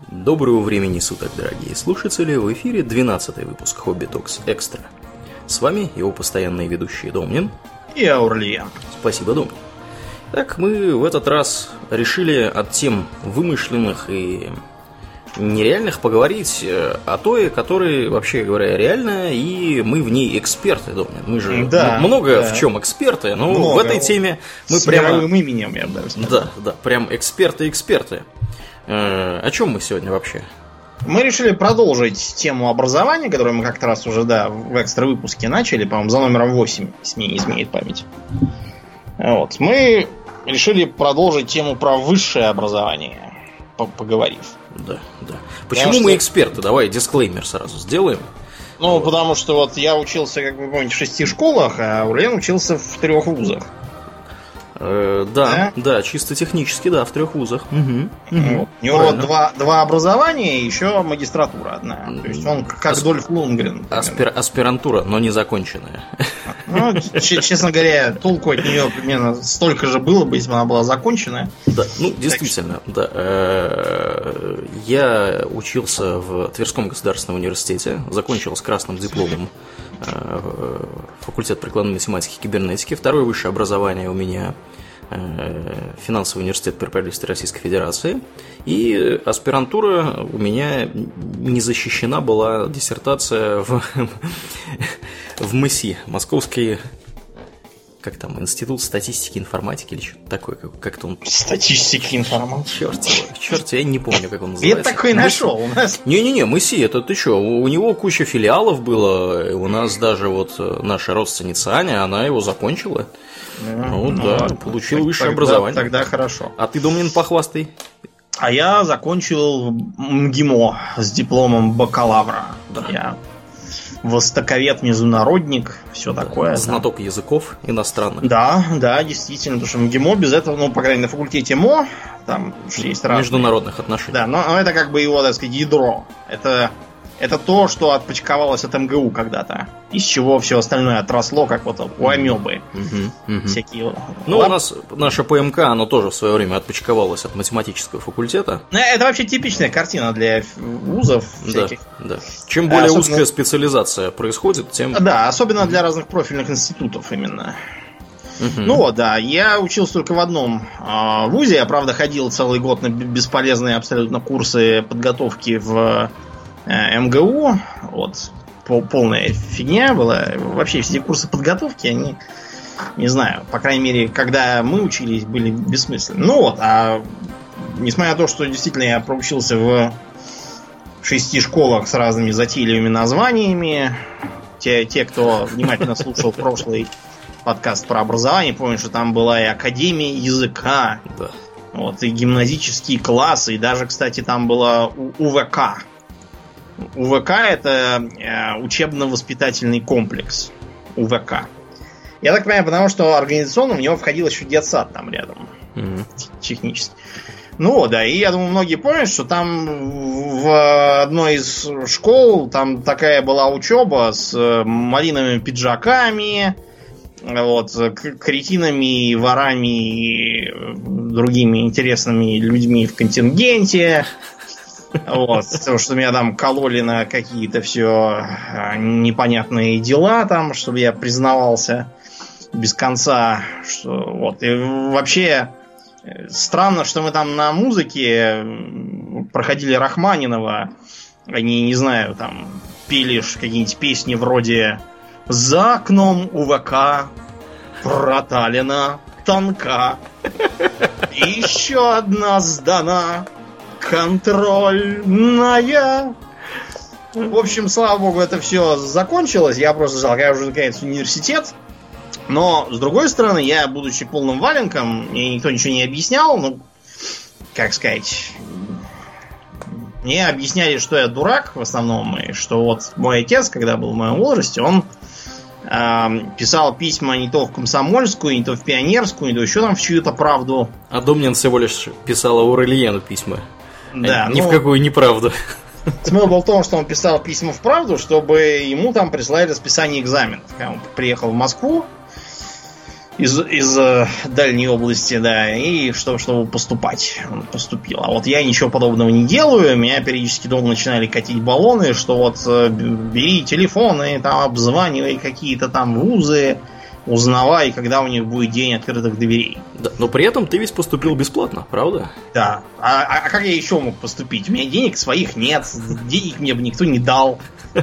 Доброго времени суток, дорогие слушатели! В эфире 12-й выпуск Hobby Talks Extra. С вами его постоянные ведущие Домнин и Аурлиен. Спасибо, Домнин. Так, мы в этот раз решили от тем вымышленных и нереальных поговорить о той, которая, вообще говоря, реальная, и мы в ней эксперты, Домнин. Мы же много в чем эксперты, но много. В этой теме мы с мировым именем, я бы даже сказал. Да, прям эксперты. О чем мы сегодня вообще? Мы решили продолжить тему образования, которую мы как-то раз уже, в экстра выпуске начали, по-моему, за номером 8, если мне не изменяет память. Вот. Мы решили продолжить тему про высшее образование, поговорив. Да. Почему мы эксперты? Давай дисклеймер сразу сделаем. Потому что вот я учился, как вы помните, в 6 школах, а Аурлиен учился в 3 вузах. Да, чисто технически, в 3 вузах. У него два образования и еще магистратура одна. То есть он как Дольф Лундгрен. Аспирантура, но не законченная. Честно говоря, толку от нее примерно столько же было бы, если бы она была законченная. Да, действительно, да. Я учился в Тверском государственном университете, закончил с красным дипломом факультет прикладной математики и кибернетики. Второе высшее образование у меня финансовый университет при правительстве Российской Федерации. И аспирантура у меня не защищена была, диссертация в МИСИ, Московский, Институт статистики и информатики или что-то такое, как-то он... Статистики и информатики. Черт, я не помню, как он называется. Я такой нашел у нас. Не-не-не, МИСИ, это ты что? У него куча филиалов было. У нас даже наша родственница Аня, она его закончила. Получил высшее образование. Тогда хорошо. А ты, Домнин, похвастай. А я закончил МГИМО с дипломом бакалавра. Да. Я востоковед, международник, все такое. Знаток языков иностранных. Да, действительно, потому что МГИМО без этого, по крайней мере, на факультете МО, там есть разные. Международных отношений. Да, но это как бы его, так сказать, ядро. Это то, что отпочковалось от МГУ когда-то, из чего все остальное отросло, как у амебы. Всякие. У нас наше ПМК, оно тоже в свое время отпочковалось от математического факультета. Это вообще типичная картина для вузов всяких. Да. Чем более узкая специализация происходит, тем... Да, особенно для разных профильных институтов именно. Я учился только в одном вузе. Я, правда, ходил целый год на бесполезные абсолютно курсы подготовки в МГУ. Полная фигня была. Вообще все эти курсы подготовки, они, не знаю, по крайней мере, когда мы учились, были бессмысленны. А несмотря на то, что действительно я проучился в 6 школах с разными затейливыми названиями, те, кто внимательно слушал прошлый подкаст про образование, помнят, что там была и Академия языка, и гимназические классы, и даже, кстати, там была УВК. УВК — это учебно-воспитательный комплекс. УВК. Я так понимаю, потому что организационно в него входил еще детсад там рядом. Технически. И я думаю, многие помнят, что там в одной из школ там такая была учеба с малиновыми пиджаками, кретинами, ворами и другими интересными людьми в контингенте. Потому что меня там кололи на какие-то все непонятные дела, там, чтобы я признавался без конца. И вообще странно, что мы там на музыке проходили Рахманинова. Они, не знаю, там пели какие-нибудь песни вроде «За окном УВК проталина тонка, еще одна сдана контрольная». В общем, слава богу, это все закончилось. Я просто ждал, когда уже наконец университет. Но, с другой стороны, я, будучи полным валенком, мне никто ничего не объяснял. Как сказать, мне объясняли, что я дурак в основном. И что мой отец, когда был в моем возрасте, он писал письма не то в Комсомольскую, не то в Пионерскую, не то еще там в чью-то правду. А Домнин всего лишь писал Аурлиену письма. Да, ни в какую неправду. Смысл был в том, что он писал письма в правду, чтобы ему там прислали расписание экзаменов. Когда он приехал в Москву, из дальней области, да, и чтобы поступать. Он поступил. А вот я ничего подобного не делаю. Меня периодически дома начинали катить баллоны, что вот бери телефоны, там обзванивай какие-то там вузы, узнавай, когда у них будет день открытых дверей. Да, но при этом ты ведь поступил бесплатно, правда? Да. А как я еще мог поступить? У меня денег своих нет. Денег мне бы никто не дал.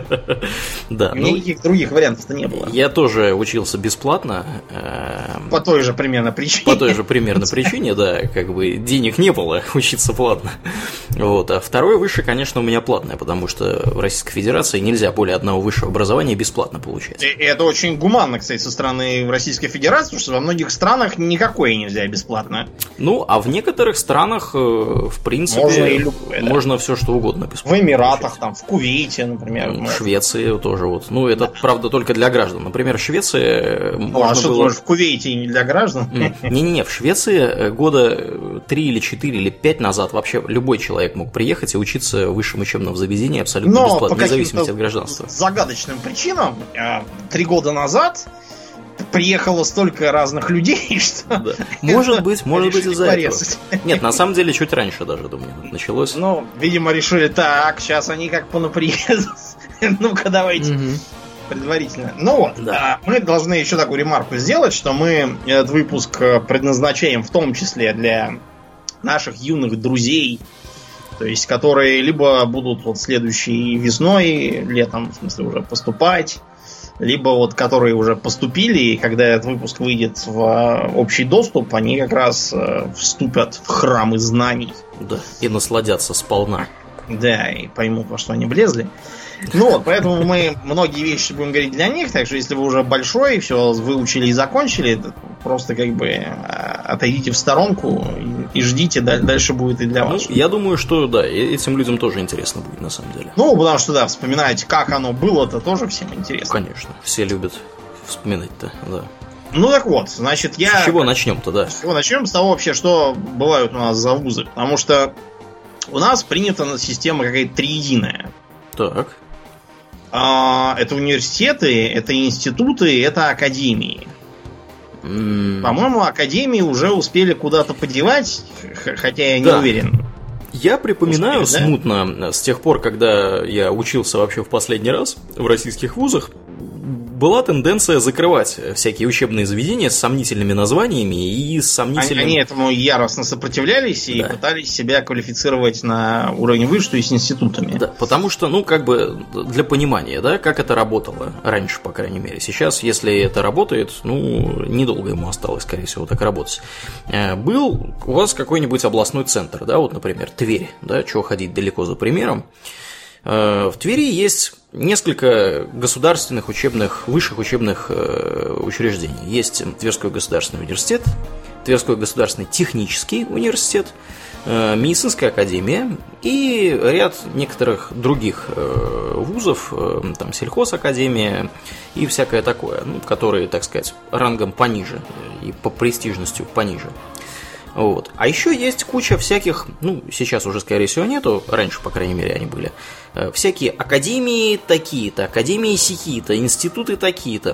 Да. У меня никаких других вариантов-то не было. Я тоже учился бесплатно. По той же примерно причине. По той же примерно причине, да. Как бы денег не было, учиться платно. Вот. А второе высшее, конечно, у меня платное, потому что в Российской Федерации нельзя более одного высшего образования бесплатно получать. И это очень гуманно, кстати, со стороны Российской Федерации, потому что во многих странах никакое нельзя бесплатно. Ну, а в некоторых странах, в принципе, можно все что угодно бесплатно. В Эмиратах, там, в Кувейте, например. В Швеции тоже вот. Ну, это, правда, только для граждан. Например, в Швеции можно что было... в Кувейте не для граждан? Не-не-не, в Швеции года 3 или 4 или 5 назад вообще любой человек мог приехать и учиться в высшем учебном заведении абсолютно бесплатно, вне зависимости от гражданства. По загадочным причинам 3 года назад приехало столько разных людей, что... Да. Может быть из-за этого. Нет, на самом деле, чуть раньше даже, думаю, началось. Ну, видимо, решили, так, сейчас они как понаприедут. Ну-ка, давайте предварительно. Ну вот, мы должны еще такую ремарку сделать, что мы этот выпуск предназначаем в том числе для наших юных друзей, то есть, которые либо будут вот следующей весной, летом, в смысле, уже поступать, либо вот которые уже поступили, и когда этот выпуск выйдет в общий доступ, они как раз вступят в храмы знаний. Да, и насладятся сполна. Да, и поймут, во что они влезли. Ну вот, поэтому мы многие вещи будем говорить для них, так что если вы уже большой, все выучили и закончили, просто как бы отойдите в сторонку и ждите, дальше будет и для вас. Ну, я думаю, что да, этим людям тоже интересно будет на самом деле. Ну, потому что да, вспоминать, как оно было-то тоже всем интересно. Конечно, все любят вспоминать-то, да. Ну так вот, значит, я... С чего начнем-то, да? С чего начнем? С того вообще, что бывают у нас за вузы. Потому что у нас принята система какая-то триединая. Так. Это университеты, это институты, это академии. По-моему, академии уже успели куда-то подевать, хотя я не уверен. Я припоминаю смутно, с тех пор, когда я учился вообще в последний раз в российских вузах, была тенденция закрывать всякие учебные заведения с сомнительными названиями и с сомнительными... Они этому яростно сопротивлялись и пытались себя квалифицировать на уровень выше, то есть институтами. Да, потому что, ну, как бы для понимания, да, как это работало раньше, по крайней мере. Сейчас, если это работает, ну, недолго ему осталось, скорее всего, так работать. Был у вас какой-нибудь областной центр, да, вот, например, Тверь, да, чего ходить далеко за примером. В Твери есть несколько государственных высших учебных учреждений. Есть Тверской государственный университет, Тверской государственный технический университет, медицинская академия и ряд некоторых других вузов, там сельхозакадемия и всякое такое, ну, которые, так сказать, рангом пониже и по престижностью пониже. Вот. А еще есть куча всяких, ну, сейчас уже, скорее всего, нету, раньше, по крайней мере, они были, всякие академии такие-то, академии сякие-то, институты такие-то.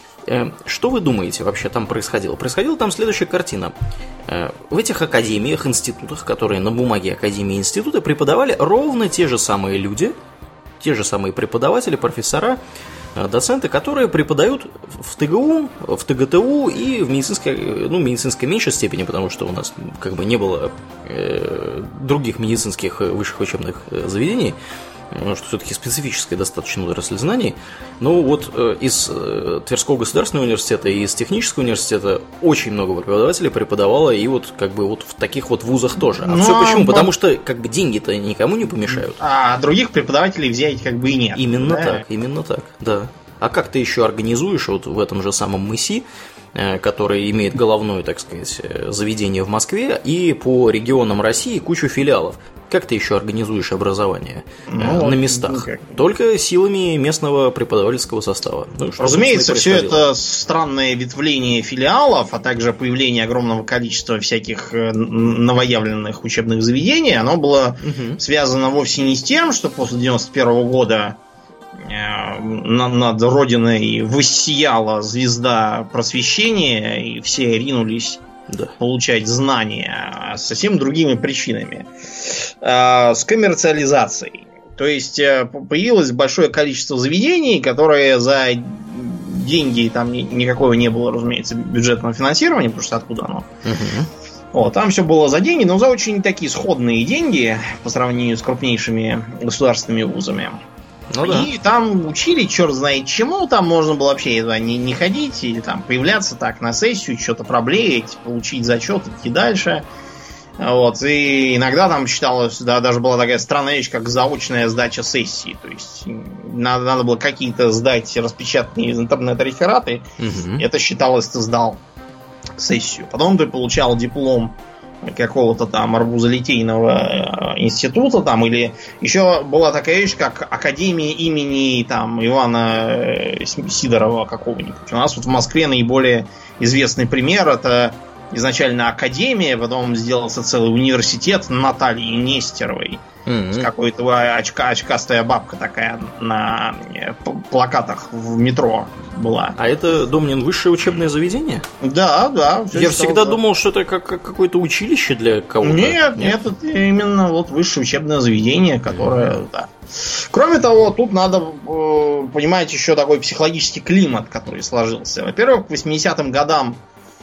Что вы думаете вообще там происходило? Происходила там следующая картина. В этих академиях, институтах, которые на бумаге академии и институты, преподавали ровно те же самые люди, те же самые преподаватели, профессора, доценты, которые преподают в ТГУ, в ТГТУ и в медицинской меньшей степени, потому что у нас как бы не было других медицинских высших учебных заведений, что все-таки специфическая достаточно отрасль знаний. Но вот из Тверского государственного университета и из технического университета очень много преподавателей преподавало и вот как бы вот в таких вот вузах тоже. А все почему? Потому что как бы деньги-то никому не помешают. А других преподавателей взять как бы и нет. Именно так, да. А как ты еще организуешь вот в этом же самом МИСИ, который имеет головное, так сказать, заведение в Москве, и по регионам России кучу филиалов? Как ты еще организуешь образование на местах? Только силами местного преподавательского состава. Ну, разумеется, все это странное ветвление филиалов, а также появление огромного количества всяких новоявленных учебных заведений, оно было связано вовсе не с тем, что после 91 года над родиной воссияла звезда просвещения, и все ринулись получать знания совсем другими причинами. С коммерциализацией. То есть появилось большое количество заведений, которые за деньги, там никакого не было, разумеется, бюджетного финансирования, потому что откуда оно? Вот, там все было за деньги, но за очень такие сходные деньги по сравнению с крупнейшими государственными вузами. Ну, да. И там учили черт знает чему, там можно было вообще не ходить, или там появляться так на сессию, что-то проблеять, получить зачет, идти дальше. Вот, и иногда там считалось, да, даже была такая странная вещь, как заочная сдача сессии. То есть надо было какие-то сдать распечатанные из интернета рефераты. Это считалось, ты сдал сессию. Потом ты получал диплом какого-то там арбузолитейного института, там, или еще была такая вещь, как Академия имени там Ивана Сидорова какого-нибудь. У нас вот в Москве наиболее известный пример — это изначально академия, потом сделался целый университет Натальи Нестеровой. С какой-то очкастая бабка такая на плакатах в метро была. А это, Домнин, высшее учебное заведение? Да. Я всегда думал, что это как какое-то училище для кого-то. Нет, это именно вот высшее учебное заведение, которое, да. Кроме того, тут надо понимать еще такой психологический климат, который сложился. Во-первых, к 80-м годам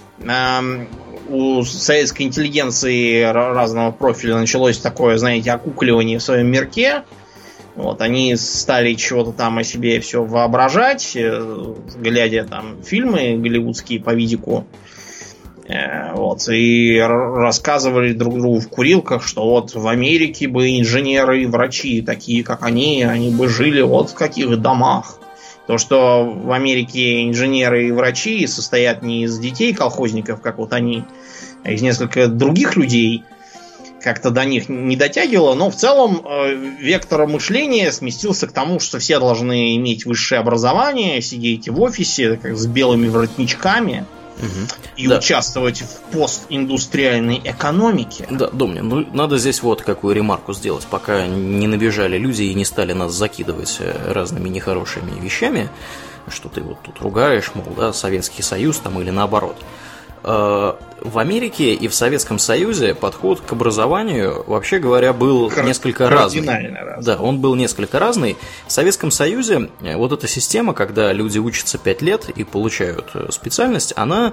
у советской интеллигенции разного профиля началось такое, знаете, окукливание в своем мирке. Вот, они стали чего-то там о себе все воображать, глядя там фильмы голливудские по видику. Вот, и рассказывали друг другу в курилках, что вот в Америке бы инженеры и врачи, такие как они бы жили вот в каких домах. То, что в Америке инженеры и врачи состоят не из детей колхозников, как вот они, а из несколько других людей, как-то до них не дотягивало, но в целом вектор мышления сместился к тому, что все должны иметь высшее образование, сидеть в офисе как с белыми воротничками и участвовать в постиндустриальной экономике. Да, Домнин, ну надо здесь вот какую ремарку сделать, пока не набежали люди и не стали нас закидывать разными нехорошими вещами, что ты вот тут ругаешь, мол, да, Советский Союз там или наоборот. В Америке и в Советском Союзе подход к образованию, вообще говоря, был несколько разный. Да, он был несколько разный. В Советском Союзе вот эта система, когда люди учатся 5 лет и получают специальность, она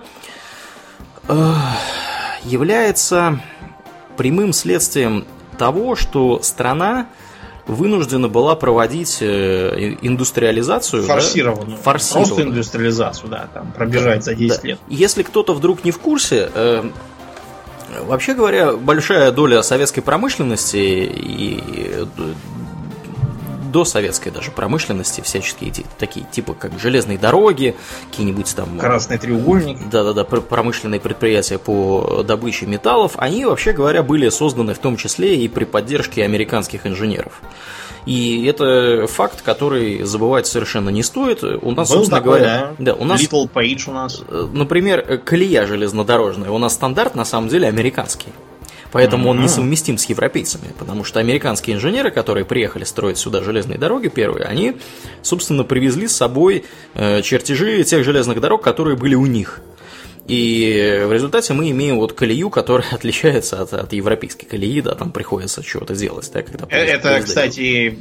является прямым следствием того, что страна вынуждена была проводить индустриализацию. Форсированную. Просто индустриализацию, да, там пробежать за 10 лет. Если кто-то вдруг не в курсе, вообще говоря, большая доля советской промышленности и досоветской даже промышленности, всяческие такие типа как железные дороги, какие-нибудь там... Красный треугольник. Да, промышленные предприятия по добыче металлов, они, вообще говоря, были созданы в том числе и при поддержке американских инженеров. И это факт, который забывать совершенно не стоит. У нас, собственно говоря... Да, у нас, Little Page у нас. Например, колея железнодорожная. У нас стандарт, на самом деле, американский. Поэтому он несовместим с европейцами, потому что американские инженеры, которые приехали строить сюда железные дороги первые, они, собственно, привезли с собой чертежи тех железных дорог, которые были у них. И в результате мы имеем вот колею, которая отличается от европейской колеи, да, там приходится чего-то делать. Да, когда это, кстати,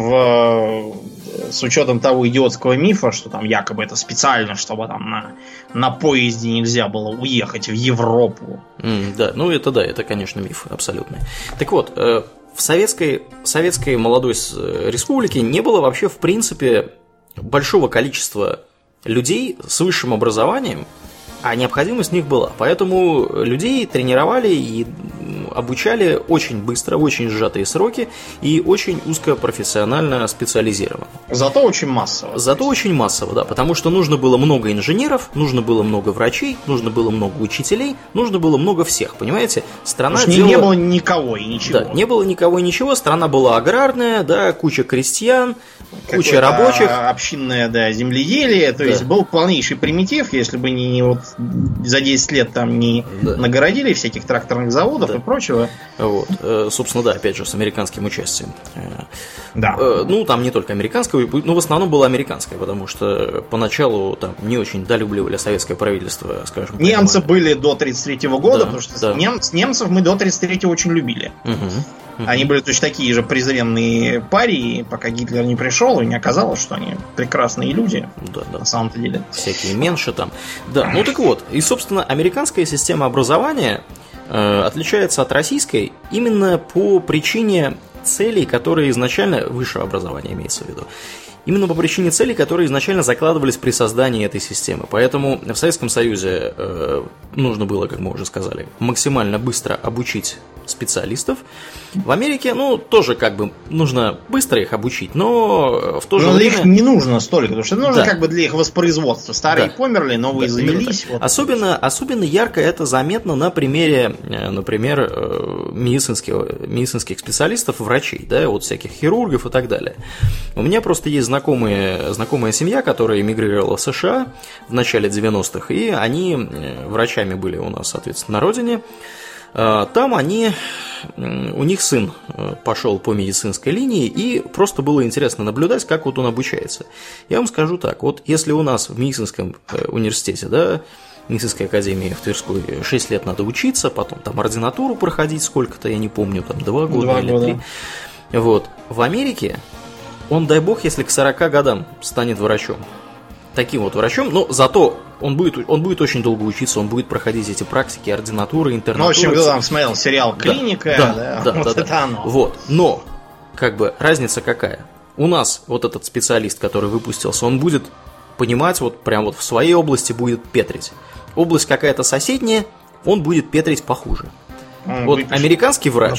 с учетом того идиотского мифа, что там якобы это специально, чтобы там на поезде нельзя было уехать в Европу. Да, ну это конечно, миф абсолютный. Так вот, в советской молодой республике не было вообще, в принципе, большого количества людей с высшим образованием, а необходимость в них была. Поэтому людей тренировали и обучали очень быстро, в очень сжатые сроки и очень узкопрофессионально специализированно. Зато очень массово. Да, потому что нужно было много инженеров, нужно было много врачей, нужно было много учителей, нужно было много всех, понимаете? Страна не было никого и ничего. Да, не было никого и ничего, страна была аграрная, да, куча крестьян, куча рабочих. Общинное, да, земледелие, то есть был полнейший примитив, если бы не вот за 10 лет там не нагородили всяких тракторных заводов и прочего. прочего. Вот. Собственно, да, опять же, с американским участием. Да. Ну, там не только американское, но в основном было американское, потому что поначалу там не очень долюбливали советское правительство, скажем. Немцы были до 1933 года, потому что немцев мы до 1933 очень любили. Они были точно такие же презренные парии, пока Гитлер не пришел, и не оказалось, что они прекрасные люди, на самом-то деле. Всякие меньше там. Да, ну так вот. И, собственно, американская система образования отличается от российской именно по причине целей, которые изначально, высшего образования имеется в виду, именно по причине целей, которые изначально закладывались при создании этой системы. Поэтому в Советском Союзе нужно было, как мы уже сказали, максимально быстро обучить специалистов. В Америке, ну, тоже как бы нужно быстро их обучить, но в то же время... их не нужно столько, потому что нужно как бы для их воспроизводства. Старые померли, новые завелись. Вот. Особенно ярко это заметно на примере, например, медицинских специалистов, врачей, да, вот всяких хирургов и так далее. У меня просто есть знакомая семья, которая эмигрировала в США в начале 90-х, и они врачами были у нас, соответственно, на родине. Там у них сын пошел по медицинской линии, и просто было интересно наблюдать, как вот он обучается. Я вам скажу так, вот если у нас в медицинском университете, да, медицинской академии в Тверской 6 лет надо учиться, потом там ординатуру проходить сколько-то, я не помню, там 2 года или 3. Вот. В Америке он, дай бог, если к 40 годам станет врачом. Таким вот врачом, но зато он будет очень долго учиться, он будет проходить эти практики, ординатуры, интернатуры. Ну, в общем, кто там смотрел сериал «Клиника», это оно. Вот, но, как бы, разница какая? У нас вот этот специалист, который выпустился, он будет понимать, вот прям вот в своей области будет петрить. Область какая-то соседняя, он будет петрить похуже. Вот американский врач,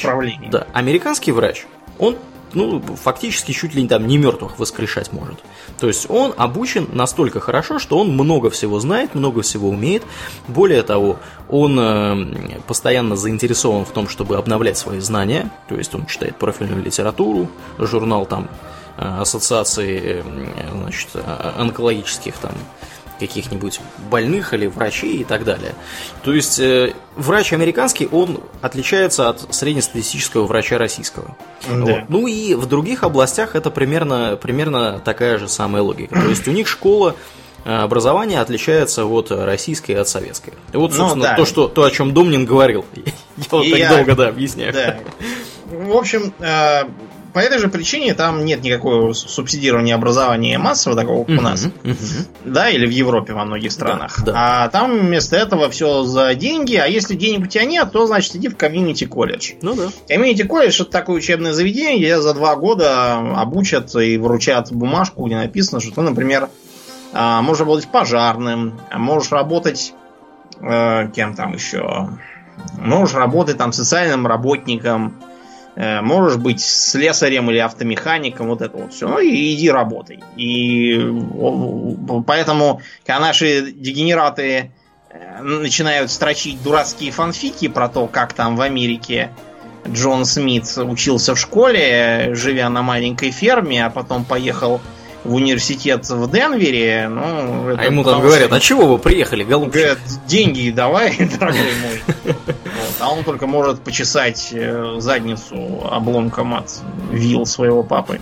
он фактически чуть ли там не мертвых воскрешать может. То есть он обучен настолько хорошо, что он много всего знает, много всего умеет. Более того, он постоянно заинтересован в том, чтобы обновлять свои знания. То есть он читает профильную литературу, журнал там ассоциации, значит, онкологических там каких-нибудь больных или врачей и так далее. То есть врач американский, он отличается от среднестатистического врача российского. Да. Вот. Ну и в других областях это примерно такая же самая логика. То есть у них школа образования отличается от российской и от советской. И вот, собственно, то, о чем Домнин говорил. Я вот так долго объясняю. Да. В общем, по этой же причине там нет никакого субсидирования образования массового, такого, как у нас. Да, или в Европе во многих странах. Да. А там вместо этого все за деньги. А если денег у тебя нет, то, значит, иди в комьюнити-колледж. Ну да. Комьюнити-колледж — это такое учебное заведение, где за 2 года обучат и вручат бумажку, где написано, что ты, например, можешь работать пожарным, можешь работать кем там еще? Можешь работать там социальным работником, можешь быть слесарем или автомехаником, вот это вот все. Ну и иди работай. И поэтому, когда наши дегенераты начинают строчить дурацкие фанфики про то, как там в Америке Джон Смит учился в школе, живя на маленькой ферме, а потом поехал в университет в Денвере, ну... А ему там говорят, а чего вы приехали, голубчик? Говорят, деньги давай, дорогой мой. А он только может почесать задницу обломком от вил своего папы.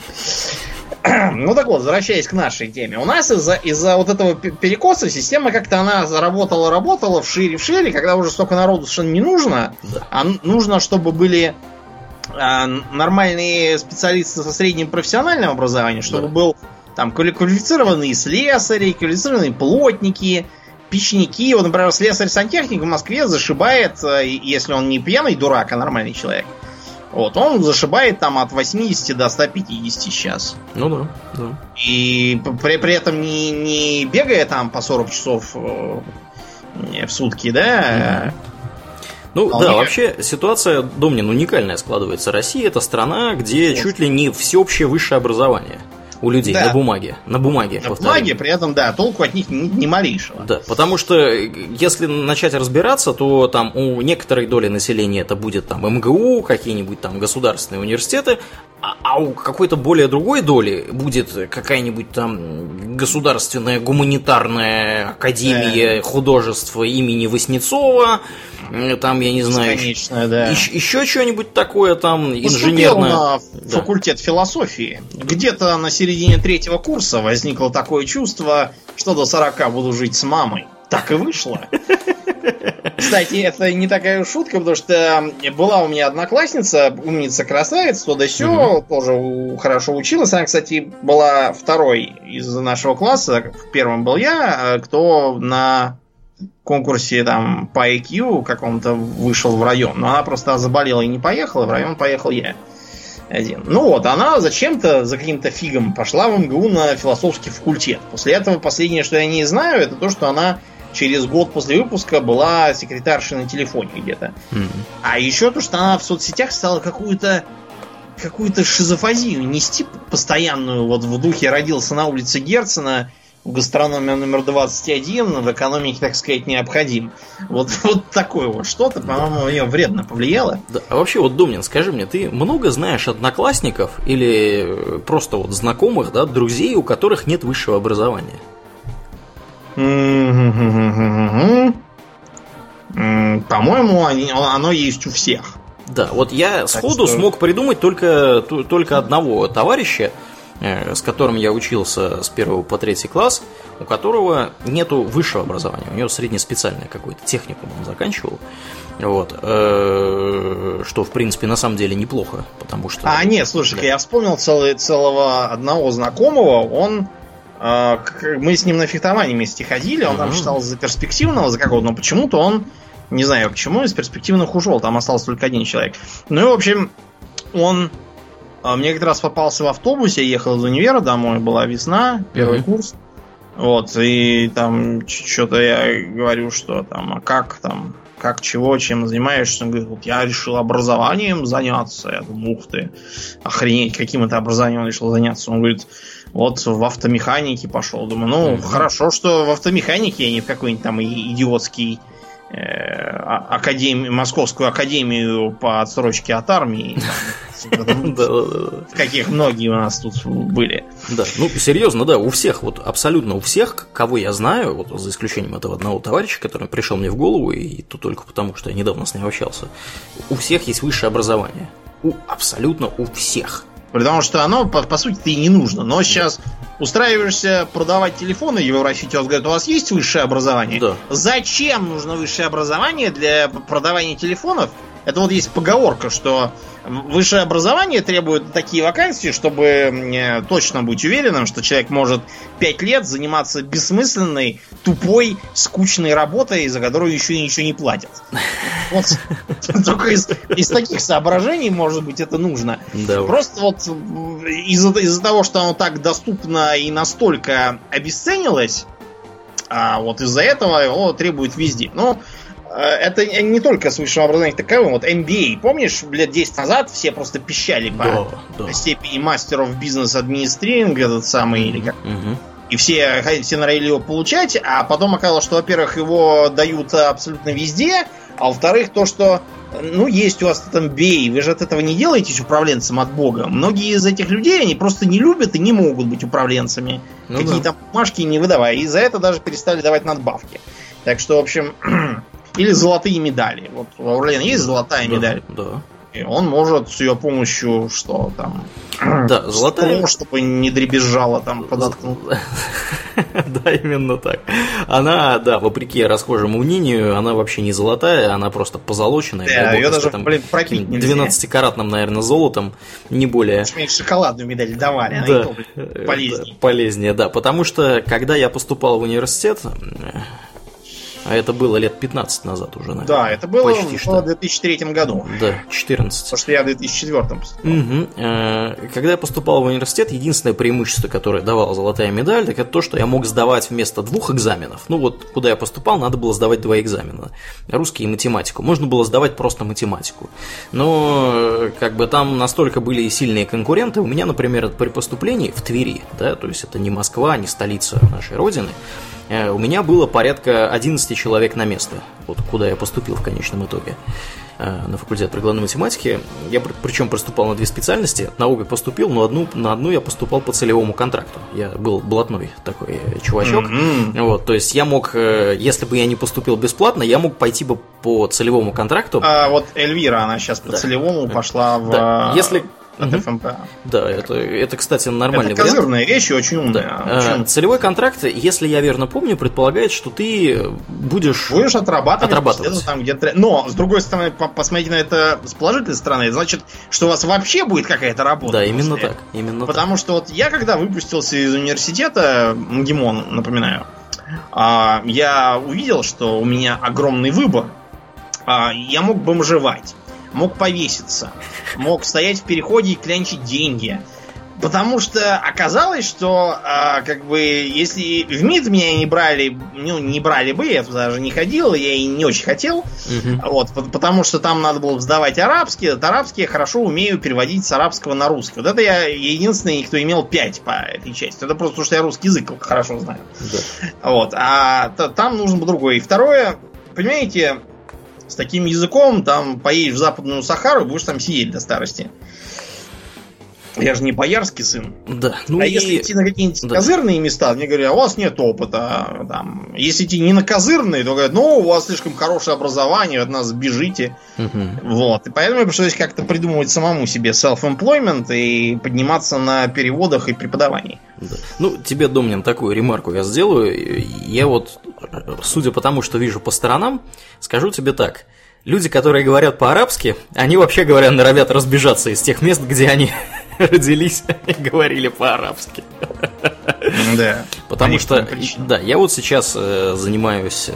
Ну так вот, возвращаясь к нашей теме. У нас из-за вот этого перекоса система как-то она работала вшире, когда уже столько народу совершенно не нужно, а нужно, чтобы были нормальные специалисты со средним профессиональным образованием, чтобы был там квалифицированные слесари, квалифицированные плотники, печники. Вот, например, слесарь-сантехник в Москве зашибает, если он не пьяный дурак, а нормальный человек, вот, он зашибает там от 80 до 150 сейчас. Ну да. И при этом не бегая там по 40 часов в сутки, да. Ну да, вообще ситуация, Домнин, уникальная складывается. Россия — это страна, где чуть ли не всеобщее высшее образование у людей, на бумаге. На бумаге, при этом, толку от них ни малейшего. Да, потому что если начать разбираться, то там у некоторой доли населения это будет там МГУ, какие-нибудь там государственные университеты, А у какой-то более другой доли будет какая-нибудь там государственная гуманитарная академия художеств имени Васнецова, там, я не знаю, еще что-нибудь такое там инженерное. Поступил на факультет философии. Где-то на середине 3-го курса возникло такое чувство, что до 40 буду жить с мамой. Так и вышло. Кстати, это не такая шутка, потому что была у меня одноклассница, умница-красавица, то да сё, тоже хорошо училась. Она, кстати, была второй из нашего класса, в первом был я, кто на конкурсе там по IQ каком-то вышел в район. Но она просто заболела и не поехала, в район поехал я один. Ну вот, она зачем-то, за каким-то фигом пошла в МГУ на философский факультет. После этого последнее, что я о ней знаю, это то, что она через год после выпуска была секретаршей на телефоне где-то. А еще то, что она в соцсетях стала какую-то шизофазию нести постоянную, вот в духе родился на улице Герцена, в гастрономе номер 21, в экономике, так сказать, необходим. Вот такое вот что-то, по-моему, на нее вредно повлияло. Да, а вообще, вот, Домнин, скажи мне, ты много знаешь одноклассников или просто вот знакомых, да, друзей, у которых нет высшего образования? По-моему, оно есть у всех. Да, вот я сходу смог придумать только одного товарища, с которым я учился с 1 по 3 класс, у которого нету высшего образования, у него среднеспециальное какое-то, техникум он заканчивал. Вот. Что, в принципе, на самом деле неплохо, потому что... Нет, слушай, да. Я вспомнил целого одного знакомого, мы с ним на фехтование вместе ходили, он там считался за перспективного, за какого-то, но почему-то он, не знаю почему, из перспективных ушел, там остался только один человек. Ну и, в общем, он мне как раз попался в автобусе, я ехал из универа домой, была весна, первый курс, вот, и там что-то я говорю, что там, а как, чего, чем занимаешься? Он говорит, вот я решил образованием заняться. Я думаю, ух ты, охренеть, каким это образованием он решил заняться. Он говорит, вот в автомеханике пошел. Думаю, хорошо, что в автомеханике, а не в какой-нибудь там идиотский Московскую академию по отсрочке от армии. В каких многие у нас тут были. Да, ну серьезно, да, у всех, вот абсолютно у всех, кого я знаю, вот за исключением этого одного товарища, который пришел мне в голову, и то только потому, что я недавно с ним общался, у всех есть высшее образование. Абсолютно у всех. Потому что оно, по сути-то, и не нужно. Но сейчас устраиваешься продавать телефоны, Евросеть говорят, у вас есть высшее образование? Да. Зачем нужно высшее образование для продавания телефонов? Это вот есть поговорка, что высшее образование требует такие вакансии, чтобы точно быть уверенным, что человек может 5 лет заниматься бессмысленной, тупой, скучной работой, за которую еще ничего не платят. Вот только из таких соображений, может быть, это нужно. Да. Просто вот из-за того, что оно так доступно и настолько обесценилось, вот из-за этого его требует везде. Но это не только с высшим образованием таковым. Вот MBA, помнишь, лет 10 назад все просто пищали по степени мастеров бизнес-администринга, этот самый, или как. И все норовили его получать, а потом оказалось, что, во-первых, его дают абсолютно везде, а во-вторых, то, что, есть у вас этот MBA, вы же от этого не делаетесь управленцем от бога. Многие из этих людей, они просто не любят и не могут быть управленцами. Какие-то бумажки не выдавая. И за это даже перестали давать надбавки. Так что, в общем... Или золотые медали. Вот у Аурлена есть золотая медаль. Да. И он может с ее помощью что там... Да, золотая... чтобы не дребезжало там подоткнуть. Да, именно так. Она, да, вопреки расхожему мнению, она вообще не золотая, она просто позолоченная. Да, ее даже, пропить нельзя. 12-каратным, наверное, золотом, не более. Шоколадную медаль давали, она и полезнее. Полезнее, да, потому что, когда я поступал в университет... А это было лет 15 назад уже, наверное. Да, это было в 2003 году. Да, 14. Потому что я в 2004 поступал. Когда я поступал в университет, единственное преимущество, которое давала золотая медаль, так это то, что я мог сдавать вместо 2 экзаменов. Ну вот, куда я поступал, надо было сдавать 2 экзамена. Русский и математику. Можно было сдавать просто математику. Но там настолько были сильные конкуренты. У меня, например, при поступлении в Твери, да, то есть это не Москва, не столица нашей родины, у меня было порядка 11 человек на место, вот куда я поступил в конечном итоге. На факультет прикладной математики. Я причем поступал на 2 специальности. На обе поступил, но на одну я поступал по целевому контракту. Я был блатной такой чувачок. Вот, то есть я мог, если бы я не поступил бесплатно, я мог пойти бы по целевому контракту. Вот Эльвира, она сейчас по целевому пошла в... Если... от ФМПА. Да, это, кстати, нормальный вариант. Это козырная вещь, очень умная. Да. Целевой контракт, если я верно помню, предполагает, что ты будешь отрабатывать. Там, где-то... Но, с другой стороны, посмотрите на это с положительной стороны, это значит, что у вас вообще будет какая-то работа. Да, именно так. Потому что вот я, когда выпустился из университета, МГИМО, напоминаю, я увидел, что у меня огромный выбор. Я мог бомжевать, мог повеситься, мог стоять в переходе и клянчить деньги. Потому что оказалось, что если в МИД меня не брали бы, я туда даже не ходил, я и не очень хотел. Вот, потому что там надо было сдавать арабский. Арабский я хорошо умею переводить с арабского на русский. Вот это я единственный, кто имел 5 по этой части. Это просто потому, что я русский язык хорошо знаю. Да. Вот, там нужен был другой. И второе, понимаете, с таким языком там поедешь в Западную Сахару и будешь там сидеть до старости. Я же не боярский сын. Да. Если идти на какие-нибудь козырные места, мне говорят, у вас нет опыта. Там. Если идти не на козырные, то говорят, у вас слишком хорошее образование, от нас бежите. Вот. И поэтому мне пришлось как-то придумывать самому себе self-employment и подниматься на переводах и преподавании. Да. Тебе, Домнин, такую ремарку я сделаю. Я вот, судя по тому, что вижу по сторонам, скажу тебе так. Люди, которые говорят по-арабски, они, вообще говоря, норовят разбежаться из тех мест, где они родились и говорили по-арабски. Да. Потому что, да, я вот сейчас занимаюсь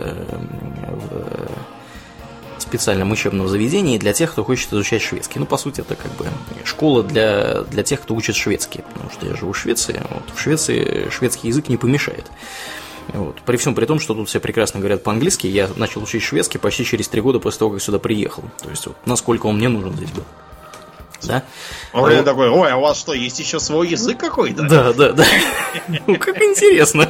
в специальном учебном заведении для тех, кто хочет изучать шведский. По сути, это как бы школа для тех, кто учит шведский. Потому что я живу в Швеции. Вот, в Швеции шведский язык не помешает. Вот. При всем при том, что тут все прекрасно говорят по-английски, я начал учить шведский почти через 3 года после того, как сюда приехал. То есть, вот, насколько он мне нужен здесь был. Да? Он такой, ой, а у вас что, есть еще свой язык какой-то? Да. Как интересно.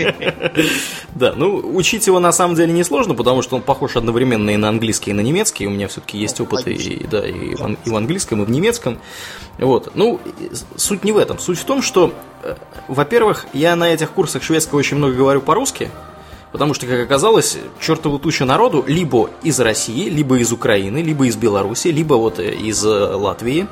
Да, учить его на самом деле несложно, потому что он похож одновременно и на английский, и на немецкий. У меня все-таки есть опыт и в английском, и в немецком. Вот. Суть не в этом. Суть в том, что, во-первых, я на этих курсах шведского очень много говорю по-русски. Потому что, как оказалось, чертову тучу народу либо из России, либо из Украины, либо из Беларуси, либо вот из Латвии.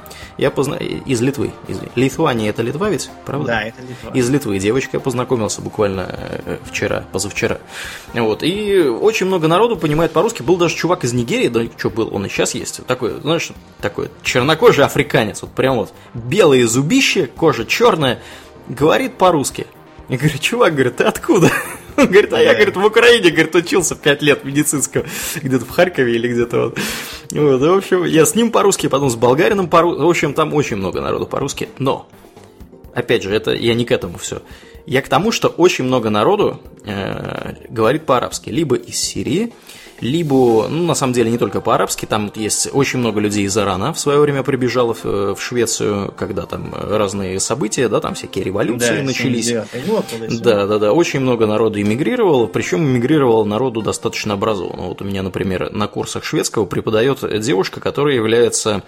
Из Литвы. Литуания — это Литва ведь? Правда? Да, это Литва. Из Литвы девочка, я познакомился буквально позавчера. Вот. И очень много народу понимает по-русски. Был даже чувак из Нигерии, да что был, он и сейчас есть. Такой, знаешь, такой чернокожий африканец. Вот прям вот белые зубища, кожа черная, говорит по-русски. Я говорю, чувак, говорит, ты откуда? Он говорит, я, говорит, в Украине, говорит, учился 5 лет медицинского, где-то в Харькове или где-то вот. Вот, в общем, я с ним по-русски, потом с болгарином по-русски. В общем, там очень много народу по-русски. Но, опять же, это я не к этому все. Я к тому, что очень много народу говорит по-арабски. Либо из Сирии, либо, на самом деле, не только по-арабски. Там есть очень много людей из Ирана в свое время прибежало в Швецию, когда там разные события, да, там всякие революции начались. Да. Очень много народу эмигрировало, причем эмигрировало народу достаточно образованного. Вот у меня, например, на курсах шведского преподает девушка, которая является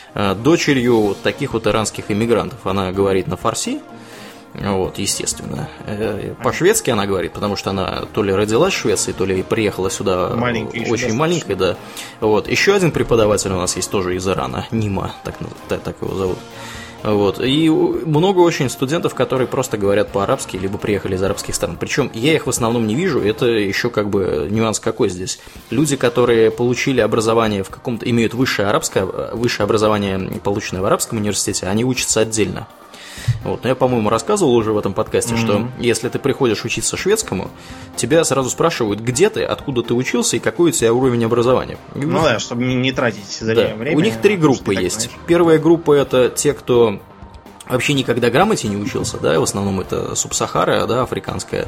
дочерью таких вот иранских эмигрантов. Она говорит на фарси. Вот, естественно. По-шведски она говорит, потому что она то ли родилась в Швеции, то ли приехала сюда очень маленькой, да. Вот. Еще один преподаватель у нас есть тоже из Ирана, Нима, так его зовут. Вот. И много очень студентов, которые просто говорят по-арабски, либо приехали из арабских стран. Причем я их в основном не вижу, это еще как бы нюанс какой здесь. Люди, которые получили образование в каком-то, имеют высшее образование, полученное в арабском университете, они учатся отдельно. Вот. Но я, по-моему, рассказывал уже в этом подкасте, что если ты приходишь учиться шведскому, тебя сразу спрашивают, где ты, откуда ты учился и какой у тебя уровень образования. Да, чтобы не тратить зря время. У них 3 группы есть. Первая группа — это те, кто вообще никогда грамоте не учился, да, в основном это Субсахара, да, африканская.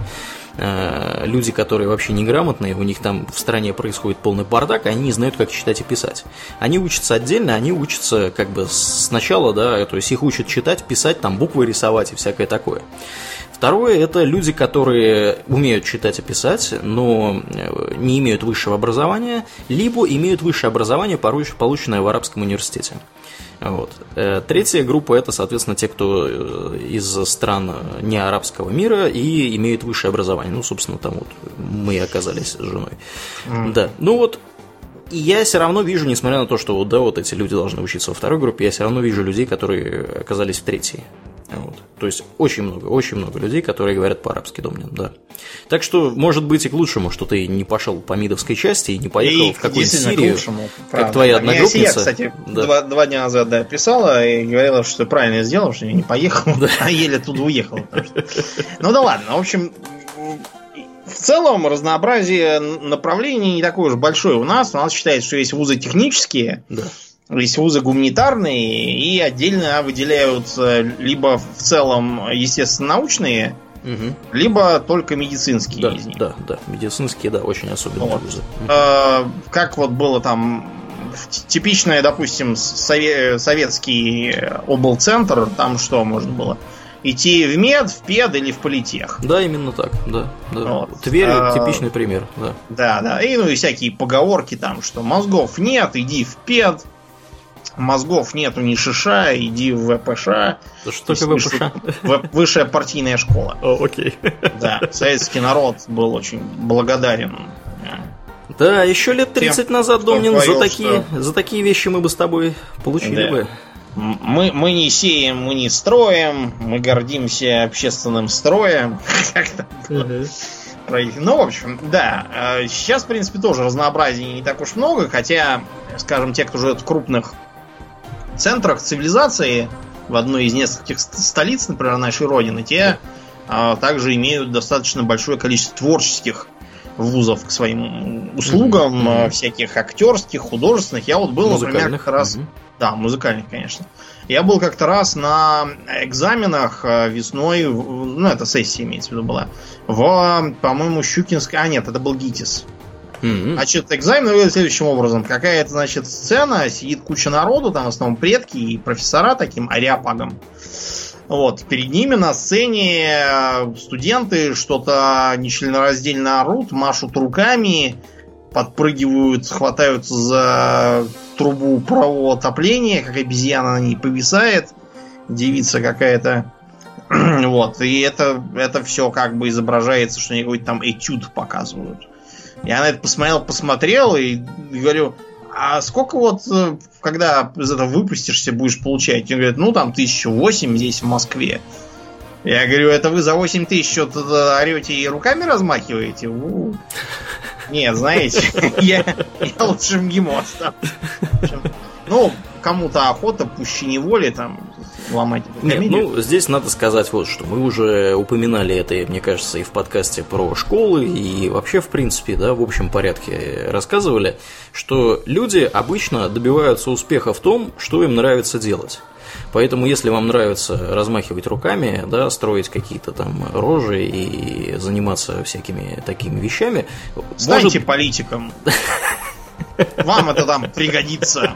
Люди, которые вообще неграмотные, у них там в стране происходит полный бардак, они не знают, как читать и писать. Они учатся отдельно, они учатся как бы сначала, да, то есть их учат читать, писать, там буквы рисовать и всякое такое. Второе – это люди, которые умеют читать и писать, но не имеют высшего образования, либо имеют высшее образование, полученное в арабском университете. Вот. Третья группа – это, соответственно, те, кто из стран не арабского мира и имеют высшее образование. Ну, собственно, там вот мы и оказались с женой. Да. Ну вот, и я все равно вижу, несмотря на то, что да, вот эти люди должны учиться во второй группе, я все равно вижу людей, которые оказались в третьей. Вот. То есть очень много людей, которые говорят по-арабски домнин, да. Так что, может быть, и к лучшему, что ты не пошел по мидовской части и не поехал в какую-нибудь Сирию, как твоя одногруппница. Я, кстати, да. два дня назад писала и говорила, что правильно сделал, что я не поехал, а еле оттуда уехал. Ну да ладно, в общем, в целом разнообразие направлений не такое уж большое у нас. У нас считается, что есть вузы технические, да. Есть вузы гуманитарные, и отдельно выделяют либо в целом естественно-научные, либо только медицинские да, из них. Да, медицинские, да, очень особенные вот. вузы. Как вот было там типичное, допустим, советский облцентр, там что можно было? Идти в мед, в пед или в политех. Да, именно так, да. Вот. Тверь типичный пример, да. Да, и всякие поговорки там, что мозгов нет, иди в пед. Мозгов нету ни шиша, иди в ВПШ. Что такое ВПШ? Высшая партийная школа. О, окей. Да, советский народ был очень благодарен. Да, еще лет 30 назад, Домнин, за такие вещи мы бы с тобой получили бы. Мы не сеем, мы не строим, мы гордимся общественным строем. Ну, в общем, да. Сейчас, в принципе, тоже разнообразия не так уж много, хотя, скажем, те, кто живет в крупных центрах цивилизации, в одной из нескольких столиц, например, нашей родины, те также имеют достаточно большое количество творческих вузов к своим услугам, всяких актерских, художественных. Я вот был, например, как раз... Да, музыкальных, конечно. Я был как-то раз на экзаменах весной, ну, это сессия имеется в виду была, в, по-моему, Щукинской... А, нет, это был ГИТИС. Значит, экзамен выглядит следующим образом. Какая-то, значит, сцена, сидит куча народу, там в основном предки и профессора таким ариапагом. Вот, перед ними на сцене студенты что-то нечленораздельно орут, машут руками, подпрыгивают, хватаются за трубу парового отопления, как обезьяна на ней повисает, девица какая-то. Вот, и это все как бы изображается, что они какой-то там этюд показывают. Я на это посмотрел и говорю, а сколько вот, когда из этого выпустишься, будешь получать? Он говорит, ну там 1008 здесь в Москве. Я говорю, это вы за 8000 что-то орете и руками размахиваете? Нет, знаете, я лучше МГИМО оставлю. Ну, кому-то охота, пуще неволи там ломать комедию. Ну, здесь надо сказать вот что. Мы уже упоминали это, мне кажется, и в подкасте про школы, и вообще, в принципе, да, в общем порядке рассказывали, что люди обычно добиваются успеха в том, что им нравится делать. Поэтому, если вам нравится размахивать руками, да, строить какие-то там рожи и заниматься всякими такими вещами, станьте политиком. Вам это там пригодится.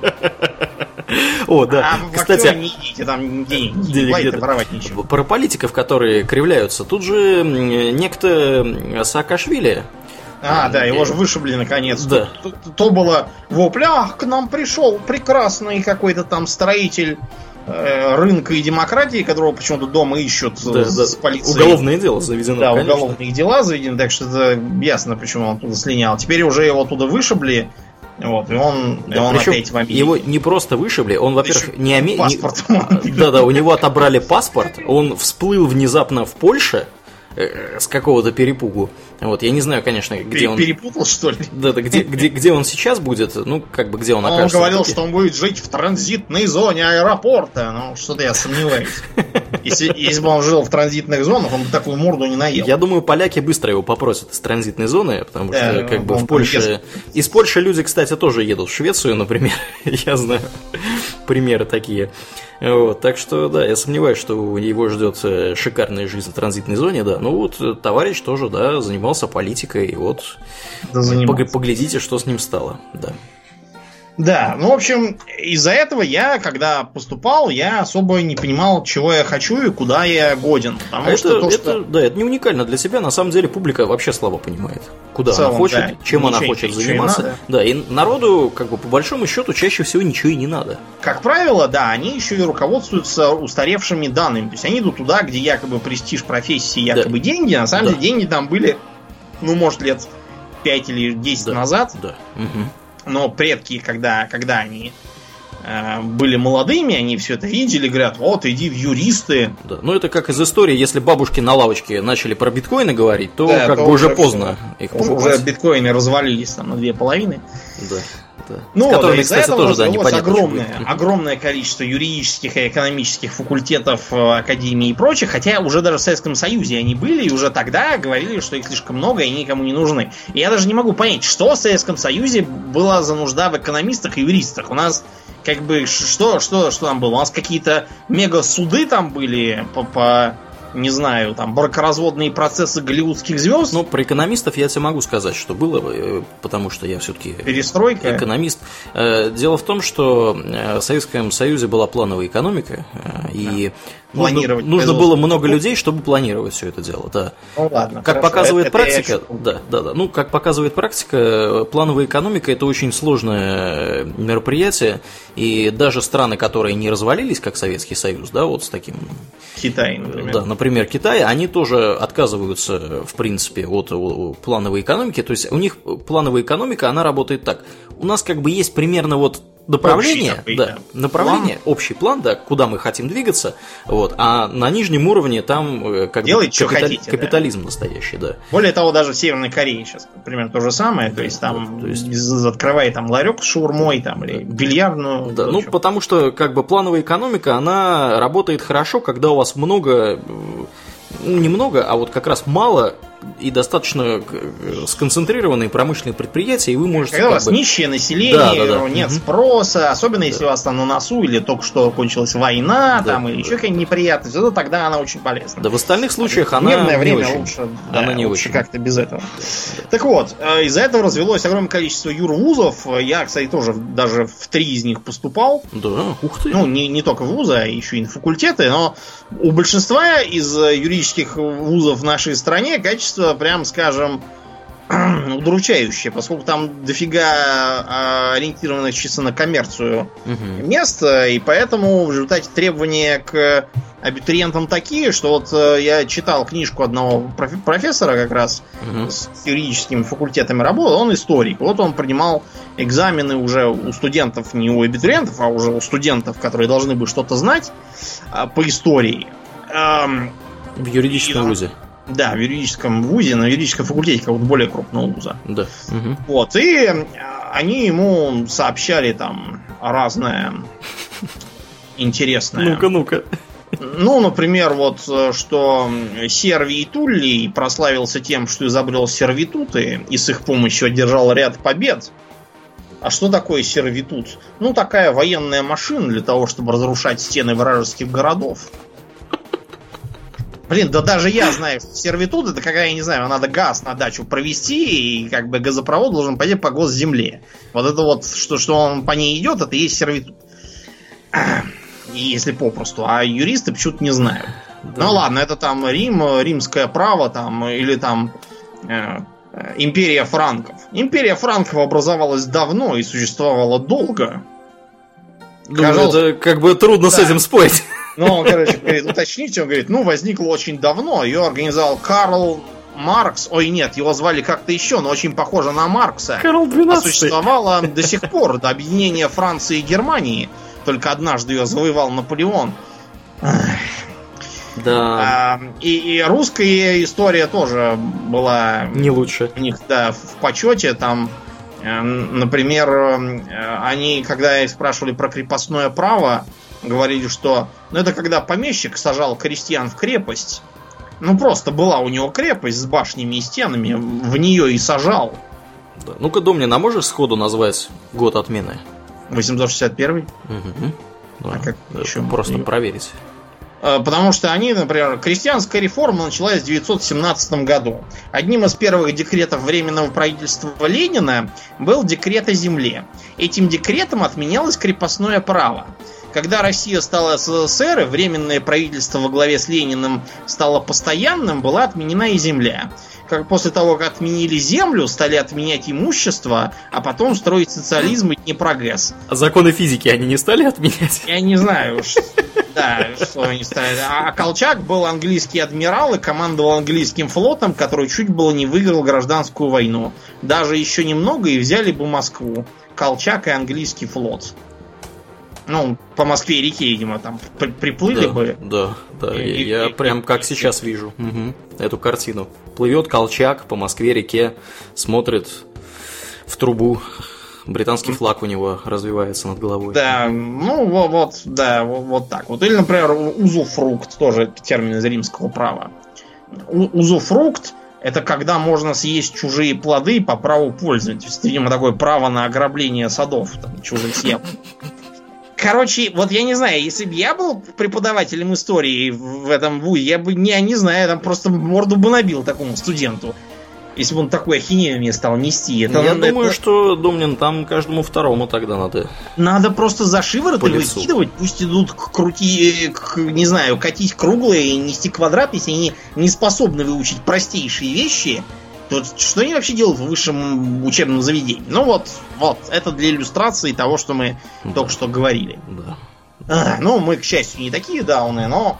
О, да. А кстати, не идите, там денег воровать нечего. Про политиков, которые кривляются, тут же некто Саакашвили. Да, его же вышибли наконец. Да. То было вопля, к нам пришел прекрасный какой-то там строитель рынка и демократии, которого почему-то дома ищут с полицией. Уголовное дело заведено. Да, конечно. Уголовные дела заведены, так что это ясно, почему он туда слинял. Теперь уже его оттуда вышибли. Вот, и он опять в Америке. Его не просто вышибли, он, во-первых, не паспорт. Да, у него отобрали паспорт, он всплыл внезапно в Польше с какого-то перепугу. Вот, я не знаю, конечно, где он... Перепутал, что ли? Да, где он сейчас будет, ну, как бы, где он окажется. Он говорил, что он будет жить в транзитной зоне аэропорта, но что-то я сомневаюсь. Если бы он жил в транзитных зонах, он бы такую морду не наел. Я думаю, поляки быстро его попросят из транзитной зоны, потому что, как бы, в Польше... Из Польши люди, кстати, тоже едут в Швецию, например. Я знаю примеры такие. Вот, так что, да, я сомневаюсь, что его ждет шикарная жизнь в транзитной зоне, да. Ну вот, товарищ тоже, да, занимался политикой, и вот, поглядите, что с ним стало, да. Да, ну, в общем, из-за этого я, когда поступал, я особо не понимал, чего я хочу и куда я годен. Потому Да, это не уникально для себя. На самом деле публика вообще слабо понимает, куда целом, она хочет, да, чем она хочет заниматься. Да, и народу, как бы, по большому счету, чаще всего ничего и не надо. Как правило, да, они еще и руководствуются устаревшими данными. То есть они идут туда, где якобы престиж профессии, якобы деньги. На самом деле деньги там были, ну, может, лет 5 или 10 назад. Да. Но предки, когда они были молодыми, они все это видели, говорят, вот, иди в юристы. Да. Ну, это как из истории, если бабушки на лавочке начали про биткоины говорить, то да, как бы уже поздно их покупать. Уже биткоины развалились там на 2,5. Да. Да. Ну, которыми, из-за этого развелось огромное количество юридических и экономических факультетов академии и прочих, хотя уже даже в Советском Союзе они были, и уже тогда говорили, что их слишком много и никому не нужны. И я даже не могу понять, что в Советском Союзе была за нужда в экономистах и юристах. У нас как бы, что там было? У нас какие-то мега-суды там были по не знаю, там, бракоразводные процессы голливудских звезд. Ну, про экономистов я тебе могу сказать, что было, потому что я все-таки перестройка. Экономист. Дело в том, что в Советском Союзе была плановая экономика, и нужно было много людей, чтобы планировать все это дело. Да. Ну ладно. Как показывает практика, ну, как показывает практика, плановая экономика — это очень сложное мероприятие, и даже страны, которые не развалились, как Советский Союз, да, вот с таким. Китай, например. Да, например, Китай, они тоже отказываются, в принципе, от плановой экономики. То есть у них плановая экономика, она работает так. У нас как бы есть примерно вот направление, общий план, да, куда мы хотим двигаться, вот, а на нижнем уровне там как бы капитализм настоящий, да. Более того, даже в Северной Корее сейчас примерно то же самое, то есть там открывай там ларек с шаурмой там, или бильярдную. Да, ну, потому что как бы плановая экономика, она работает хорошо, когда у вас много, немного, а вот как раз мало и достаточно сконцентрированные промышленные предприятия, и вы можете... Когда у вас нищее население, нет спроса, особенно если у вас там на носу или только что кончилась война, там, или еще какая-нибудь неприятность, то тогда она очень полезна. Да, в остальных случаях она мирное время не очень. Лучше, она не очень. Как-то без этого. Так вот, из-за этого развелось огромное количество юрвузов. Я, кстати, тоже даже в 3 из них поступал. Да, ух ты. Ну, не только в вузы, а еще и на факультеты, но у большинства из юридических вузов в нашей стране качество, прям скажем, удручающее, поскольку там дофига ориентированных чисто на коммерцию мест, и поэтому в результате требования к абитуриентам такие, что вот я читал книжку одного профессора как раз с юридическими факультетами работал, он историк. Вот он принимал экзамены уже у студентов, не у абитуриентов, а уже у студентов, которые должны бы что-то знать по истории. В юридическом вузе. Да, в юридическом вузе, на юридическом факультете какого-то более крупного вуза. Да. Вот, и они ему сообщали там разное интересное. Ну-ка. Ну, например, вот, что Сервий Туллий прославился тем, что изобрел сервитуты и с их помощью одержал ряд побед. А что такое сервитут? Ну, такая военная машина для того, чтобы разрушать стены вражеских городов. Блин, да даже я знаю, что сервитут — это какая, я не знаю, надо газ на дачу провести, и как бы газопровод должен пойти по госземле. Вот это вот, что он по ней идет, это и есть сервитут. Если попросту. А юристы почему-то не знают. Да. Ну ладно, это там Рим, римское право, там, или там империя франков. Империя франков образовалась давно и существовала долго. Ну, это как бы трудно с этим спорить. Ну, он, короче, говорит, уточните, он говорит, возникла очень давно, ее организовал Карл Маркс, ой, нет, его звали как-то еще, но очень похоже на Маркса. Карл XII. А существовала до сих пор, до объединения Франции и Германии, только однажды ее завоевал Наполеон. Да. И русская история тоже была... Не лучше. У них, да, в почете, там, например, они, когда их спрашивали про крепостное право, говорили, что это когда помещик сажал крестьян в крепость. Ну, просто была у него крепость с башнями и стенами, в нее и сажал. Да. Ну-ка, Домнин, а можешь сходу назвать год отмены? 861. Да. А как еще? Просто проверить. Потому что они, например, крестьянская реформа началась в 1917 году. Одним из первых декретов Временного правительства Ленина был декрет о земле. Этим декретом отменялось крепостное право. Когда Россия стала СССР, и Временное правительство во главе с Лениным стало постоянным, была отменена и земля. Как после того, как отменили землю, стали отменять имущество, а потом строить социализм и прогресс. А законы физики они не стали отменять? Я не знаю, что они стали. А Колчак был английский адмирал и командовал английским флотом, который чуть было не выиграл гражданскую войну. Даже еще немного и взяли бы Москву. Колчак и английский флот. Ну, по Москве-реке, видимо, там приплыли бы. Да. Я прям как сейчас вижу эту картину. Плывет Колчак по Москве-реке, смотрит в трубу. Британский флаг у него развивается над головой. Да, ну вот так вот. Или, например, узуфрукт, тоже термин из римского права. Узуфрукт — это когда можно съесть чужие плоды по праву пользования. То есть, видимо, такое право на ограбление садов там, чужих съел. Короче, вот я не знаю, если бы я был преподавателем истории в этом вузе, я бы, не знаю, там просто морду бы набил такому студенту. Если бы он такую ахинею мне стал нести. Я думаю, что, Домнин, там каждому второму тогда надо. Надо просто за шиворот и выкидывать. Пусть идут не знаю, катить круглые и нести квадрат, если они не способны выучить простейшие вещи. То что они вообще делают в высшем учебном заведении? Ну вот, это для иллюстрации того, что мы только что говорили. Да. Ну, мы, к счастью, не такие дауны, но...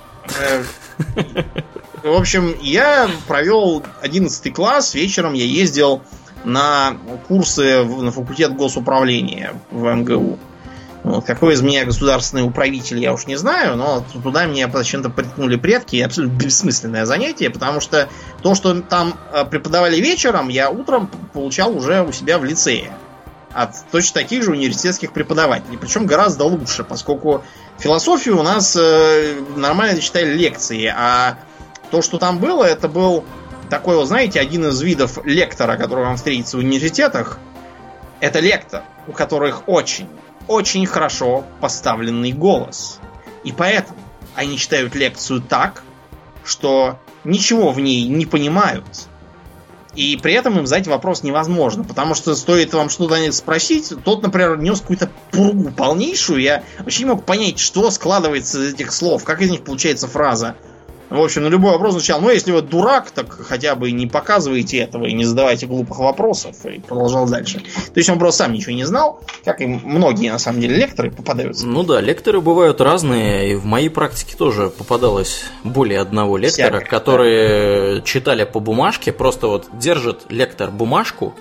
В общем, я провел 11 класс, вечером я ездил на курсы на факультет госуправления в МГУ. Вот, какой из меня государственный управитель, я уж не знаю, но туда меня почему-то приткнули предки. Абсолютно бессмысленное занятие, потому что то, что там преподавали вечером, я утром получал уже у себя в лицее. От точно таких же университетских преподавателей. Причем гораздо лучше, поскольку философию у нас нормально читали лекции, а то, что там было, это был такой, вот знаете, один из видов лектора, который вам встретится в университетах. Это лектор, у которых очень хорошо поставленный голос. И поэтому они читают лекцию так, что ничего в ней не понимают. И при этом им задать вопрос невозможно. Потому что стоит вам что-то спросить, тот, например, нес какую-то пургу полнейшую. Я вообще не мог понять, что складывается из этих слов, как из них получается фраза. В общем, на любой вопрос отвечал: ну, если вы дурак, так хотя бы не показывайте этого и не задавайте глупых вопросов. И продолжал дальше. То есть он просто сам ничего не знал, как и многие, на самом деле, лекторы попадаются. Ну да, лекторы бывают разные, и в моей практике тоже попадалось более одного лектора, которые читали по бумажке, просто вот держит лектор бумажку,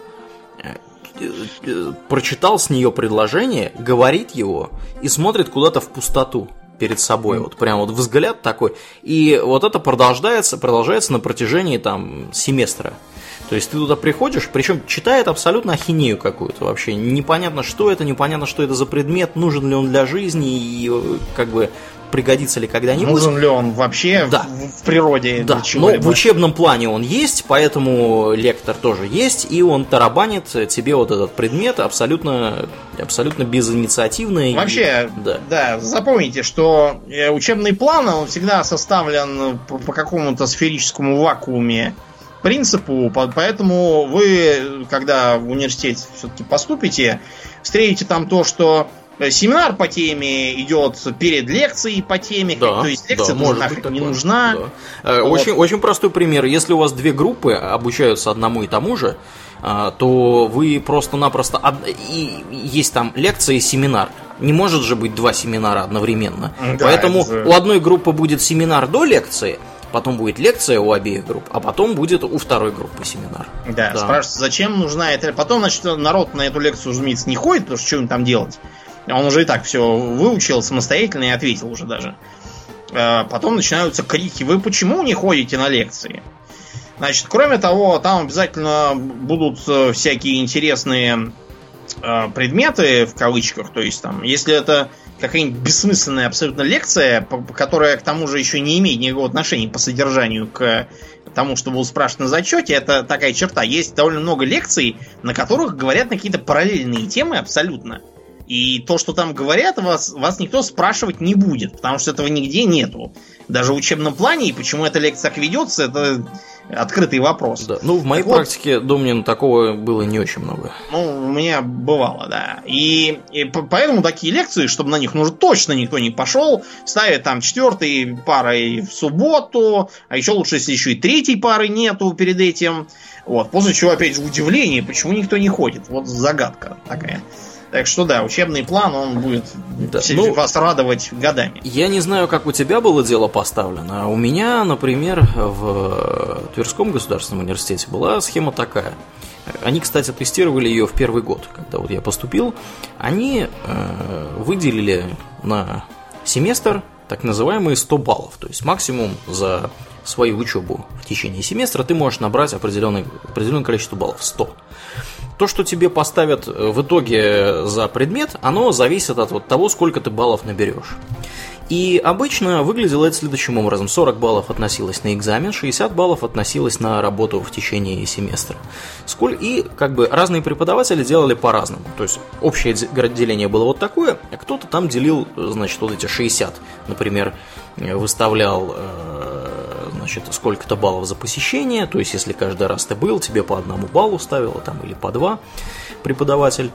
прочитал с нее предложение, говорит его и смотрит куда-то в пустоту перед собой, вот прям вот взгляд такой, и вот это продолжается на протяжении там семестра. То есть ты туда приходишь, причем читает абсолютно ахинею какую-то вообще, непонятно что это за предмет, нужен ли он для жизни и как бы пригодится ли когда-нибудь. Нужен ли он вообще в природе? Да, но в учебном плане он есть, поэтому лектор тоже есть, и он тарабанит тебе вот этот предмет абсолютно безинициативно. Вообще, да, запомните, что учебный план, он всегда составлен по какому-то сферическому вакууме принципу, поэтому вы, когда в университет все-таки поступите, встретите там то, что семинар по теме идет перед лекцией по теме, то есть лекция нафиг не нужна. Да. Вот. Очень простой пример. Если у вас две группы обучаются одному и тому же, то вы просто-напросто... И есть там лекция и семинар. Не может же быть два семинара одновременно. Да, поэтому у одной группы будет семинар до лекции, потом будет лекция у обеих групп, а потом будет у второй группы семинар. Да. Спрашивают, зачем нужна эта... Потом, значит, народ на эту лекцию, разумеется, не ходит, потому что что им там делать? Он уже и так все выучил самостоятельно и ответил уже даже. Потом начинаются крики: вы почему не ходите на лекции? Значит, кроме того, там обязательно будут всякие интересные предметы, в кавычках. То есть там, если это какая-нибудь бессмысленная абсолютно лекция, которая к тому же еще не имеет никакого отношения по содержанию к тому, что будут спрашивать на зачете, это такая черта. Есть довольно много лекций, на которых говорят на какие-то параллельные темы абсолютно. И то, что там говорят, вас никто спрашивать не будет, потому что этого нигде нету. Даже в учебном плане, и почему эта лекция так ведется, это открытый вопрос. Да. Ну, в моей практике, Домнин, такого было не очень много. Ну, у меня бывало, да. И поэтому такие лекции, чтобы на них точно никто не пошел, ставят там 4-й парой в субботу, а еще лучше, если еще и 3-й пары нету перед этим. Вот. После чего, опять же, удивление, почему никто не ходит. Вот загадка такая. Так что да, учебный план, он будет вас радовать годами. Я не знаю, как у тебя было дело поставлено, а у меня, например, в Тверском государственном университете была схема такая. Они, кстати, тестировали ее в первый год, когда вот я поступил. Они выделили на семестр так называемые 100 баллов. То есть максимум за свою учебу в течение семестра ты можешь набрать определенное количество баллов, 100. То, что тебе поставят в итоге за предмет, оно зависит от того, сколько ты баллов наберешь. И обычно выглядело это следующим образом. 40 баллов относилось на экзамен, 60 баллов относилось на работу в течение семестра. И разные преподаватели делали по-разному. То есть общее деление было вот такое, а кто-то там делил, значит, вот эти 60. Например, выставлял сколько-то баллов за посещение. То есть если каждый раз ты был, тебе по 1 баллу ставило там, или по 2 преподаватель.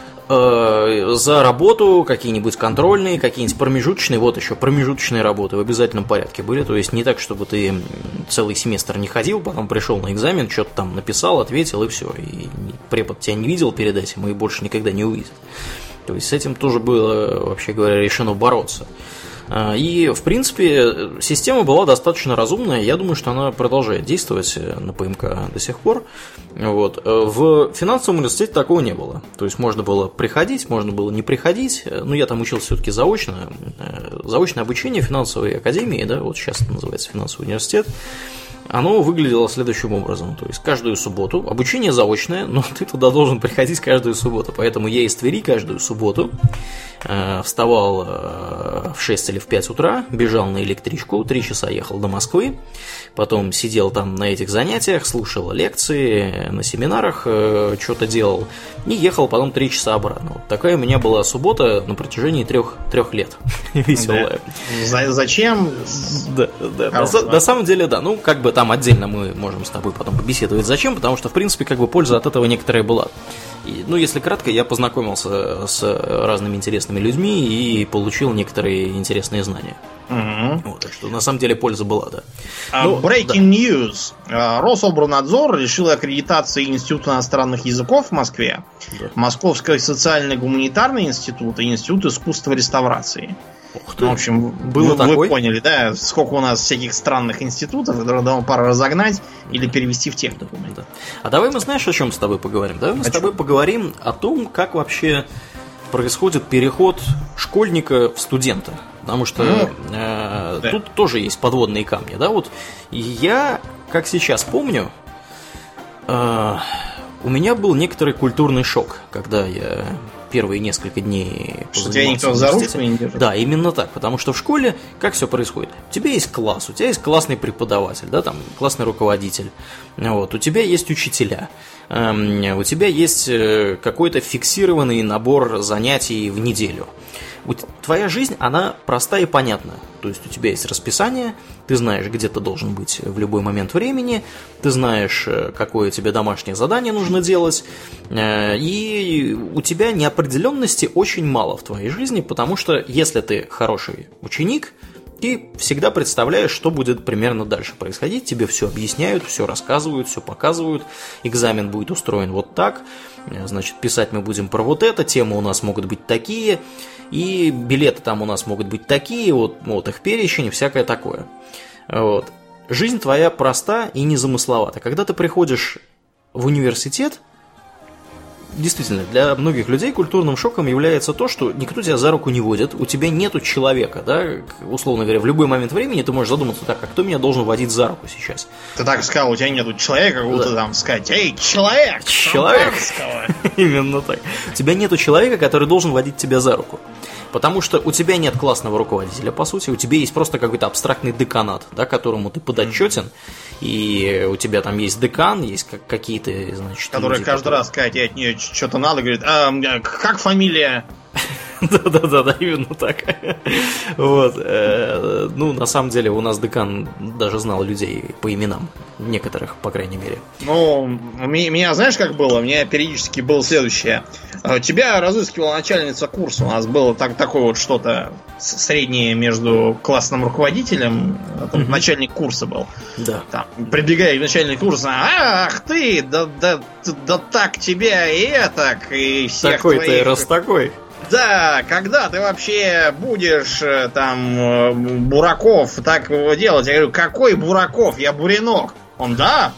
За работу какие-нибудь контрольные, какие-нибудь промежуточные. Вот еще промежуточные работы в обязательном порядке были. То есть не так, чтобы ты целый семестр не ходил, потом пришел на экзамен, что-то там написал, ответил и все. И препод тебя не видел перед этим и больше никогда не увидит. То есть с этим тоже было, вообще говоря, решено бороться. И, в принципе, система была достаточно разумная. Я думаю, что она продолжает действовать на ПМК до сих пор. Вот. В финансовом университете такого не было. То есть можно было приходить, можно было не приходить. Но я там учился все-таки заочно. Заочное обучение в финансовой академии, да, вот сейчас это называется финансовый университет. Оно выглядело следующим образом. То есть каждую субботу, обучение заочное, но ты туда должен приходить каждую субботу. Поэтому я из Твери каждую субботу вставал в 6 или в 5 утра, бежал на электричку, 3 часа ехал до Москвы, потом сидел там на этих занятиях, слушал лекции, на семинарах что-то делал и ехал потом 3 часа обратно. Вот такая у меня была суббота на протяжении 3 лет. Веселая. Зачем? Да. На самом деле, да. Ну, там отдельно мы можем с тобой потом побеседовать. Зачем? Потому что, в принципе, польза от этого некоторая была. Если кратко, я познакомился с разными интересными людьми и получил некоторые интересные знания. Угу. Вот, так что на самом деле польза была, да. Breaking news. Рособорнадзор решил аккредитации Института иностранных языков в Москве, Московский социально-гуманитарный институт и Институт искусства реставрации. Ух ты. В общем, вы поняли, да, сколько у нас всяких странных институтов, которые давно пора разогнать или перевести в технику. Да. А давай мы, знаешь, о чем с тобой поговорим? Давай мы с тобой поговорим о том, как вообще происходит переход школьника в студента. Потому что тут тоже есть подводные камни. Да? Вот я, как сейчас помню, у меня был некоторый культурный шок, когда я первые несколько дней что тебя никто за ручку не держит? Да, именно так, потому что в школе как все происходит? У тебя есть класс, у тебя есть классный преподаватель, да, там классный руководитель, вот, у тебя есть учителя, у тебя есть какой-то фиксированный набор занятий в неделю. Твоя жизнь, она проста и понятна. То есть у тебя есть расписание, ты знаешь, где ты должен быть в любой момент времени, ты знаешь, какое тебе домашнее задание нужно делать, и у тебя неопределенности очень мало в твоей жизни, потому что если ты хороший ученик, ты всегда представляешь, что будет примерно дальше происходить, тебе все объясняют, все рассказывают, все показывают, экзамен будет устроен вот так, значит, писать мы будем про вот это, темы у нас могут быть такие, и билеты там у нас могут быть такие, вот их перечень и всякое такое. Вот. Жизнь твоя проста и незамысловата. Когда ты приходишь в университет, действительно, для многих людей культурным шоком является то, что никто тебя за руку не водит, у тебя нету человека, да, условно говоря, в любой момент времени ты можешь задуматься, так, а кто меня должен водить за руку сейчас? Ты так сказал, у тебя нету человека, как будто там сказать, эй, человек! Именно так. У тебя нету человека, который должен водить тебя за руку. Потому что у тебя нет классного руководителя, по сути, у тебя есть просто какой-то абстрактный деканат, да, которому ты подотчетен, и у тебя там есть декан, есть какие-то, значит... Которые каждый раз, когда тебе от нее что-то надо, говорит, как фамилия? Да, именно так. Вот. Ну, на самом деле, у нас декан даже знал людей по именам. Некоторых, по крайней мере. Ну, у меня, знаешь, как было? У меня периодически было следующее. Тебя разыскивала начальница курса. У нас было такое вот что-то среднее между классным руководителем. Начальник курса был. Да. Там, прибегая к начальнику курса. Ах ты, да так тебя и этак, и всех такой-то твоих... раз такой. Да, когда ты вообще будешь там Бураков так делать? Я говорю, какой Бураков? Я Буренок. Он, да?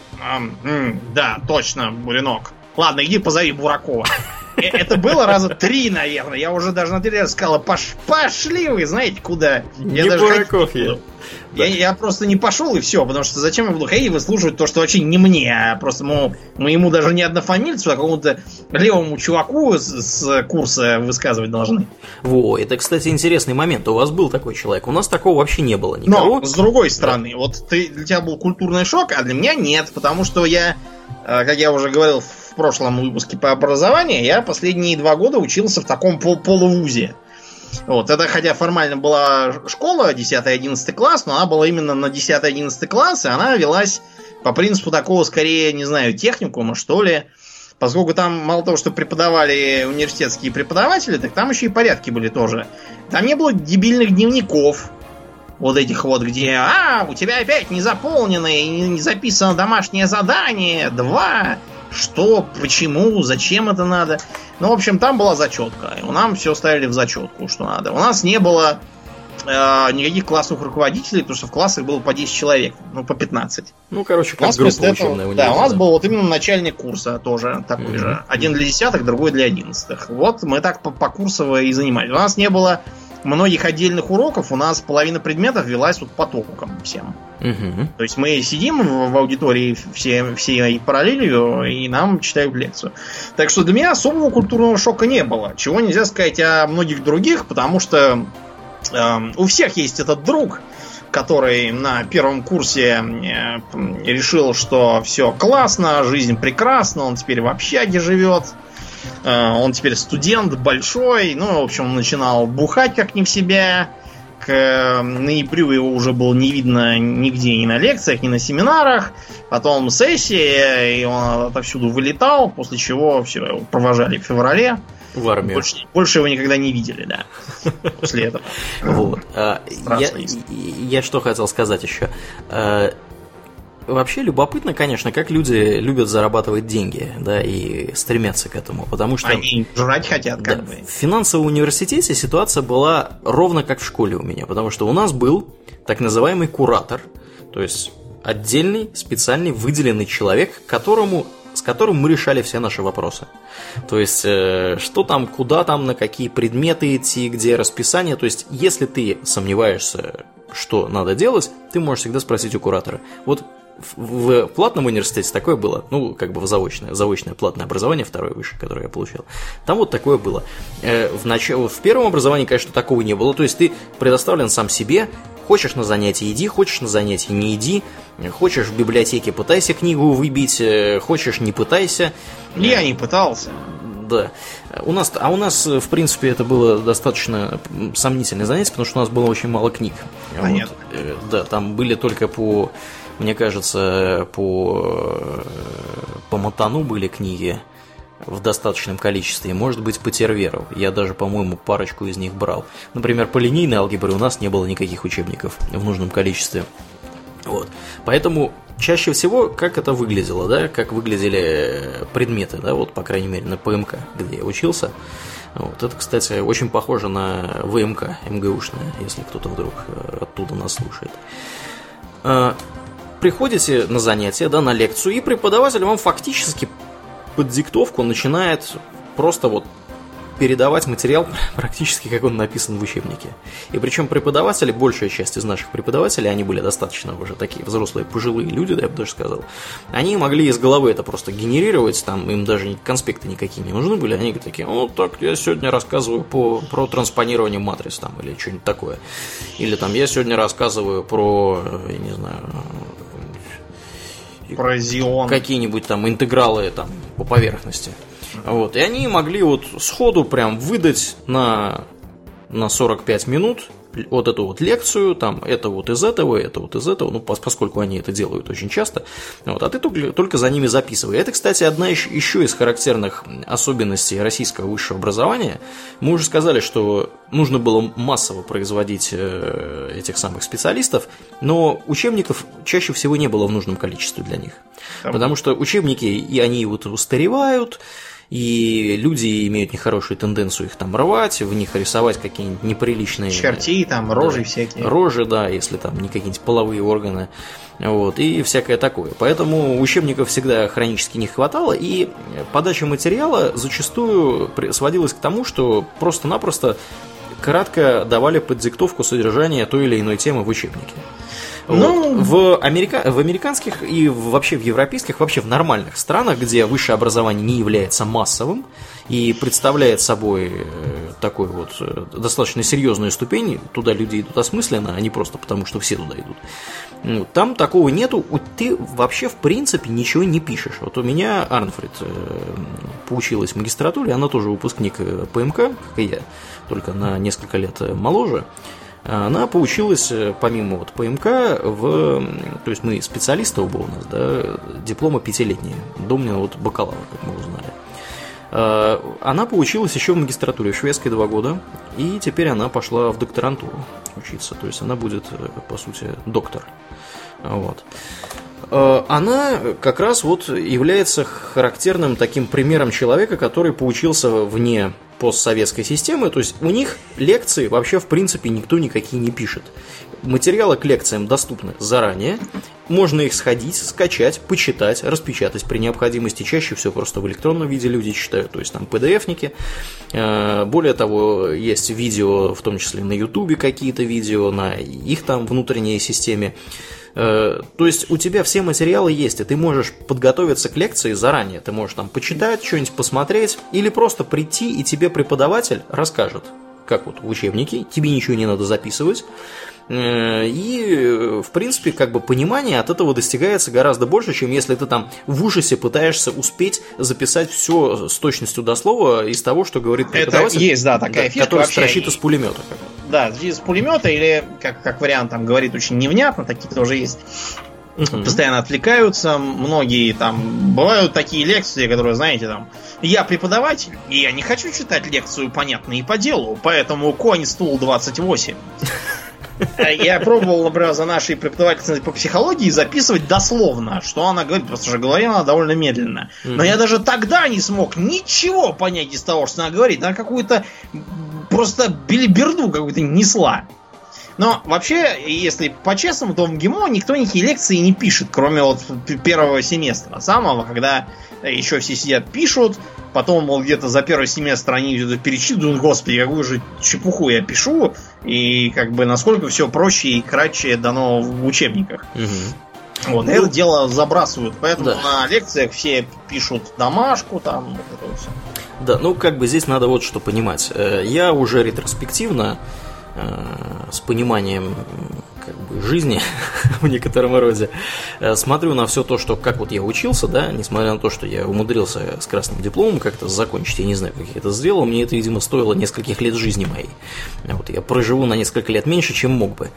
Да, точно, Буренок. Ладно, иди позови Буракова. Это было раза 3, наверное. Я уже даже на 3 раза сказала, пошли вы, знаете, куда. Не Бураков я. Я просто не пошел и все, потому что зачем я буду ходить и выслушивать то, что вообще не мне, а просто моему даже не однофамильцу, а какому-то левому чуваку с курса высказывать должны. Во, это, кстати, интересный момент. У вас был такой человек, у нас такого вообще не было никого. Но, с другой стороны, вот для тебя был культурный шок, а для меня нет, потому что я, как я уже говорил в прошлом выпуске по образованию, я последние 2 года учился в таком полувузе. Вот, это хотя формально была школа 10-11 класс, но она была именно на 10-11 класс, и она велась по принципу такого, скорее, не знаю, техникума, что ли. Поскольку там мало того, что преподавали университетские преподаватели, так там еще и порядки были тоже. Там не было дебильных дневников, вот этих вот, где у тебя опять не заполнено и не записано домашнее задание, 2... Что, почему, зачем это надо? Ну, в общем, там была зачетка. И нам все ставили в зачетку, что надо. У нас не было никаких классных руководителей, потому что в классах было по 10 человек, ну, по 15. Ну, короче, как группа учебная у них. Да, у нас был вот именно начальник курса тоже такой же. Один для 10-х, другой для 11-х. Вот мы так по курсово и занимались. У нас не было многих отдельных уроков, у нас половина предметов велась вот потоком всем. То есть мы сидим в аудитории всей параллелью, и нам читают лекцию. Так что для меня особого культурного шока не было. Чего нельзя сказать о многих других, потому что у всех есть этот друг, который на первом курсе решил, что все классно, жизнь прекрасна, он теперь в общаге живет. Он теперь студент большой. Ну, в общем, он начинал бухать как не в себя. К ноябрю его уже было не видно нигде, ни на лекциях, ни на семинарах. Потом сессия, и он отовсюду вылетал, после чего все, его провожали в феврале. В армию. Больше его никогда не видели, да. После этого. Вот. Я что хотел сказать еще. Вообще любопытно, конечно, как люди любят зарабатывать деньги, да, и стремятся к этому, потому что... Они жрать хотят, да, как бы. В финансовом университете ситуация была ровно как в школе у меня, потому что у нас был так называемый куратор, то есть отдельный, специальный, выделенный человек, с которым мы решали все наши вопросы. То есть, что там, куда там, на какие предметы идти, где расписание. То есть, если ты сомневаешься, что надо делать, ты можешь всегда спросить у куратора. Вот в платном университете такое было, ну, как бы в заочное платное образование, второе высшее, которое я получил. Там вот такое было. В первом образовании, конечно, такого не было. То есть, ты предоставлен сам себе. Хочешь на занятия иди, хочешь на занятия не иди. Хочешь в библиотеке пытайся книгу выбить, хочешь не пытайся. Я не пытался. Да. У нас, в принципе, это было достаточно сомнительное занятие, потому что у нас было очень мало книг. Понятно. Вот, да, там были только мне кажется, по Матану были книги в достаточном количестве, может быть, по Терверу. Я даже, по-моему, парочку из них брал. Например, по линейной алгебре у нас не было никаких учебников в нужном количестве. Вот. Поэтому чаще всего, как это выглядело, да, как выглядели предметы, да, вот, по крайней мере, на ПМК, где я учился. Вот. Это, кстати, очень похоже на ВМК, МГУшное, если кто-то вдруг оттуда нас слушает. Приходите на занятия, да, на лекцию, и преподаватель вам фактически под диктовку начинает просто вот передавать материал практически как он написан в учебнике. И причем преподаватели, большая часть из наших преподавателей, они были достаточно уже такие взрослые, пожилые люди, да, я бы даже сказал, они могли из головы это просто генерировать, там им даже конспекты никакие не нужны были, они такие, ну так, я сегодня рассказываю про транспонирование матриц там, или что-нибудь такое. Или там, я сегодня рассказываю про, я не знаю... Про Зион. Какие-нибудь там интегралы там по поверхности. Вот. И они могли вот сходу прям выдать на 45 минут вот эту вот лекцию, там, это вот из этого, ну, поскольку они это делают очень часто, вот, а ты только за ними записывай. Это, кстати, одна еще из характерных особенностей российского высшего образования. Мы уже сказали, что нужно было массово производить этих самых специалистов, но учебников чаще всего не было в нужном количестве для них. Потому что учебники, и они вот устаревают, и люди имеют нехорошую тенденцию их там рвать, в них рисовать какие-нибудь неприличные... Чертей, там, рожи, да, всякие. Рожи, да, если там не какие-нибудь половые органы, вот, и всякое такое. Поэтому учебников всегда хронически не хватало, и подача материала зачастую сводилась к тому, что просто-напросто кратко давали под диктовку содержания той или иной темы в учебнике. Ну... Вот. В американских и вообще в европейских, вообще в нормальных странах, где высшее образование не является массовым и представляет собой такой вот достаточно серьезную ступень, туда люди идут осмысленно, а не просто потому, что все туда идут. Ну, там такого нету, ты вообще в принципе ничего не пишешь. Вот у меня Арнфрид поучилась в магистратуре, она тоже выпускник ПМК, как и я, только на несколько лет моложе. Она поучилась, помимо вот ПМК, то есть мы специалисты оба у нас, да, дипломы 5-летние, Домнина вот бакалавр, как мы узнали. Она поучилась еще в магистратуре в шведской 2 года, и теперь она пошла в докторантуру учиться, то есть она будет, по сути, доктор. Вот. Она как раз вот является характерным таким примером человека, который поучился вне постсоветской системы, то есть у них лекции вообще в принципе никто никакие не пишет. Материалы к лекциям доступны заранее, можно их сходить, скачать, почитать, распечатать при необходимости, чаще всего просто в электронном виде люди читают, то есть там PDF-ники. Более того, есть видео, в том числе на YouTube какие-то видео, на их там внутренней системе. То есть у тебя все материалы есть, и ты можешь подготовиться к лекции заранее. Ты можешь там почитать, что-нибудь посмотреть, или просто прийти, и тебе преподаватель расскажет, как вот в учебнике, тебе ничего не надо записывать. И, в принципе, как бы понимание от этого достигается гораздо больше, чем если ты там в ужасе пытаешься успеть записать все с точностью до слова из того, что говорит преподаватель. Это есть, да, такая фишка, который строчит из пулемета. Да, из пулемета, или, как вариант, там говорит очень невнятно, такие тоже есть. Постоянно отвлекаются, многие там, бывают такие лекции, которые, знаете, там, я преподаватель, и я не хочу читать лекцию понятно и по делу, поэтому конь, стул 28. Я пробовал, например, за нашей преподавательницей по психологии записывать дословно, что она говорит, просто же говорила она довольно медленно. Но я даже тогда не смог ничего понять из того, что она говорит. Она какую-то просто белиберду какую-то несла. Но вообще, если по-честному, то в МГИМО никто никакие лекции не пишет, кроме вот первого семестра самого, когда еще все сидят, пишут, потом, мол, где-то за первый семестр они это перечитывают, господи, какую же чепуху я пишу, и как бы насколько все проще и кратче дано в учебниках. Вот, это дело забрасывают, поэтому на лекциях все пишут домашку, там, вот это вот все. Да, ну как бы здесь надо вот что понимать. Я уже ретроспективно с пониманием как бы жизни в некотором роде смотрю на все то, что как вот я учился, да, несмотря на то, что я умудрился с красным дипломом как-то закончить, я не знаю, как я это сделал, мне это, видимо, стоило нескольких лет жизни моей. Вот я проживу на несколько лет меньше, чем мог бы.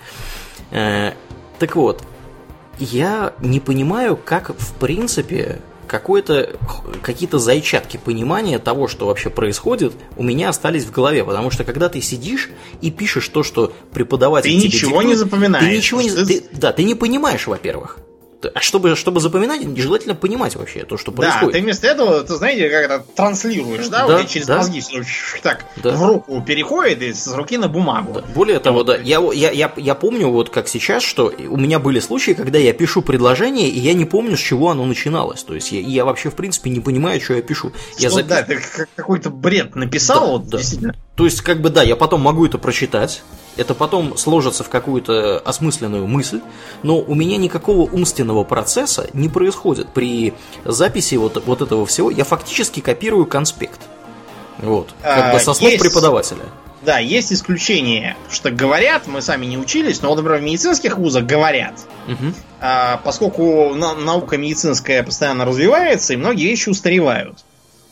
Так вот, я не понимаю, как в принципе какие-то зайчатки понимания того, что вообще происходит, у меня остались в голове, потому что когда ты сидишь и пишешь то, что преподаватель тебе диктует, ты ничего не запоминаешь. Ты не понимаешь, во-первых. А чтобы запоминать, желательно понимать вообще то, что происходит. Да, ты вместо этого, ты знаете, как это транслируешь, да? Вот через мозги все так в руку переходит и с руки на бумагу. Да. Более того, да, я помню, вот как сейчас, что у меня были случаи, когда я пишу предложение, и я не помню, с чего оно начиналось. То есть я вообще, в принципе, не понимаю, что я пишу. Да, ты какой-то бред написал, действительно. То есть, как бы, да, я потом могу это прочитать, это потом сложится в какую-то осмысленную мысль, но у меня никакого умственного процесса не происходит. При записи вот этого всего я фактически копирую конспект. Вот, как бы со слов преподавателя. Да, есть исключения, что говорят, мы сами не учились, но, например, в медицинских вузах говорят. Поскольку наука медицинская постоянно развивается, и многие вещи устаревают.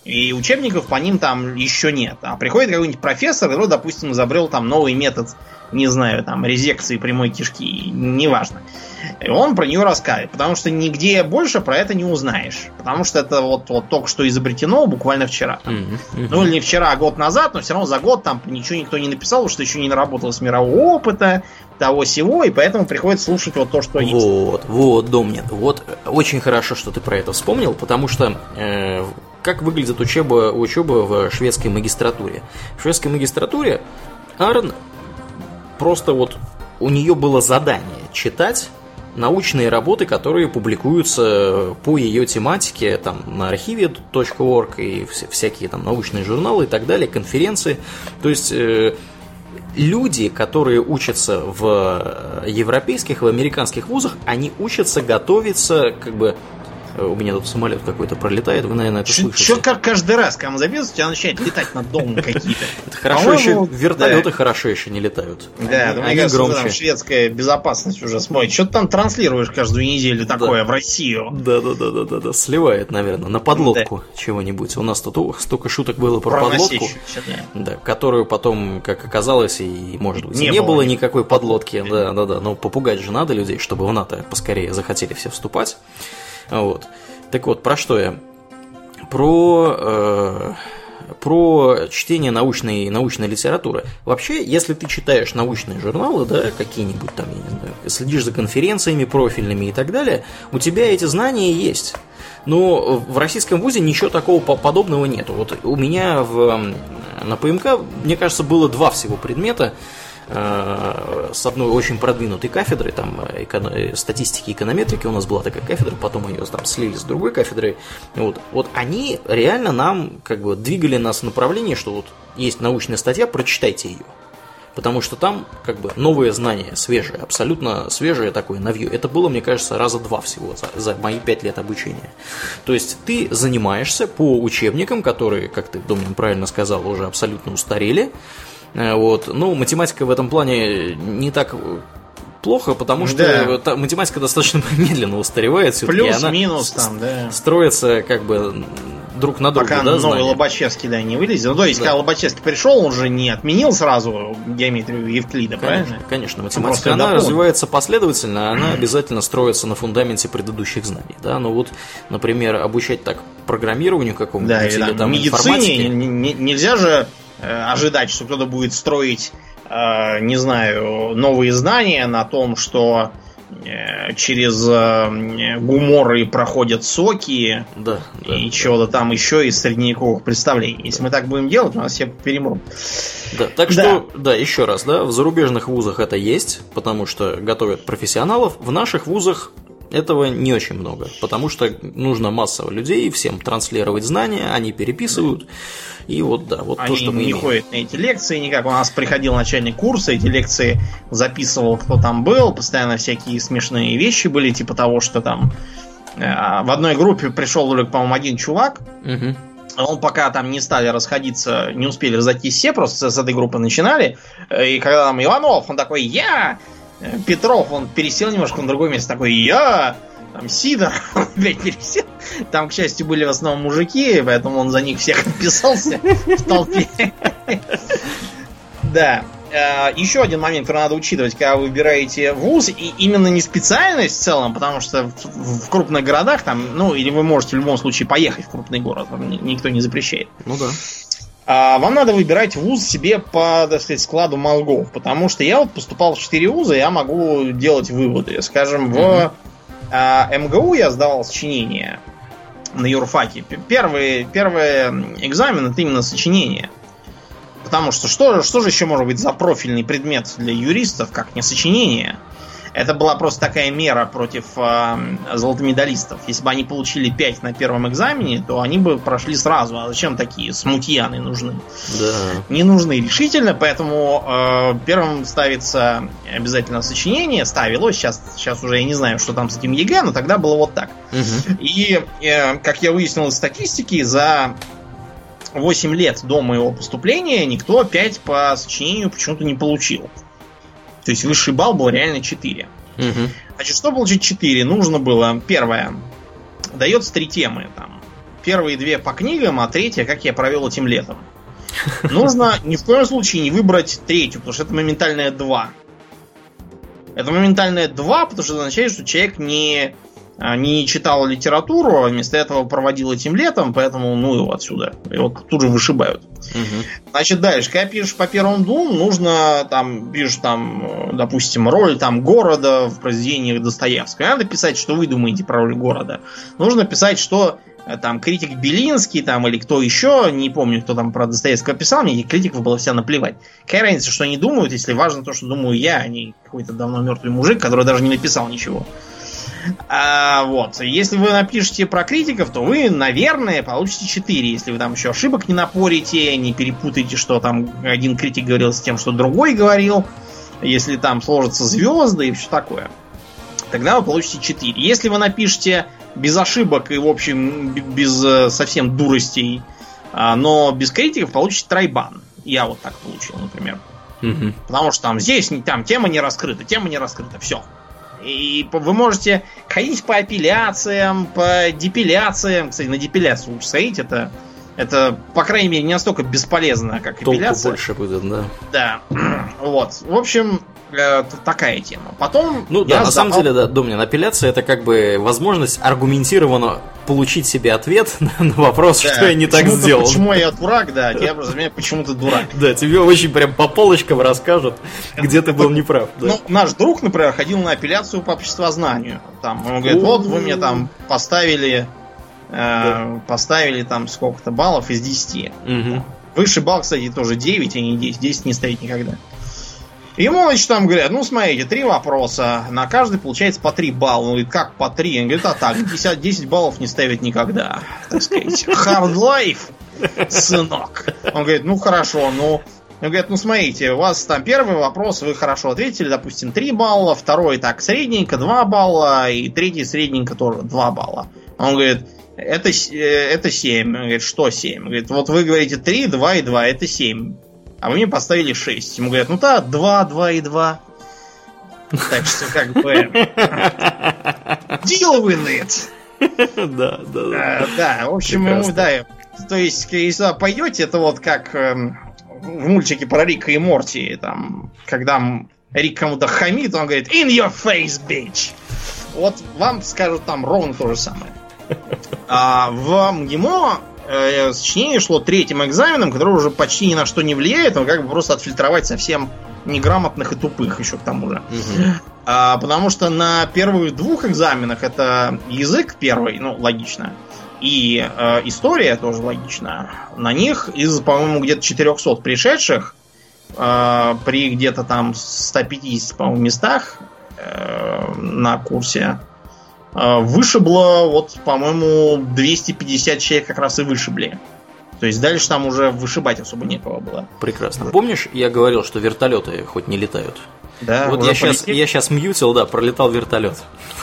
И учебников по ним там еще нет. А приходит какой-нибудь профессор, который, допустим, изобрел там новый метод, не знаю, там, резекции прямой кишки, неважно. И он про нее расскажет, потому что нигде больше про это не узнаешь. Потому что это вот только что изобретено буквально вчера. Ну, или не вчера, а год назад, но все равно за год там ничего никто не написал, потому что еще не наработалось мирового опыта, того-сего, и поэтому приходится слушать вот то, что есть. Вот, Домнин, вот очень хорошо, что ты про это вспомнил, потому что как выглядит учеба в шведской магистратуре? В шведской магистратуре Арн просто вот у нее было задание читать научные работы, которые публикуются по ее тематике там, на archive.org и всякие там научные журналы и так далее, конференции. То есть люди, которые учатся в европейских, в американских вузах, они учатся готовиться как бы... У меня тут самолет какой-то пролетает, вы, наверное, это слышите. Что как каждый раз, когда мы записываем, у тебя начинает летать над домом какие-то. Это хорошо еще, вертолеты хорошо еще не летают. Да, мне кажется, там шведская безопасность уже смотрит. Что ты там транслируешь каждую неделю такое в Россию? Да, сливает, наверное, на подлодку чего-нибудь. У нас тут столько шуток было про подлодку, да, которую потом, как оказалось, и, может быть, не было никакой подлодки. Да, но попугать же надо людей, чтобы в НАТО поскорее захотели все вступать. Вот. Так вот, про что я? Про чтение научной литературы. Вообще, если ты читаешь научные журналы, да, какие-нибудь там, я не знаю, следишь за конференциями профильными и так далее, у тебя эти знания есть. Но в российском вузе ничего такого подобного нету. Вот у меня на ПМК, мне кажется, было 2 всего предмета, с одной очень продвинутой кафедрой, там, статистики и эконометрики, у нас была такая кафедра, потом ее там слили с другой кафедрой. Вот они реально нам как бы двигали нас в направлении, что вот есть научная статья, прочитайте ее. Потому что там как бы новые знания, свежие, абсолютно свежее такое новье. Это было, мне кажется, раза 2 всего за мои 5 лет обучения. То есть ты занимаешься по учебникам, которые, как ты, Домнин, правильно сказал, уже абсолютно устарели. Вот. Ну, математика в этом плане не так плохо, потому что математика достаточно медленно устаревает. Плюс-минус там, да. Строится как бы друг на друга. Пока новый Лобачевский, не вылезет. Ну, то есть, когда Лобачевский пришел, он же не отменил сразу геометрию Евклида, правильно? Конечно, математика, она развивается последовательно, она обязательно строится на фундаменте предыдущих знаний. Да? Ну вот, например, обучать так программированию какому-нибудь или там информатике. Нельзя же ожидать, что кто-то будет строить, не знаю, новые знания на том, что через гуморы проходят соки и чего-то там еще из средневековых представлений. Если мы так будем делать, у нас все перемрут. Да, так что, еще раз, в зарубежных вузах это есть, потому что готовят профессионалов. В наших вузах этого не очень много, потому что нужно массово людей, всем транслировать знания, они переписывают, и вот они то, что мы не ходят на эти лекции никак. У нас приходил начальник курса, эти лекции записывал, кто там был, постоянно всякие смешные вещи были, типа того, что там в одной группе пришел только, по-моему, один чувак, он пока там не стали расходиться, не успели разойтись все, просто с этой группы начинали, и когда там Иванов, он такой, Петров, он пересел немножко на другое место, такой, там Сидор, он опять пересел. Там, к счастью, были в основном мужики, поэтому он за них всех отписался в толпе. Да. Еще один момент, который надо учитывать, когда вы выбираете вуз, и именно не специальность в целом, потому что в крупных городах там, или вы можете в любом случае поехать в крупный город, вам никто не запрещает. Ну да. Вам надо выбирать вуз себе по, так сказать, складу мозгов, потому что я вот поступал в 4 вуза, я могу делать выводы. Скажем, в МГУ я сдавал сочинение на юрфаке. Первый экзамен — это именно сочинение. Потому что что же еще может быть за профильный предмет для юристов, как не сочинение? Это была просто такая мера против золотомедалистов. Если бы они получили 5 на первом экзамене, то они бы прошли сразу. А зачем такие смутьяны нужны? Да. Не нужны решительно, поэтому первым ставится обязательно сочинение. Ставилось, сейчас уже я не знаю, что там с этим ЕГЭ, но тогда было вот так. И, как я выяснил из статистики, за 8 лет до моего поступления никто 5 по сочинению почему-то не получил. То есть высший балл был реально 4. Значит, чтобы получить 4, нужно было, первое, дается 3 темы. Там, первые 2 по книгам, а 3, как я провел этим летом. Нужно ни в коем случае не выбрать 3, потому что это моментальное 2. Это моментальное 2, потому что это означает, что человек не читал литературу, а вместо этого проводил этим летом, поэтому ну его отсюда. И вот тут же вышибают. Значит, дальше, когда пишешь по первым 2, нужно пишешь допустим, роль города в произведениях Достоевского. Надо писать, что вы думаете про роль города. Нужно писать, что критик Белинский или кто еще, не помню, кто про Достоевского писал, мне этих критиков было вся наплевать. Какая разница, что они думают, если важно то, что думаю я, а не какой-то давно мертвый мужик, который даже не написал ничего. Если вы напишете про критиков, то вы, наверное, получите 4. Если вы еще ошибок не напорите, не перепутаете, что один критик говорил с тем, что другой говорил, если сложатся звезды и все такое, тогда вы получите 4. Если вы напишете без ошибок и, в общем, без совсем дуростей, но без критиков, получите тройбан. Я вот так получил, например. Потому что здесь тема не раскрыта, все. И вы можете ходить по апелляциям, по депиляциям. Кстати, на депиляцию лучше сходить. Это, по крайней мере, не настолько бесполезно, как апелляция. Толку больше будет, да. Да. В общем, такая тема. Потом... на самом деле, Домнин, апелляция — это возможность аргументированно получить себе ответ на вопрос, что я не так сделал. Почему я дурак, тебя просто почему ты дурак. Да, тебе очень прям по полочкам расскажут, где ты был неправ. Наш друг, например, ходил на апелляцию по обществознанию. Он говорит, вы мне поставили сколько-то баллов из 10. Высший балл, кстати, тоже 9, а не 10. 10 не стоит никогда. Ему, говорят, смотрите, 3 вопроса, на каждый получается по 3 балла. Он говорит, как по 3? Он говорит, так, 10 баллов не ставят никогда. Так сказать, hard life, сынок. Он говорит, хорошо, Он говорит, смотрите, у вас первый вопрос, вы хорошо ответили, допустим, 3 балла, второй средненько, 2 балла, и третий средненько тоже 2 балла. Он говорит, это 7. Он говорит, что 7? Он говорит, вот вы говорите 3, 2 и 2, это 7. А вы мне поставили 6. Ему говорят, 2, 2 и 2. Так что deal with it. Да, в общем, то есть, если вы пойдете, это как в мультике про Рика и Морти, когда Рик кому-то хамит, он говорит, in your face, bitch. Вот вам скажут ровно то же самое. А в МГИМО сочинение шло 3-м экзаменом, который уже почти ни на что не влияет, он просто отфильтровать совсем неграмотных и тупых еще к тому же. Потому что на первых 2 экзаменах это язык первый, логично, и история тоже логично. На них из, по-моему, где-то 400 пришедших при где-то 150, по-моему, местах на курсе вышибло, по-моему, 250 человек как раз и вышибли. То есть дальше уже вышибать особо некого было. Прекрасно. Помнишь, я говорил, что вертолеты хоть не летают? Да, вот я сейчас мьютил, пролетал вертолет.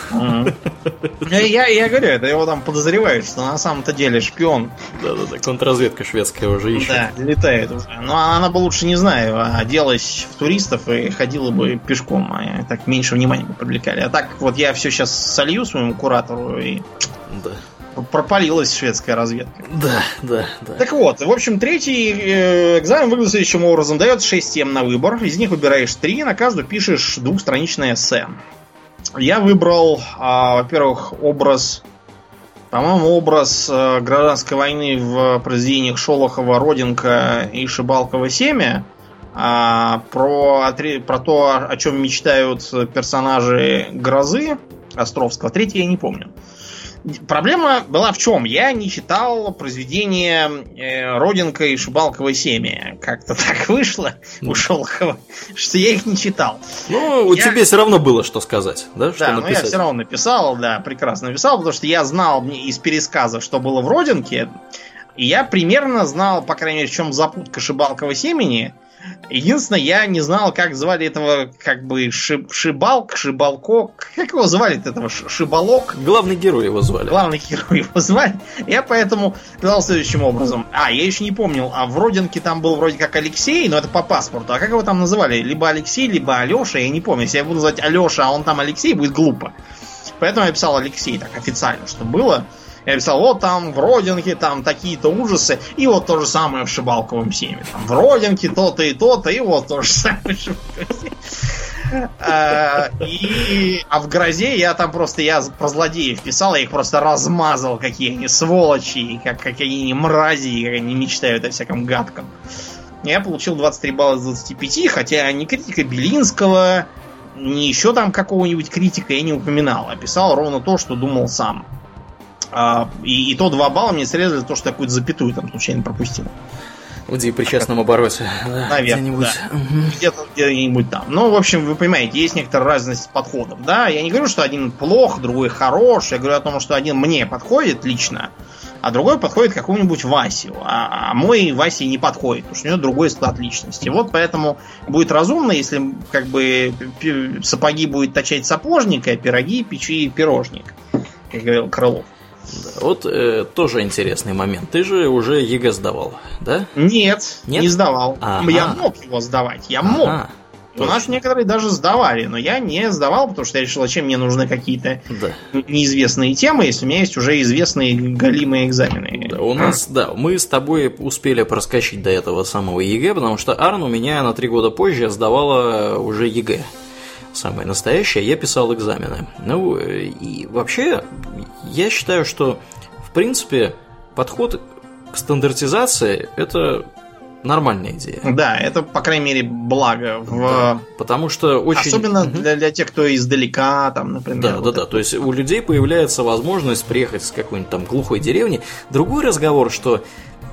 Я говорю, это его подозревают, что на самом-то деле шпион. Да, контрразведка шведская уже ищет. Да, летает уже. Но она бы лучше, не знаю, оделась в туристов и ходила бы пешком, а так меньше внимания бы привлекали. А так я все сейчас солью своему куратору и... Да. Пропалилась шведская разведка. Да. Так вот, в общем, 3-й экзамен выглядит следующим образом. Дается 6 тем на выбор. Из них выбираешь 3, на каждую пишешь 2-страничное эссе. Я выбрал, во-первых, образ гражданской войны в произведениях Шолохова «Родинка» и Шибалкова «Семя». Про то, о чем мечтают персонажи «Грозы» Островского. 3-й я не помню. Проблема была в чем? Я не читал произведения «Родинка» и «Шибалково семя». Как-то так вышло у Шолохова, что я их не читал. Тебе все равно было что сказать, да? Что написать? Я все равно написал, прекрасно написал, потому что я знал из пересказа, что было в «Родинке», и я примерно знал, по крайней мере, в чем запутка Шибалкова семени. Единственное, я не знал, как звали этого, Шибалк, Шибалкок. Как его звали-то, этого Шибалок? Главный герой его звали. Я поэтому писал следующим образом. Я еще не помнил, в «Родинке» там был вроде как Алексей, но это по паспорту. А как его там называли? Либо Алексей, либо Алеша, я не помню. Если я буду называть Алеша, а он там Алексей, будет глупо. Поэтому я писал Алексей так официально, что было. Я писал, вот там в Родинке там такие-то ужасы, и вот то же самое в Шибалковом 7. Там в Родинке то-то, и вот то же самое в Шибалковом 7. А в Грозе я про злодеев писал, я их просто размазал, какие они сволочи, какие они мрази, как они мечтают о всяком гадком. Я получил 23 балла из 25, хотя ни критика Белинского, ни еще там какого-нибудь критика я не упоминал, а писал ровно то, что думал сам. И то 2 балла мне срезали за то, что я какую-то запятую там случайно пропустил. Где при частном обороте. Наверное, где-нибудь. Да. Где-нибудь там. Ну, в общем, вы понимаете, есть некоторая разность подходов. Да, я не говорю, что один плох, другой хорош. Я говорю о том, что один мне подходит лично, а другой подходит какому-нибудь Васе. А мой Васе не подходит, потому что у него другой склад личности. Вот поэтому будет разумно, если как бы сапоги будет точать сапожник, а пироги печи пирожник, как говорил Крылов. Да, вот тоже интересный момент. Ты же уже ЕГЭ сдавал, да? Нет, не сдавал. Ага. Я мог его сдавать, мог. У нас некоторые даже сдавали, но я не сдавал, потому что я решил, зачем мне нужны какие-то неизвестные темы, если у меня есть уже известные галимые экзамены. Да, у нас, мы с тобой успели проскочить до этого самого ЕГЭ, потому что Арн у меня на 3 года позже сдавала уже ЕГЭ. Самое настоящее, я писал экзамены. Ну, и вообще, я считаю, что, в принципе, подход к стандартизации – это нормальная идея. Да, это, по крайней мере, благо. Да, потому что очень… Особенно для тех, кто издалека, там, например. Да. То есть, у людей появляется возможность приехать с какой-нибудь там глухой деревни. Другой разговор, что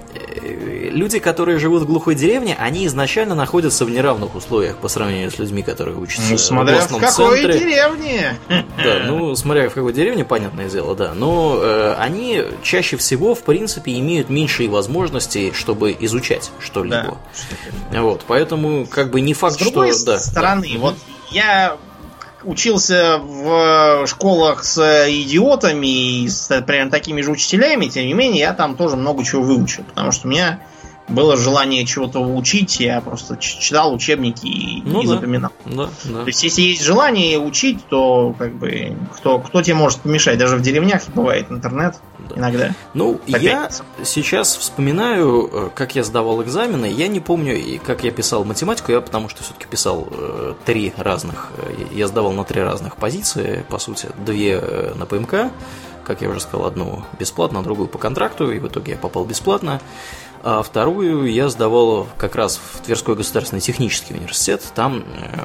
люди, которые живут в глухой деревне, они изначально находятся в неравных условиях по сравнению с людьми, которые учатся в областном центре. Смотря в какой деревне. Да, смотря в какой деревне, понятное дело, да. Но они чаще всего, в принципе, имеют меньшие возможности, чтобы изучать что-либо. Да. Вот, поэтому, как бы не факт, что… С другой стороны, вот я учился в школах с идиотами и с примерно такими же учителями, тем не менее, я там тоже много чего выучил, потому что у меня было желание чего-то учить, я просто читал учебники и запоминал. Да. То есть, если есть желание учить, то как бы кто тебе может помешать? Даже в деревнях бывает интернет иногда. Ну, я сейчас вспоминаю, как я сдавал экзамены. Я не помню, как я писал математику, потому что все-таки писал 3 разных. Я сдавал на 3 разных позиции, по сути, 2 на ПМК, как я уже сказал, одну бесплатно, а другую по контракту, и в итоге я попал бесплатно. А вторую я сдавал как раз в Тверской государственный технический университет. Там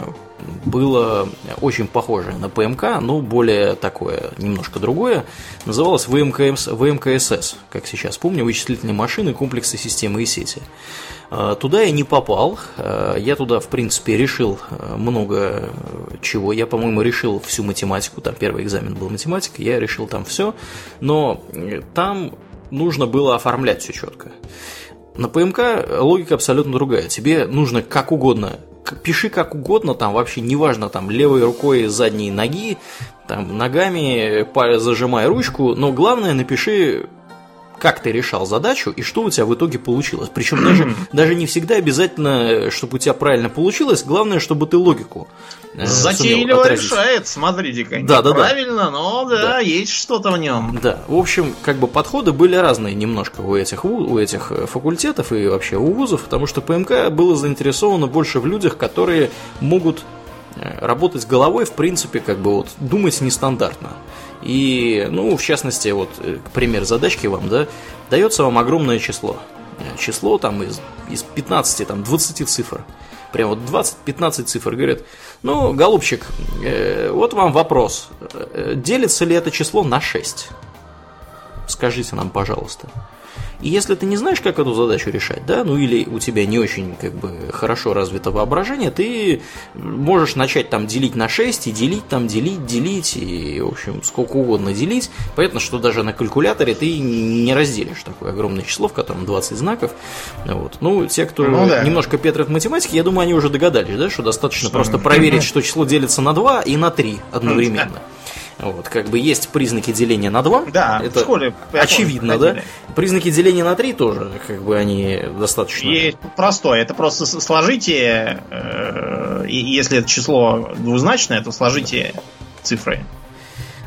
было очень похоже на ПМК, но более такое, немножко другое. Называлось ВМКСС, как сейчас помню, вычислительные машины, комплексы, системы и сети. Туда я не попал. Я туда, в принципе, решил много чего. Я, по-моему, решил всю математику. Там первый экзамен был математика, я решил там все. Но там нужно было оформлять все четко. На ПМК логика абсолютно другая. Тебе нужно как угодно, пиши как угодно, там вообще неважно, там левой рукой задней ноги, там ногами зажимай ручку, но главное напиши, как ты решал задачу и что у тебя в итоге получилось. Причем даже не всегда обязательно, чтобы у тебя правильно получилось, главное, чтобы ты логику затейливо решает, смотрите-ка. Правильно, но есть что-то в нем. Да, в общем, как бы подходы были разные немножко у этих факультетов и вообще у вузов, потому что ПМК было заинтересовано больше в людях, которые могут работать головой, в принципе, как бы вот думать нестандартно. И, в частности, вот, пример задачки вам, дается вам огромное число. Число там из 15, там, 20 цифр. Прям вот 20-15 цифр. Говорят, голубчик, вот вам вопрос. Делится ли это число на 6? Скажите нам, пожалуйста. И если ты не знаешь, как эту задачу решать, или у тебя не очень как бы хорошо развито воображение, ты можешь начать там делить на 6 и делить, и, в общем, сколько угодно делить. Понятно, что даже на калькуляторе ты не разделишь такое огромное число, в котором 20 знаков. Вот. Те, кто немножко петрят в математике, я думаю, они уже догадались, что достаточно просто проверить, что число делится на 2 и на 3 одновременно. Вот, как бы есть признаки деления на 2. Да, это в школе очевидно, да? Признаки деления на 3 тоже, как бы они достаточно. Есть простое, это просто сложите, если это число двузначное, то сложите цифры.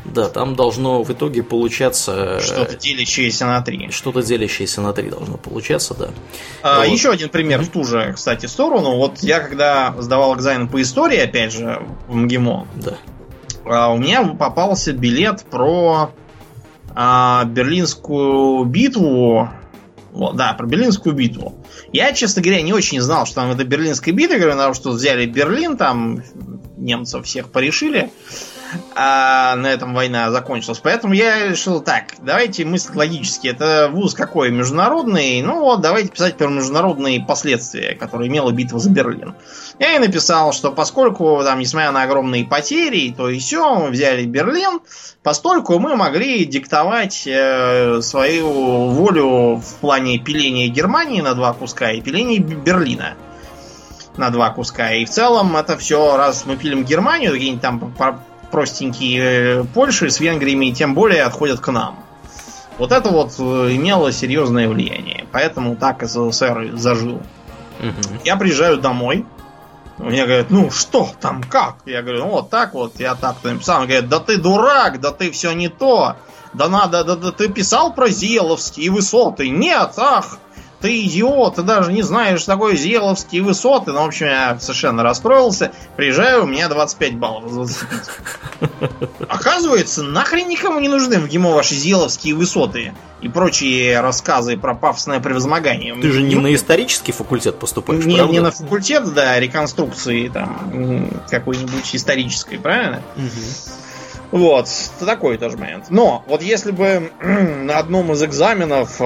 Да, там должно в итоге получаться... Что-то делящееся на 3. Что-то делящееся на 3 должно получаться, да. Вот. Еще один пример в ту же, кстати, сторону. Вот я когда сдавал экзамен по истории, опять же, в МГИМО, да. У меня попался билет про Берлинскую битву. Вот, да, про Берлинскую битву. Я, честно говоря, не очень знал, что там это Берлинская битва, потому что взяли Берлин, там немцев всех порешили, а на этом война закончилась. Поэтому я решил, так, давайте мыслить логически. Это вуз какой? Международный. Ну вот, давайте писать про международные последствия, которые имела битва за Берлин. Я и написал, что поскольку, там, несмотря на огромные потери, то и все, мы взяли Берлин, постольку мы могли диктовать свою волю в плане пиления Германии на 2 куска и пиления Берлина на 2 куска. И в целом это все, раз мы пилим Германию, какие-нибудь там простенькие Польши с Венгриями, тем более отходят к нам. Вот это вот имело серьезное влияние. Поэтому так СССР зажил. Я приезжаю домой. Мне говорят, ну что там, как? Я говорю, ну вот так вот, я так-то написал. Они говорят, да ты дурак, да ты все не то. Да надо, да ты писал про Зиеловские высоты? Нет, ах, ты идиот, ты даже не знаешь, что такое Зиеловские высоты. Ну, в общем, я совершенно расстроился. Приезжаю, у меня 25 баллов из 25. Оказывается, нахрен никому не нужны в ГИМО ваши Зиеловские высоты и прочие рассказы про пафосное превозмогание. Ты же не на исторический факультет поступаешь, не, правда? Не на факультет, да, реконструкции там какой-нибудь исторической, правильно? Вот, такой тоже момент. Но вот если бы на одном из экзаменов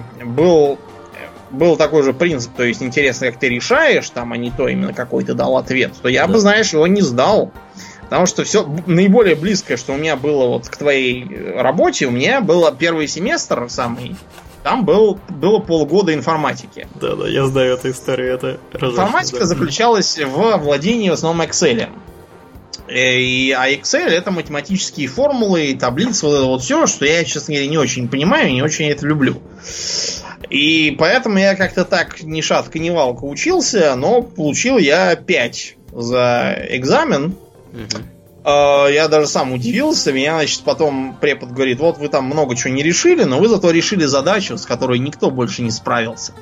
был такой же принцип, то есть интересно, как ты решаешь, там, а не то именно какой ты дал ответ, то я бы, знаешь, его не сдал. Потому что все наиболее близкое, что у меня было вот к твоей работе, у меня был первый семестр самый, там было полгода информатики. Да, я знаю эту историю. Это информатика заключалась в владении в основном Excel. А Excel это математические формулы, таблицы, вот все, что я, честно говоря, не очень понимаю, не очень это люблю. И поэтому я как-то так ни шатка, ни валка учился, но получил я 5 за экзамен. Я даже сам удивился. Меня, значит, потом препод говорит, вот вы там много чего не решили, но вы зато решили задачу, с которой никто больше не справился.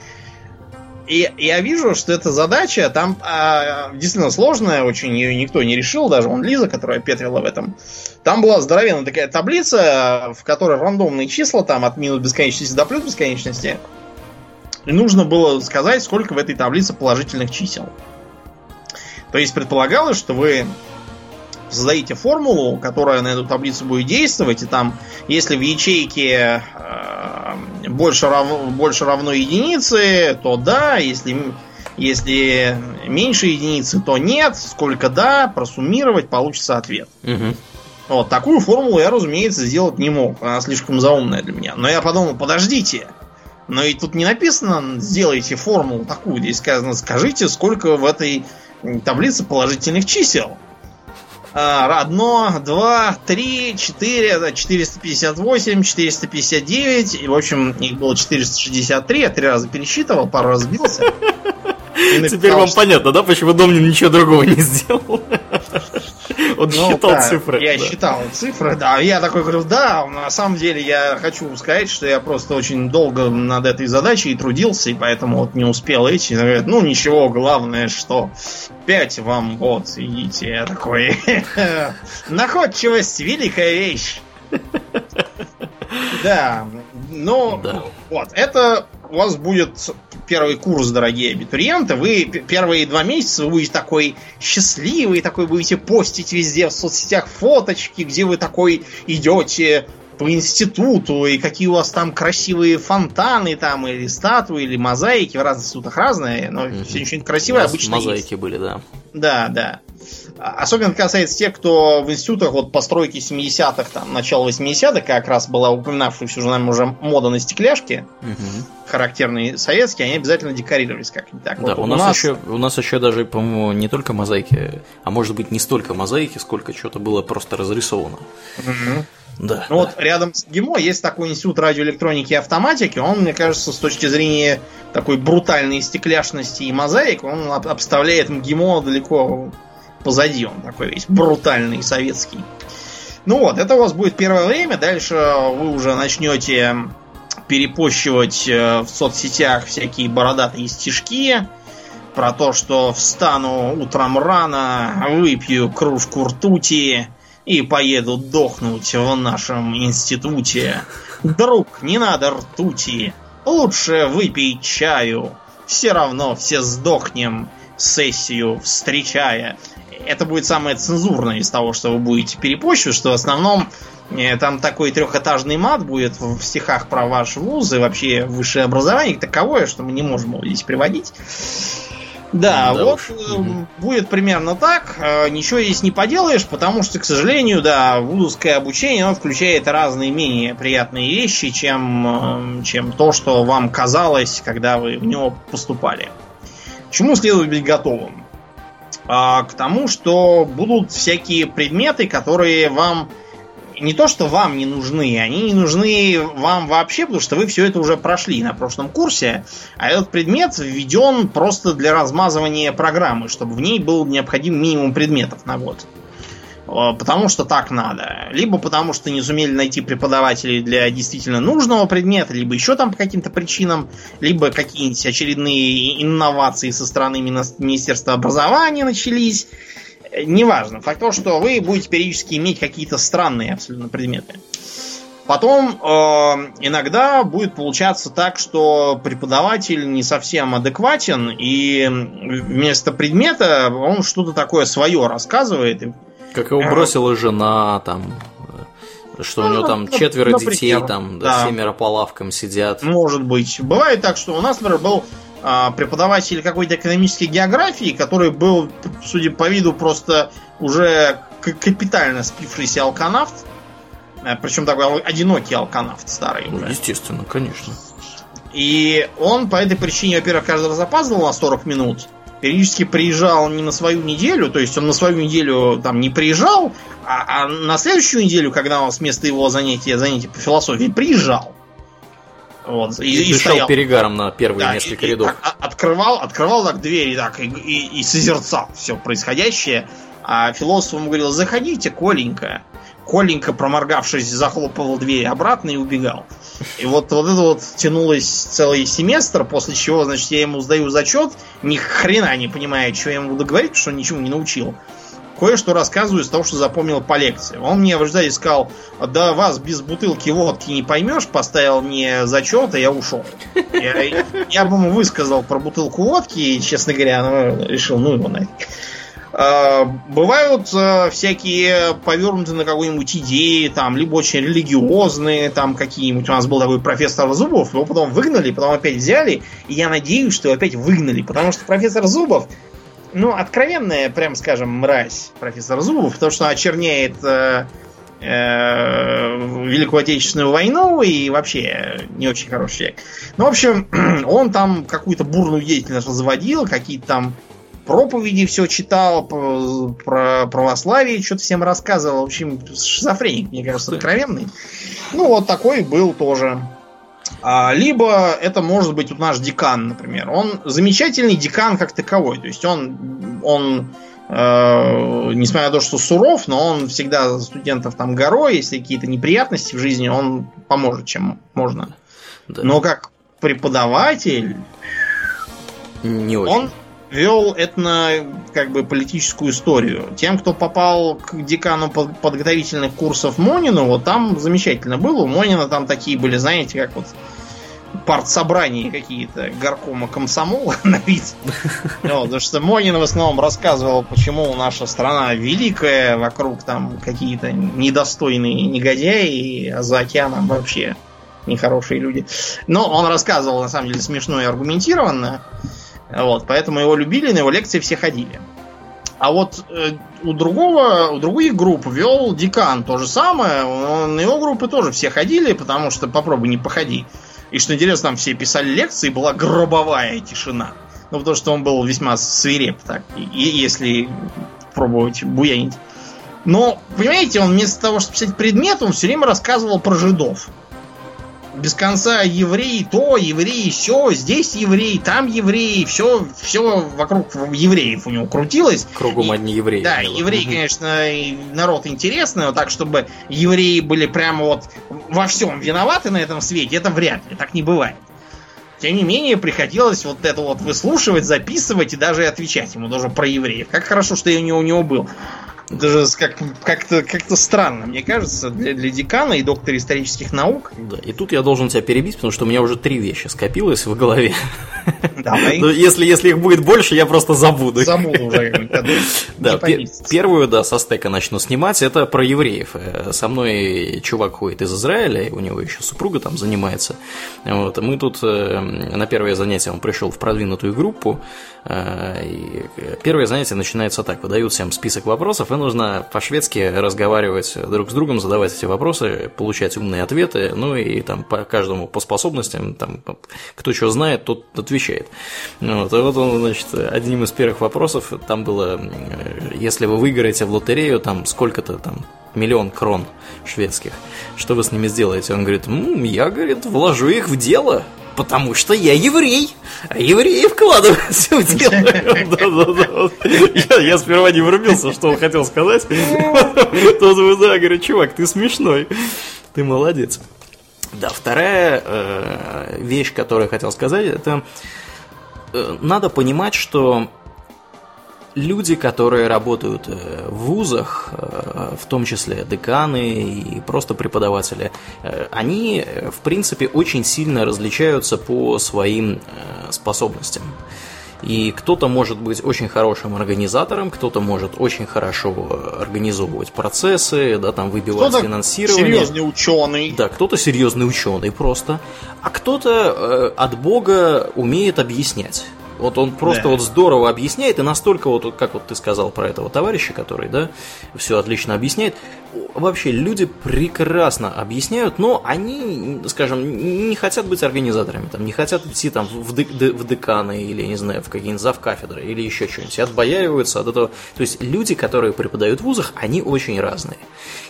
И я вижу, что эта задача там действительно сложная, очень ее никто не решил, даже вон Лиза, которая петрила в этом. Там была здоровенная такая таблица, в которой рандомные числа, там от минус бесконечности до плюс бесконечности. И нужно было сказать, сколько в этой таблице положительных чисел. То есть предполагалось, что вы создаете формулу, которая на эту таблицу будет действовать, и там, если в ячейке больше равно единице, то да, если меньше единицы, то нет, сколько да, просуммировать, получится ответ. Вот, такую формулу я, разумеется, сделать не мог, она слишком заумная для меня. Но я подумал, подождите, но и тут не написано, сделайте формулу такую, здесь сказано, скажите, сколько в этой таблице положительных чисел. 1, 2, 3, 4, 458, 459. И, в общем, их было 463. Я 3 раза пересчитывал, пару раз сбился. Теперь вам понятно, да, почему Домнин ничего другого не сделал? Он считал цифры. Я считал цифры, да. Я такой говорю, да, на самом деле я хочу сказать, что я просто очень долго над этой задачей трудился, и поэтому вот не успел идти. Говорят, ну ничего, главное, что 5 вам, вот, идите. Я такой, находчивость великая вещь. Да, ну, вот, это у вас будет первый курс, дорогие абитуриенты. Вы первые 2 месяца вы будете такой счастливый, такой будете постить везде в соцсетях фоточки, где вы такой идете по институту, и какие у вас там красивые фонтаны, там, или статуи, или мозаики. В разных институтах разные, но все очень красивое обычно мозаики есть. Были, да. Да. Особенно касается тех, кто в институтах вот постройки 70-х, там, начала 80-х, как раз была упоминавшаяся уже мода на стекляшки, характерные советские, они обязательно декорировались как-нибудь так. Да, вот у нас еще даже, по-моему, не только мозаики, а может быть не столько мозаики, сколько что-то было просто разрисовано. Да, ну вот рядом с ГИМО есть такой институт радиоэлектроники и автоматики. Он, мне кажется, с точки зрения такой брутальной стекляшности и мозаик, он обставляет ГИМО далеко позади. Он такой весь брутальный, советский. Ну вот, это у вас будет первое время. Дальше вы уже начнете перепощивать в соцсетях всякие бородатые стишки про то, что встану утром рано, выпью кружку ртути и поеду дохнуть в нашем институте. Друг, не надо ртути, лучше выпей чаю, все равно все сдохнем, сессию встречая. Это будет самое цензурное из того, что вы будете перепощивать, что в основном там такой трехэтажный мат будет в стихах про ваш вуз и вообще высшее образование таковое, что мы не можем его здесь приводить. Да, вот будет примерно так. Ничего здесь не поделаешь, потому что, к сожалению, да, вузовское обучение, оно включает разные менее приятные вещи, чем то, что вам казалось, когда вы в него поступали. К чему следует быть готовым? К тому, что будут всякие предметы, которые вам не то, что вам не нужны, они не нужны вам вообще, потому что вы все это уже прошли на прошлом курсе, а этот предмет введен просто для размазывания программы, чтобы в ней был необходим минимум предметов на год. Потому что так надо. Либо потому что не сумели найти преподавателей для действительно нужного предмета, либо еще там по каким-то причинам, либо какие-нибудь очередные инновации со стороны Министерства образования начались. Неважно. Факт то, что вы будете периодически иметь какие-то странные абсолютно предметы. Потом иногда будет получаться так, что преподаватель не совсем адекватен, и вместо предмета он что-то такое свое рассказывает. Как его бросила жена, там, что у него там 4 например, детей, там, да, 7 по лавкам сидят. Может быть. Бывает так, что у нас, например, был преподаватель какой-то экономической географии, который был, судя по виду, просто уже капитально спившийся алканавт. Причем такой одинокий алканавт старый. Ну, естественно, конечно. И он по этой причине, во-первых, каждый раз опаздывал на 40 минут. Периодически приезжал не на свою неделю, то есть он на свою неделю там не приезжал, а на следующую неделю, когда у нас вместо его занятия по философии, приезжал. Вот, и стоял перегаром на первые несколько рядов. Открывал так двери так, и созерцал все происходящее. А философ ему говорил: заходите, Коленька. Коленька, проморгавшись, захлопывал дверь обратно и убегал. И вот это вот тянулось целый семестр, после чего, значит, я ему сдаю зачет, ни хрена не понимая, что я ему буду говорить, потому что он ничего не научил. Кое-что рассказываю из того, что запомнил по лекции. Он мне в результате сказал: да вас без бутылки водки не поймешь, поставил мне зачет, и я ушел. Я бы ему высказал про бутылку водки, и, честно говоря, решил, ну его нафиг. Бывают всякие повернутые на какой-нибудь идеи, там, либо очень религиозные, там какие-нибудь. У нас был такой профессор Зубов, его потом выгнали, потом опять взяли, и я надеюсь, что его опять выгнали, потому что профессор Зубов, ну, откровенная, прям скажем, мразь профессор Зубов, потому что он очерняет Великую Отечественную войну и вообще не очень хороший человек. Ну, в общем, он там какую-то бурную деятельность разводил, какие-то там проповеди все читал, про православие что-то всем рассказывал. В общем, шизофреник, мне кажется, откровенный. Ну, вот такой был тоже. Либо это может быть вот наш декан, например. Он замечательный декан как таковой. То есть он несмотря на то, что суров, но он всегда студентов там горой. Если какие-то неприятности в жизни, он поможет, чем можно. Да. Но как преподаватель не очень. Он вел политическую историю. Тем, кто попал к декану подготовительных курсов Монину, вот там замечательно было. У Монина там такие были, знаете, как вот партсобрания какие-то горкома комсомола на вид. Потому что Монин в основном рассказывал, почему наша страна великая, вокруг там какие-то недостойные негодяи, а за океаном вообще нехорошие люди. Но он рассказывал, на самом деле, смешно и аргументированно. Вот, поэтому его любили, на его лекции все ходили. А вот у других групп вел декан то же самое. На его группы тоже все ходили, потому что попробуй не походи. И что интересно, там все писали лекции, была гробовая тишина. Ну, потому что он был весьма свиреп, так, и если пробовать буянить. Но, понимаете, он вместо того, чтобы писать предмет, он все время рассказывал про жидов. без конца евреи то, евреи все, здесь евреи, там евреи, все вокруг евреев у него крутилось. Кругом одни евреи. Да, евреи, конечно, народ интересный, но так, чтобы евреи были прямо вот во всем виноваты на этом свете, это вряд ли, так не бывает. Тем не менее, приходилось вот это вот выслушивать, записывать и даже отвечать ему даже про евреев. Как хорошо, что я у него был. Даже как-то странно, мне кажется, для декана и доктора исторических наук. Да, и тут я должен тебя перебить, потому что у меня уже 3 вещи скопилось в голове. Давай. Но если их будет больше, я просто забуду. Забуду уже. Да, первую, да, со стека начну снимать, это про евреев. Со мной чувак ходит из Израиля, у него еще супруга там занимается. Вот, мы тут на первое занятие он пришел в продвинутую группу. И первое занятие начинается так: выдают всем список вопросов, и нужно по-шведски разговаривать друг с другом, задавать эти вопросы, получать умные ответы, ну и там по каждому по способностям, там, кто что знает, тот отвечает. Вот, и вот он, значит, одним из первых вопросов там было: если вы выиграете в лотерею, там сколько-то там 1 000 000 крон шведских, что вы с ними сделаете? Он говорит: я, говорит, вложу их в дело, потому что я еврей, а евреи вкладываются в дело. Я сперва не врубился, что он хотел сказать. Тут, да, говорю: чувак, ты смешной, ты молодец. Да, вторая вещь, которую я хотел сказать, это надо понимать, что люди, которые работают в вузах, в том числе деканы и просто преподаватели, они, в принципе, очень сильно различаются по своим способностям. И кто-то может быть очень хорошим организатором, кто-то может очень хорошо организовывать процессы, да, там выбивать кто-то финансирование. Серьезный ученый. Да, кто-то серьезный ученый просто, а кто-то от Бога умеет объяснять. Вот он просто вот здорово объясняет, и настолько вот, как вот ты сказал про этого товарища, который, да, все отлично объясняет. Вообще, люди прекрасно объясняют, но они, скажем, не хотят быть организаторами, там, не хотят идти там в деканы или, не знаю, в какие-нибудь завкафедры или еще что-нибудь, отбояриваются от этого. То есть люди, которые преподают в вузах, они очень разные.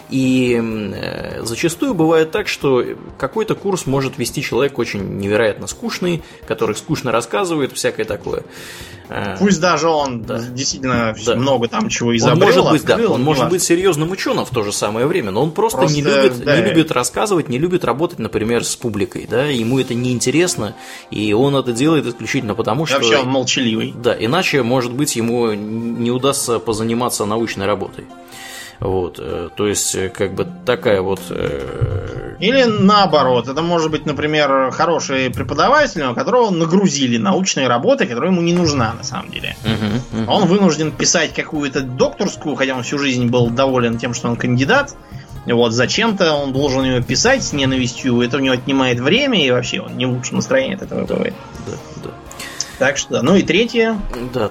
И зачастую бывает так, что какой-то курс может вести человек очень невероятно скучный, который скучно рассказывает, всякое такое. Пусть даже он действительно много там чего изобрел. Он может быть серьезным ученым в то же самое время, но он просто не любит рассказывать, не любит работать, например, с публикой, да, ему это неинтересно, и он это делает исключительно потому, что... Вообще он молчаливый. Да, иначе, может быть, ему не удастся позаниматься научной работой. Вот, то есть, как бы такая вот... Или наоборот, это может быть, например, хороший преподаватель, у которого нагрузили научной работой, которая ему не нужна на самом деле. Он вынужден писать какую-то докторскую, хотя он всю жизнь был доволен тем, что он кандидат. Вот, зачем-то он должен ее писать с ненавистью, это у него отнимает время, и вообще он не в лучшем настроении от этого бывает. Да. Так что, да. Ну и третье. Да,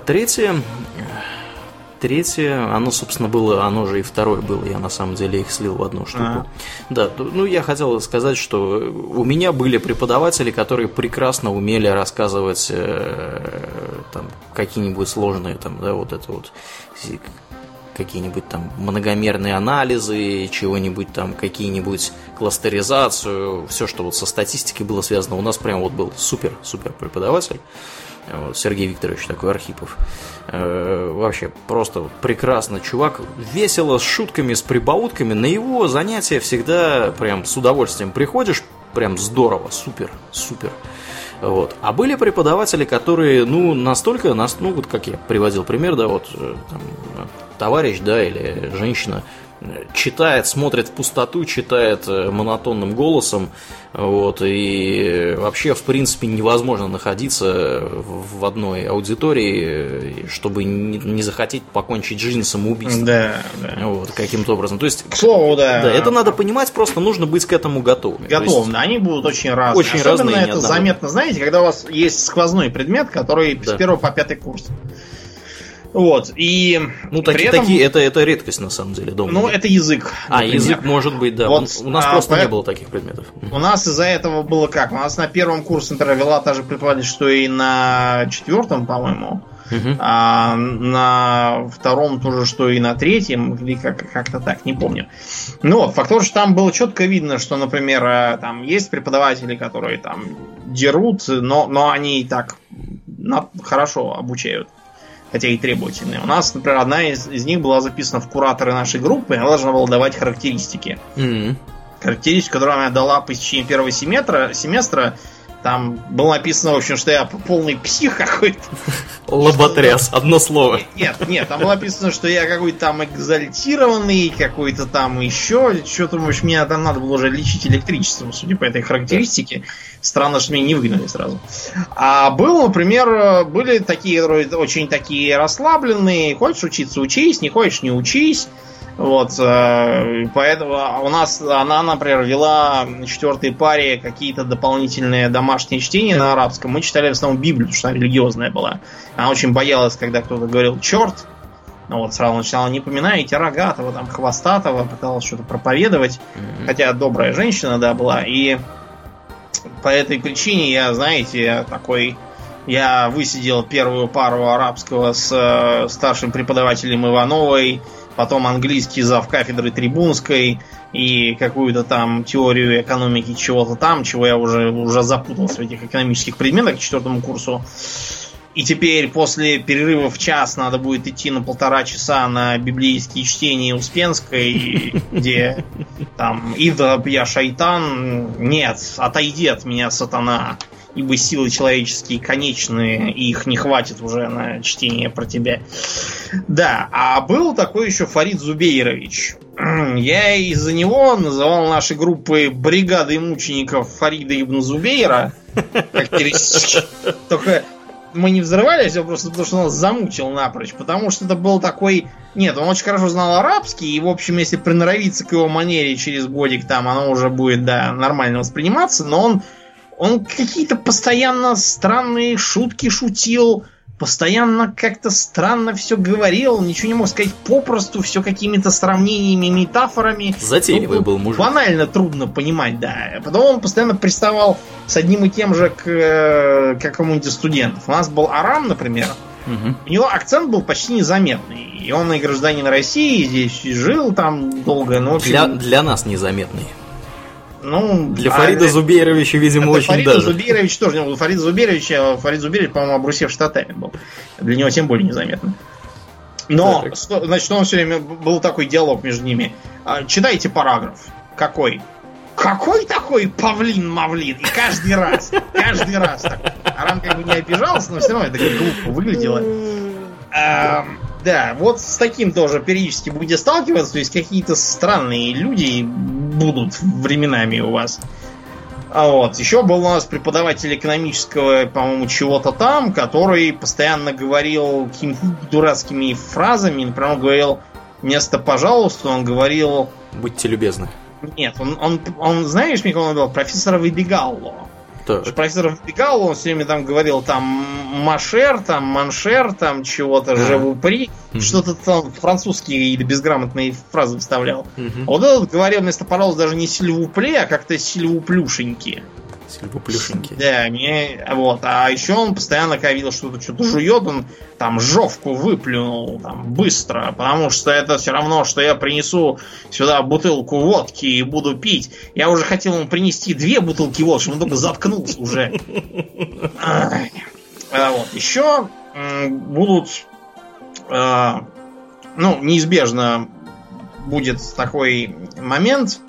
Третье, оно, собственно, было, оно же и второе было, я на самом деле их слил в одну штуку. Да, ну я хотел сказать, что у меня были преподаватели, которые прекрасно умели рассказывать там какие-нибудь сложные, там, да, вот это вот, какие-нибудь там многомерные анализы, чего-нибудь там, какие-нибудь кластеризацию, все, что вот со статистикой было связано. У нас прям вот был супер преподаватель. Вот, Сергей Викторович такой Архипов. Вообще просто прекрасно чувак, весело, с шутками, с прибаутками. На его занятия всегда прям с удовольствием приходишь, прям здорово, супер. Вот. А были преподаватели, которые, настолько, вот как я приводил пример, да, вот там, товарищ, да, или женщина читает, смотрит в пустоту, читает монотонным голосом, вот, и вообще, в принципе, невозможно находиться в одной аудитории, чтобы не захотеть покончить жизнь самоубийством. Да. Вот, каким-то образом. То есть, к слову, да. Да, это надо понимать, просто нужно быть к этому готовым. Готовым, да, они будут очень разные. Очень Особенно разные, это заметно, знаете, когда у вас есть сквозной предмет, который с 1 по 5 курс. Вот, и такие, это редкость на самом деле дома. Ну, это язык. Например. Язык может быть, да. Вот, у нас просто не было таких предметов. У нас из-за этого было как? У нас на первом курсе, например, вела та же преподаватель, что и на 4-м, по-моему. а на втором тоже, что и на третьем, или как-то так, не помню. Ну вот, факт, что там было четко видно, что, например, там есть преподаватели, которые там дерут, но они так хорошо обучают, хотя и требовательные. У нас, например, одна из них была записана в кураторы нашей группы, она должна была давать характеристики. Характеристику, которую она дала по истечении первого семестра, там было написано, в общем, что я полный псих какой-то. Лоботряс, одно слово. Нет, там было написано, что я какой-то там экзальтированный, какой-то там еще. Что-то, в общем, мне там надо было уже лечить электричеством, судя по этой характеристике. Странно, что меня не выгнали сразу. А было, например, были такие, которые очень такие расслабленные. Хочешь учиться — учись, не хочешь — не учись. Вот, поэтому у нас она, например, вела на 4-й паре какие-то дополнительные домашние чтения на арабском. Мы читали в основном Библию, потому что она религиозная была. Она очень боялась, когда кто-то говорил «черт». Ну вот, сразу начинала: не поминайте рогатого, там, хвостатого, пыталась что-то проповедовать. Хотя добрая женщина, да, была. И по этой причине я, знаете, я высидел первую пару арабского с старшим преподавателем Ивановой, потом английский завкафедры Трибунской и какую-то там теорию экономики чего-то там, чего я уже запутался в этих экономических предметах к 4 курсу. И теперь после перерыва в час надо будет идти на 1,5 часа на библейские чтения Успенской, где там «Ида я шайтан», нет, отойди от меня, сатана, ибо силы человеческие конечные, и их не хватит уже на чтение про тебя. Да, а был такой еще Фарид Зубейрович. Я из-за него называл наши группы бригадой мучеников Фарида ибн Зубейра. Только мы не взрывались, а просто потому, что он нас замучил напрочь. Потому что это был такой... Нет, он очень хорошо знал арабский, и, в общем, если приноровиться к его манере через годик, там оно уже будет, да, нормально восприниматься, но он какие-то постоянно странные шутки шутил, постоянно как-то странно все говорил, ничего не мог сказать попросту, все какими-то сравнениями, метафорами. Затейливый был мужик. Банально трудно понимать, да. Потом он постоянно приставал с одним и тем же к какому-нибудь студентов. У нас был Арам, например. У него акцент был почти незаметный. И он и гражданин России, здесь жил там долго, но... Для нас незаметный. Ну, для Фарида Зубейровича, видимо, очень Фарида даже. Зубейрович тоже не был. Фарид Зубейрович, по-моему, обрусевший татами был. Для него тем более незаметно. Но, значит, он все время был такой диалог между ними. Читайте параграф. Какой? Какой такой павлин-мавлин? И каждый раз так. Арам как бы не обижался, но все равно это как глупо выглядело. Да, вот с таким тоже периодически будете сталкиваться, то есть какие-то странные люди будут временами у вас. А вот, еще был у нас преподаватель экономического, по-моему, чего-то там, который постоянно говорил какими-то дурацкими фразами. Например, он говорил вместо «пожалуйста», он говорил... Будьте любезны. Нет, он знаешь, как он говорил? Профессора Выбегалло. Профессор вбегал, он все время там говорил там машер, там маншер, там чего-то живупри, что-то там французские или безграмотные фразы вставлял. Вот этот говорил вместо «пожалуйста» даже не сильвупле, а как-то сильвуплюшеньки. Сильвуплюшеньки. Да, вот. А еще он постоянно говорил, что-то жует, он там жовку выплюнул там быстро, потому что это все равно, что я принесу сюда бутылку водки и буду пить. Я уже хотел ему принести 2 бутылки водки, чтобы он только заткнулся уже. Вот. Еще будут, неизбежно будет такой момент.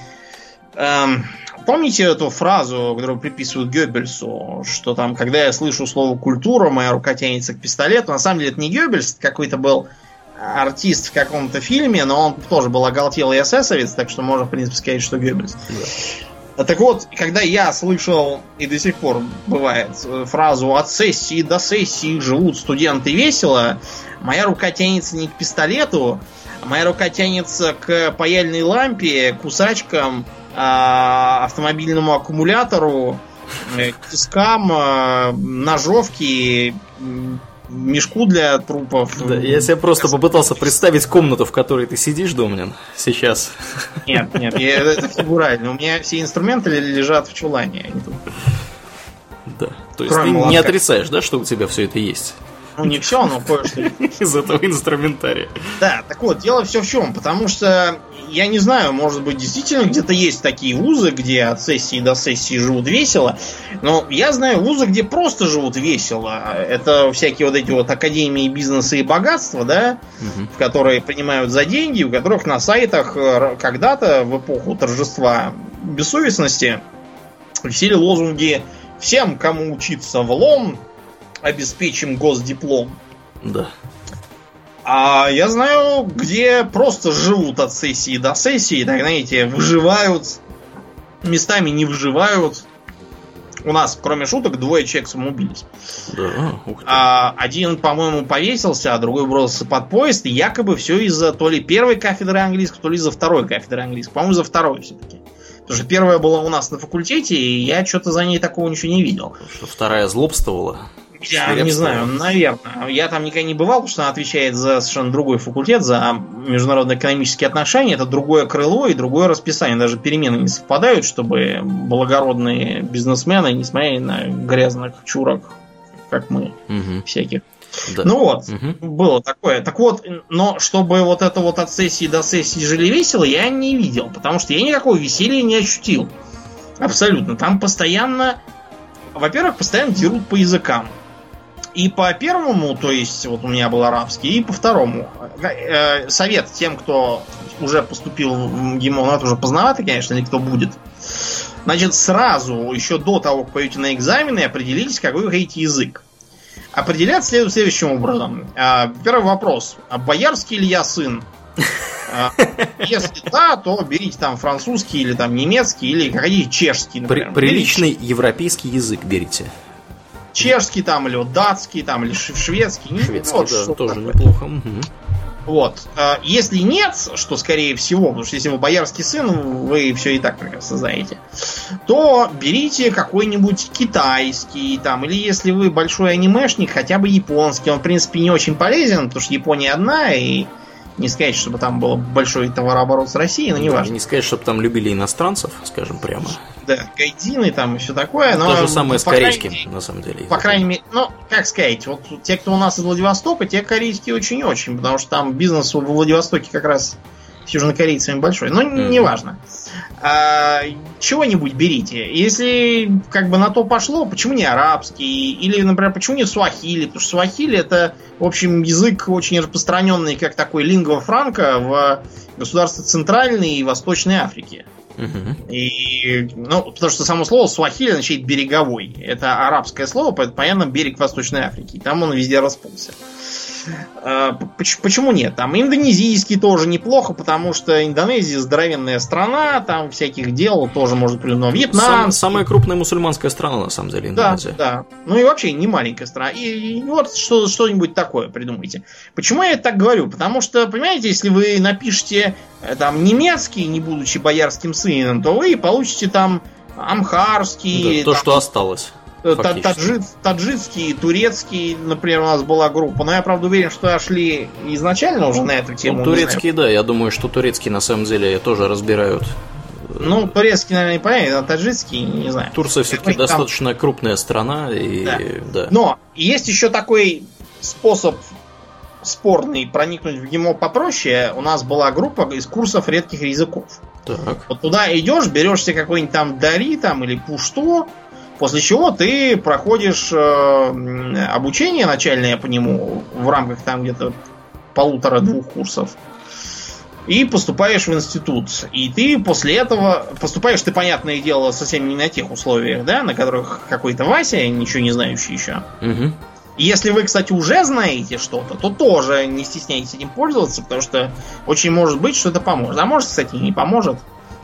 Помните эту фразу, которую приписывают Геббельсу, что там, когда я слышу слово «культура», моя рука тянется к пистолету? На самом деле это не Геббельс, какой-то был артист в каком-то фильме, но он тоже был оголтелый эсэсовец, так что можно, в принципе, сказать, что Геббельс. Да. Так вот, когда я слышал, и до сих пор бывает, фразу «от сессии до сессии живут студенты весело», моя рука тянется не к пистолету, а моя рука тянется к паяльной лампе, кусачкам, автомобильному аккумулятору, тискам, ножовке, мешку для трупов. Да, я себе просто попытался представить комнату, в которой ты сидишь, Домнин, сейчас. Нет, это фигурально. У меня все инструменты лежат в чулане, а не тут. Да, то есть ты не отрицаешь, да, что у тебя все это есть? Ну, не все, но кое-что. Из этого инструментария. Да, так вот, дело все в чем. Потому что, я не знаю, может быть, действительно где-то есть такие вузы, где от сессии до сессии живут весело. Но я знаю вузы, где просто живут весело. Это всякие вот эти вот академии бизнеса и богатства, да, в которые принимают за деньги, у которых на сайтах когда-то в эпоху торжества бессовестности висели лозунги: всем, кому учиться влом, обеспечим госдиплом. Да. А я знаю, где просто живут от сессии до сессии, так, знаете, выживают, местами не выживают. У нас, кроме шуток, 2 человек самоубились. Да, ух ты. Один, по-моему, повесился, а другой бросился под поезд. И якобы все из-за то ли первой кафедры английского, то ли из-за второй кафедры английского. По-моему, из-за второй все-таки. Потому что первая была у нас на факультете, и я что-то за ней такого ничего не видел. Что вторая злобствовала? Я не знаю, наверное. Я там никогда не бывал, потому что она отвечает за совершенно другой факультет, за международно-экономические отношения. Это другое крыло и другое расписание. Даже перемены не совпадают, чтобы благородные бизнесмены не смотрели на грязных чурок, как мы, всяких. Да. Ну вот, было такое. Так вот, но чтобы вот это вот от сессии до сессии жили весело, я не видел, потому что я никакого веселья не ощутил. Абсолютно. Там постоянно, во-первых, постоянно дерут по языкам. И по первому, то есть вот у меня был арабский, и по второму. Совет тем, кто уже поступил в ГИМО, ну это уже поздновато, конечно, или кто будет. Значит, сразу, еще до того, как пойдете на экзамены, определитесь, какой вы хотите язык. Определять следует следующим образом. Первый вопрос. Боярский ли я сын? Если да, то берите там французский или там немецкий, или хотите чешский, например. Приличный европейский язык берите. Чешский там, или вот датский, там, или шведский. Шведский, вот, да, тоже такое. Неплохо. Вот. Если нет, что скорее всего, потому что если вы боярский сын, вы все и так прекрасно знаете, то берите какой-нибудь китайский, там, или если вы большой анимешник, хотя бы японский. Он, в принципе, не очень полезен, потому что Япония одна, и не сказать, чтобы там был большой товарооборот с Россией, но не важно. Не сказать, чтобы там любили иностранцев, скажем прямо. Да, гайдины там и все такое. Но то же самое с корейским, на самом деле. По крайней мере, ну, как сказать, вот те, кто у нас из Владивостока, те корейские очень-очень, потому что там бизнес во Владивостоке как раз с южнокорейцами большой. Но неважно. Чего-нибудь берите. Если как бы на то пошло, почему не арабский? Или, например, почему не суахили? Потому что суахили это, в общем, язык очень распространенный, как такой лингва франка в государствах Центральной и Восточной Африки. И, ну, потому что само слово суахили означает береговой. Это арабское слово, понятно, берег Восточной Африки. Там он везде расползся. Почему нет? Там индонезийский тоже неплохо, потому что Индонезия здоровенная страна, там всяких дел тоже может придумать. Вьетнам. Самая крупная мусульманская страна, на самом деле, Индонезия. Да. Ну и вообще не маленькая страна. И вот что-нибудь такое придумайте. Почему я это так говорю? Потому что, понимаете, если вы напишете там немецкий, не будучи боярским сыном, то вы получите там амхарский. Да, то, там, что осталось. Таджикский, турецкий, например, у нас была группа. Но я, правда, уверен, что шли изначально уже на эту тему. Ну, турецкий, да, я думаю, что турецкий на самом деле тоже разбирают. Ну, турецкий, наверное, не понятно, а таджикский, не знаю. Турция все-таки достаточно крупная страна. И, да. Но есть еще такой способ спорный проникнуть в ГИМО попроще. У нас была группа из курсов редких языков. Так. Вот туда идешь, берешь себе какой-нибудь там Дари там, или Пушто. После чего ты проходишь обучение начальное по нему в рамках там где-то 1,5-2 курсов и поступаешь в институт. И ты после этого поступаешь, ты, понятное дело, совсем не на тех условиях, да, на которых какой-то Вася, ничего не знающий еще. Угу. И если вы, кстати, уже знаете что-то, то тоже не стесняйтесь этим пользоваться, потому что очень может быть, что это поможет. А может, кстати, и не поможет.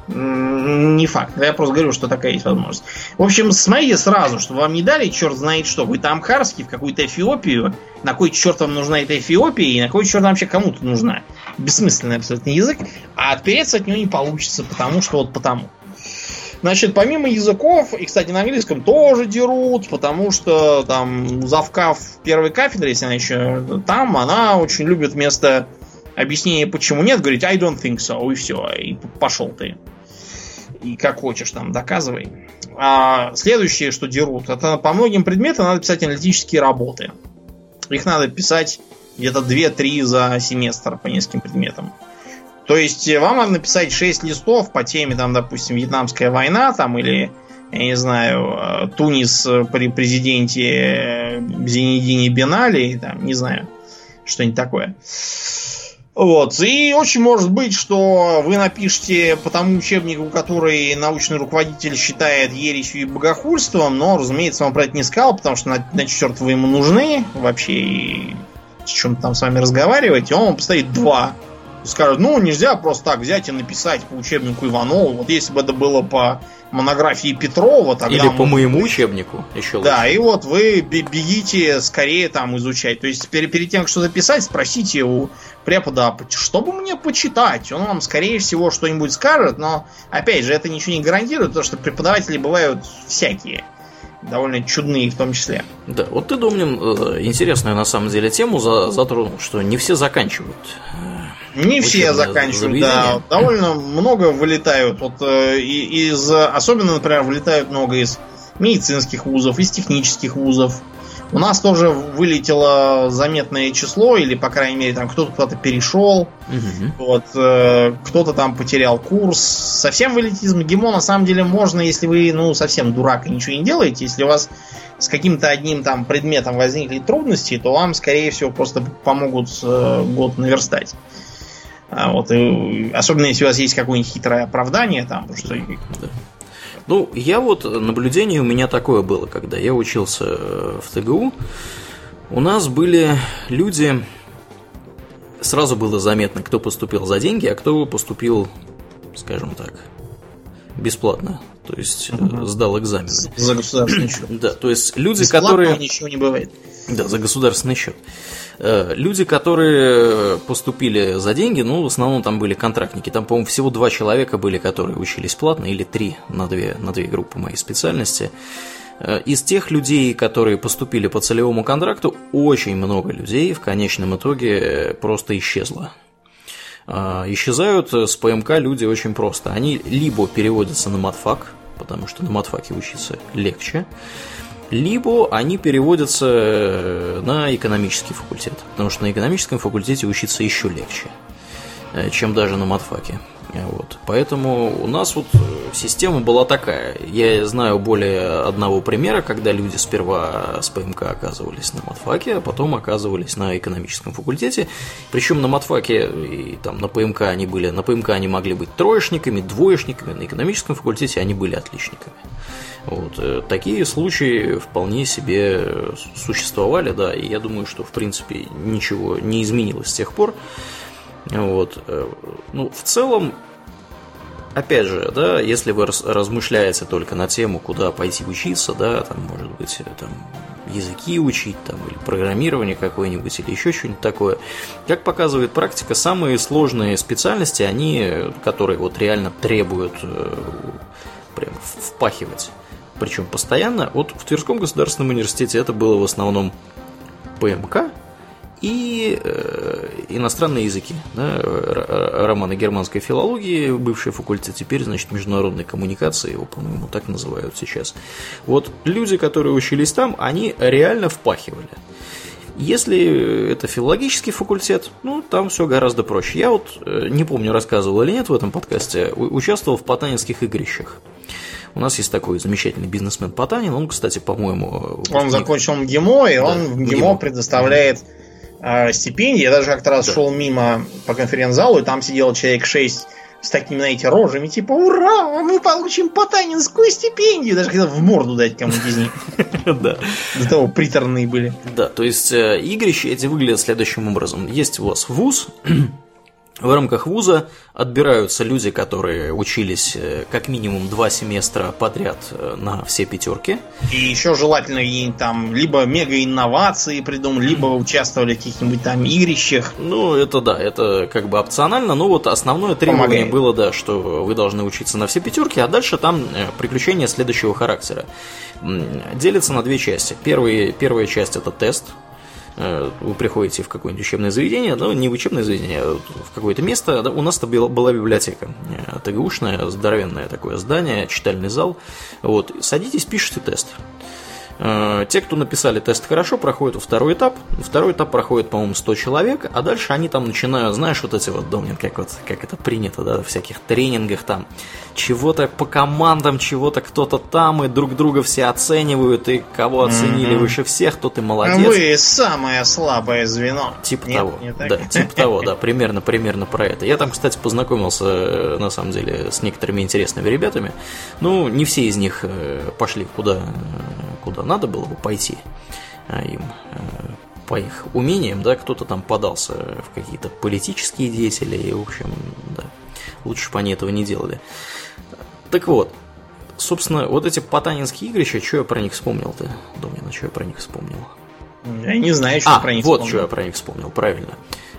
Не факт. Я просто говорю, что такая есть возможность. В общем, смотрите сразу, чтобы вам не дали черт знает что. Какой-то амхарский в какую-то Эфиопию. На кой черт вам нужна эта Эфиопия и на кой черт вообще кому-то нужна. Бессмысленный абсолютно язык. А отпереться от него не получится, потому что вот потому. Значит, помимо языков, и, кстати, на английском тоже дерут, потому что там завкав первой кафедры, если она еще там, она очень любит вместо объяснения, почему нет, говорить I don't think so, и все, и пошел ты. И как хочешь там, доказывай. А следующее, что дерут, это по многим предметам надо писать аналитические работы. их надо писать где-то 2-3 за семестр по нескольким предметам. То есть вам надо написать 6 листов по теме, там, допустим, Вьетнамская война, там, или, я не знаю, Тунис при президенте Зинедине Бен Али, там, не знаю, что-нибудь такое. Вот. И очень может быть, что вы напишете по тому учебнику, который научный руководитель считает ересью и богохульством, но, разумеется, он про это не сказал, потому что на черт вы ему нужны вообще, и с чем-то там с вами разговаривать, и он вам поставит 2. Скажут, ну, нельзя просто так взять и написать по учебнику Иванова. Вот если бы это было по монографии Петрова, тогда... Или по моему учебнику еще лучше. Да, и вот вы бегите скорее там изучать. То есть перед тем, как что-то писать, спросите у препода, что бы мне почитать? Он вам, скорее всего, что-нибудь скажет, но, опять же, это ничего не гарантирует, потому что преподаватели бывают всякие. Довольно чудные в том числе. Да, вот ты, Домнин, интересную на самом деле тему затронул, что не все заканчивают. Не все заканчивают, да. Довольно много вылетают. Вот, особенно, например, вылетают много из медицинских вузов, из технических вузов. У нас тоже вылетело заметное число, или, по крайней мере, там кто-то куда-то перешел, вот, кто-то там потерял курс. Совсем вылететь из МГИМО на самом деле можно, если вы, ну, совсем дурак и ничего не делаете. Если у вас с каким-то одним там предметом возникли трудности, то вам, скорее всего, просто помогут год наверстать. Вот, и особенно если у вас есть какое-нибудь хитрое оправдание там, потому что... Да. Ну, я вот, наблюдение у меня такое было, когда я учился в ТГУ. У нас были люди, сразу было заметно, кто поступил за деньги, а кто поступил, скажем так, бесплатно. То есть сдал экзамены. За государственный счет. Да, то есть люди, бесплатно которые... ничего не бывает. Да, за государственный счет. Люди, которые поступили за деньги, ну, в основном там были контрактники. Там, по-моему, всего 2 человека были, которые учились платно, или 3 на 2 группы моей специальности. Из тех людей, которые поступили по целевому контракту, очень много людей в конечном итоге просто исчезло. Исчезают с ПМК люди очень просто. Они либо переводятся на матфак, потому что на матфаке учиться легче, либо они переводятся на экономический факультет, потому что на экономическом факультете учиться еще легче, чем даже на матфаке. Вот. Поэтому у нас вот система была такая. Я знаю более одного примера, когда люди сперва с ПМК оказывались на матфаке, а потом оказывались на экономическом факультете. Причем на матфаке и там на ПМК они были. На ПМК они могли быть троечниками, двоечниками, на экономическом факультете они были отличниками. Вот. Такие случаи вполне себе существовали, да, и я думаю, что в принципе ничего не изменилось с тех пор. Вот. Ну, в целом, опять же, да, если вы размышляете только на тему, куда пойти учиться, да, там, может быть, там, языки учить, там, или программирование какое-нибудь, или еще что-нибудь такое, как показывает практика, самые сложные специальности, они, которые вот реально требуют прям впахивать, причем постоянно, вот в Тверском государственном университете это было в основном ПМК и иностранные языки, да, романо-германской филологии, бывший факультет, теперь, значит, международной коммуникации, его, по-моему, так называют сейчас. Вот люди, которые учились там, они реально впахивали. Если это филологический факультет, ну, там все гораздо проще. Я вот, не помню, рассказывал или нет в этом подкасте, участвовал в потанинских игрищах. У нас есть такой замечательный бизнесмен Потанин, он, кстати, по-моему... Он закончил МГИМО, и он в МГИМО предоставляет стипендии. Я даже как-то раз шел мимо по конференц-залу, и там сидел человек 6 с такими, знаете, рожами, типа, ура, мы получим потанинскую стипендию. Даже хотел в морду дать кому-нибудь из них. Да. До того приторные были. Да, то есть игрища эти выглядят следующим образом. Есть у вас вуз. В рамках вуза отбираются люди, которые учились как минимум 2 семестра подряд на все 5. И еще желательно какие-нибудь там либо мега-инновации придумали, либо участвовали в каких-нибудь там игрищах. Ну, это да, это как бы опционально, но вот основное требование было, да, что вы должны учиться на все 5, а дальше там приключения следующего характера. Делятся на 2 части. Первая часть – это тест. Вы приходите в какое-нибудь учебное заведение, но не в учебное заведение, а в какое-то место. Да, у нас-то была библиотека ТГУшная, здоровенное такое здание, читальный зал. Вот, садитесь, пишите тест. Те, кто написали тест хорошо, проходят второй этап. Второй этап проходит, по-моему, 100 человек, а дальше они там начинают, знаешь, вот эти вот, Домнин, как это принято, да, в всяких тренингах там, чего-то по командам, чего-то кто-то там, и друг друга все оценивают, и кого оценили выше всех, тот и молодец. Вы самое слабое звено. Типа того, да, типа того, да, примерно про это. Я там, кстати, познакомился, на самом деле, с некоторыми интересными ребятами. Ну, не все из них пошли куда надо было бы пойти им по их умениям, да, кто-то там подался в какие-то политические деятели, и, в общем, да, лучше бы они этого не делали. Так вот, собственно, вот эти потанинские игрища, что я про них вспомнил-то, Домнин, что я про них вспомнил? Я не знаю, что про них вот вспомнил. Что я про них вспомнил, правильно.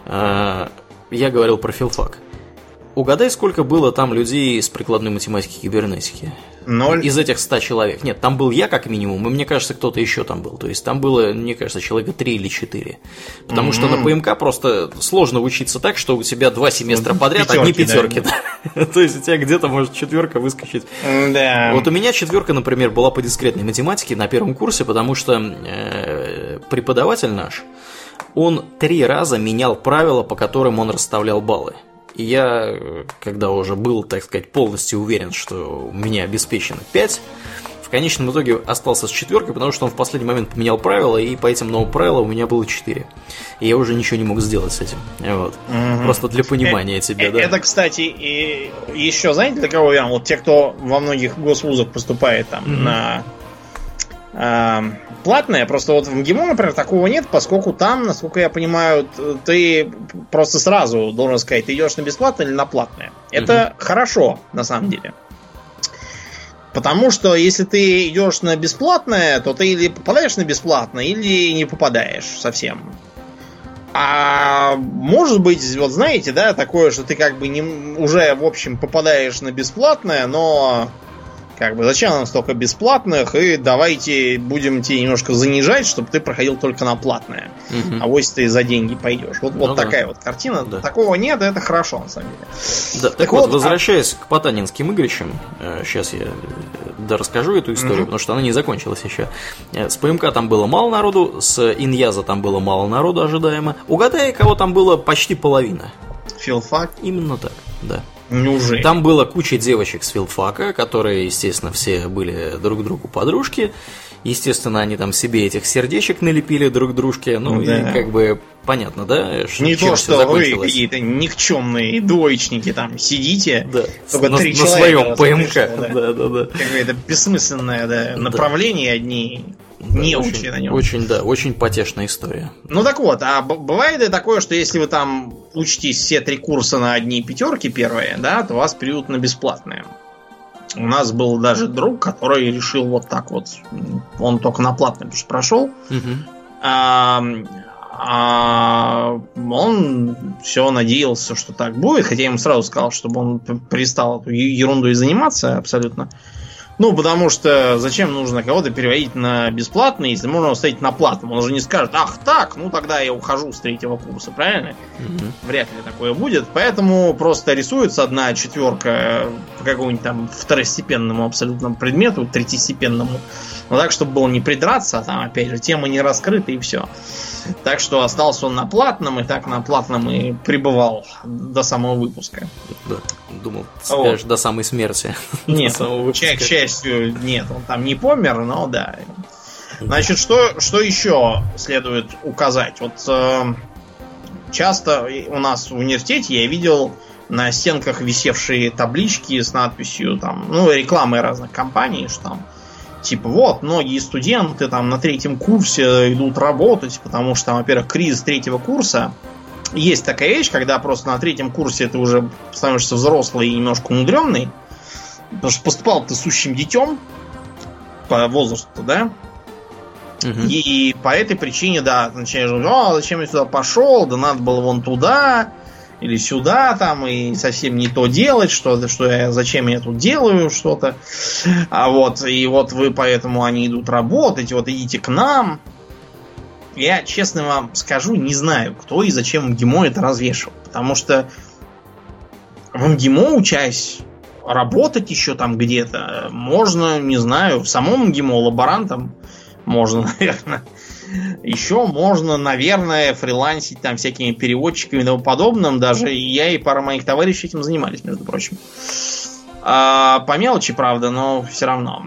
Я говорил про филфак. Угадай, сколько было там людей с прикладной математики и кибернетики? 0. Из этих 100 человек. Нет, там был я как минимум, и мне кажется, кто-то еще там был. То есть там было, мне кажется, человека 3 или 4. Потому что на ПМК просто сложно учиться так, что у тебя 2 семестра подряд одни пятерки. Да. То есть у тебя где-то может 4 выскочить. Да. Вот у меня 4, например, была по дискретной математике на первом курсе, потому что преподаватель наш, он 3 раза менял правила, по которым он расставлял баллы. И я, когда уже был, так сказать, полностью уверен, что у меня обеспечено 5, в конечном итоге остался с 4, потому что он в последний момент поменял правила, и по этим новым правилам у меня было 4. И я уже ничего не мог сделать с этим. Вот. Просто для понимания тебя, да. Это, кстати, и еще, знаете, для кого я? Вот те, кто во многих госвузах поступает там на платное, просто вот в МГИМО, например, такого нет, поскольку там, насколько я понимаю, ты просто сразу должен сказать, ты идешь на бесплатное или на платное. Это хорошо, на самом деле. Потому что если ты идешь на бесплатное, то ты или попадаешь на бесплатное, или не попадаешь совсем. А может быть, вот знаете, да, такое, что ты как бы уже, в общем, попадаешь на бесплатное, но как бы зачем нам столько бесплатных, и давайте будем тебе немножко занижать, чтобы ты проходил только на платное. А вот если ты за деньги пойдешь. Вот такая вот картина. Да. Такого нет, это хорошо, на самом деле. Да, так вот, возвращаясь к потанинским игрищам, сейчас я расскажу эту историю, потому что она не закончилась еще. С ПМК там было мало народу, с Иньяза там было мало народу, ожидаемо. Угадай, кого там было почти половина. Филфак? Именно так, да. Неужели? Там было куча девочек с филфака, которые, естественно, все были друг другу подружки. Естественно, они там себе этих сердечек налепили друг дружке. Ну, да. И как бы понятно, да? Не то, что вы какие-то никчемные двоечники там сидите, да. Только на 3 человека. На своем ПМК. Да. Какое-то бессмысленное направление одни. Да, не учили на нем. Очень потешная история. Ну так вот, а бывает и такое, что если вы там учитесь все 3 курса на одни пятерки первые, да, то вас перейдут на бесплатные. У нас был даже друг, который решил вот так вот. Он только на платный прошел. Он все надеялся, что так будет. Хотя я ему сразу сказал, чтобы он перестал эту ерундой заниматься абсолютно. Ну, потому что зачем нужно кого-то переводить на бесплатный, если можно оставить на платном? Он же не скажет, ах так, ну тогда я ухожу с 3-го курса, правильно? Вряд ли такое будет. Поэтому просто рисуется 1/4 по какому-нибудь там второстепенному абсолютно предмету, третьестепенному. Но так, чтобы было не придраться, а там, опять же, тема не раскрыта и все. Так что остался он на платном, и так на платном и пребывал до самого выпуска. Да, думал, скажешь, до самой смерти. Нет, к счастью, нет, он там не помер, но да. Значит, что еще следует указать? Вот часто у нас в университете я видел на стенках висевшие таблички с надписью там, ну, рекламы разных компаний, что там типа, вот, многие студенты там на 3-м курсе идут работать, потому что там, во-первых, кризис 3-го курса. Есть такая вещь, когда просто на 3-м курсе ты уже становишься взрослый и немножко умудренный, потому что поступал ты сущим детем по возрасту, да? И по этой причине, да, ты начинаешь говорить, зачем я сюда пошел, да надо было вон туда или сюда, там, и совсем не то делать, зачем я тут делаю что-то. И вот вы поэтому они идут работать, вот идите к нам. Я, честно вам скажу, не знаю, кто и зачем МГИМО это развешивал. Потому что в МГИМО, учась работать еще там где-то, можно, не знаю, в самом МГИМО лаборантом Можно, наверное. Еще можно, наверное, фрилансить там всякими переводчиками и тому подобным. Даже я и пара моих товарищей этим занимались, между прочим. По мелочи, правда, но все равно.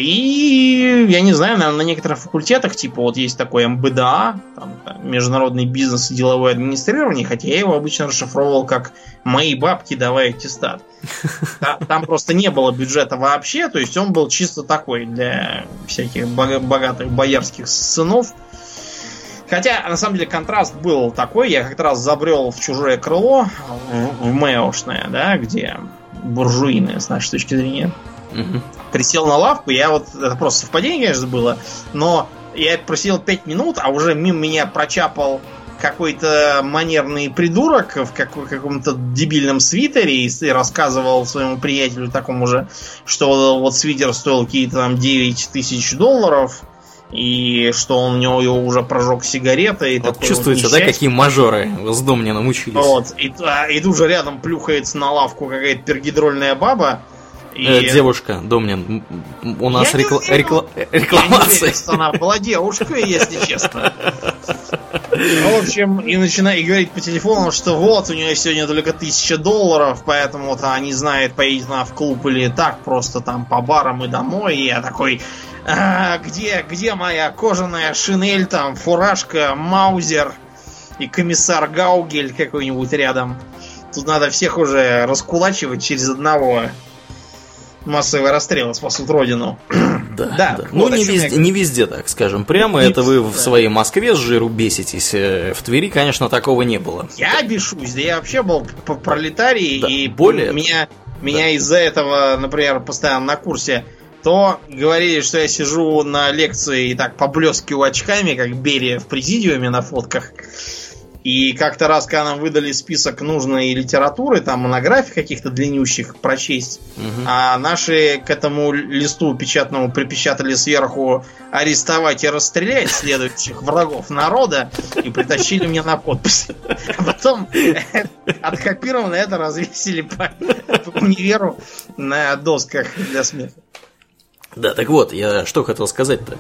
И, я не знаю, наверное, на некоторых факультетах, типа вот есть такой МБДА, там, международный бизнес и деловое администрирование, хотя я его обычно расшифровывал как «мои бабки, давай аттестат». Там просто не было бюджета вообще, то есть он был чисто такой для всяких богатых боярских сынов. Хотя, на самом деле, контраст был такой. Я как раз забрел в чужое крыло, в МЭОшное, да, где буржуины, с нашей точки зрения. Присел на лавку, я вот... Это просто совпадение, конечно, было, но я просидел 5 минут, а уже мимо меня прочапал какой-то манерный придурок в каком-то дебильном свитере и рассказывал своему приятелю такому же, что вот свитер стоил какие-то там $9000, и что он у него уже прожег сигареты. И вот чувствуете, да, какие мажоры с Домнином учились? Вот, и тут же рядом плюхается на лавку какая-то пергидрольная баба. И... Девушка, Домнин, у нас рекламация. Я не уверен, что она была девушкой, если честно. В общем, и начинает говорить по телефону, что вот, у нее сегодня только $1000, поэтому вот она не знает, поедет она в клуб или так, просто там по барам и домой. И я такой... где моя кожаная шинель, там, фуражка, маузер и комиссар Гаугель какой-нибудь рядом. Тут надо всех уже раскулачивать через одного. Массовые расстрелы спасут родину. Да. Ну, не везде, так скажем. Прямо это вы в своей Москве с жиру беситесь. В Твери, конечно, такого не было. Я бешусь. Да я вообще был пролетарий. Да, и меня да. Из-за этого, например, постоянно на курсе то говорили, что я сижу на лекции и так поблескиваю очками, как Берия в президиуме на фотках. И как-то раз, когда нам выдали список нужной литературы, там монографий каких-то длиннющих прочесть, а наши к этому листу печатному припечатали сверху «арестовать и расстрелять следующих врагов народа» и притащили мне на подпись. А потом откопированно это развесили по универу на досках для смеха. Да, так вот, я что хотел сказать-то.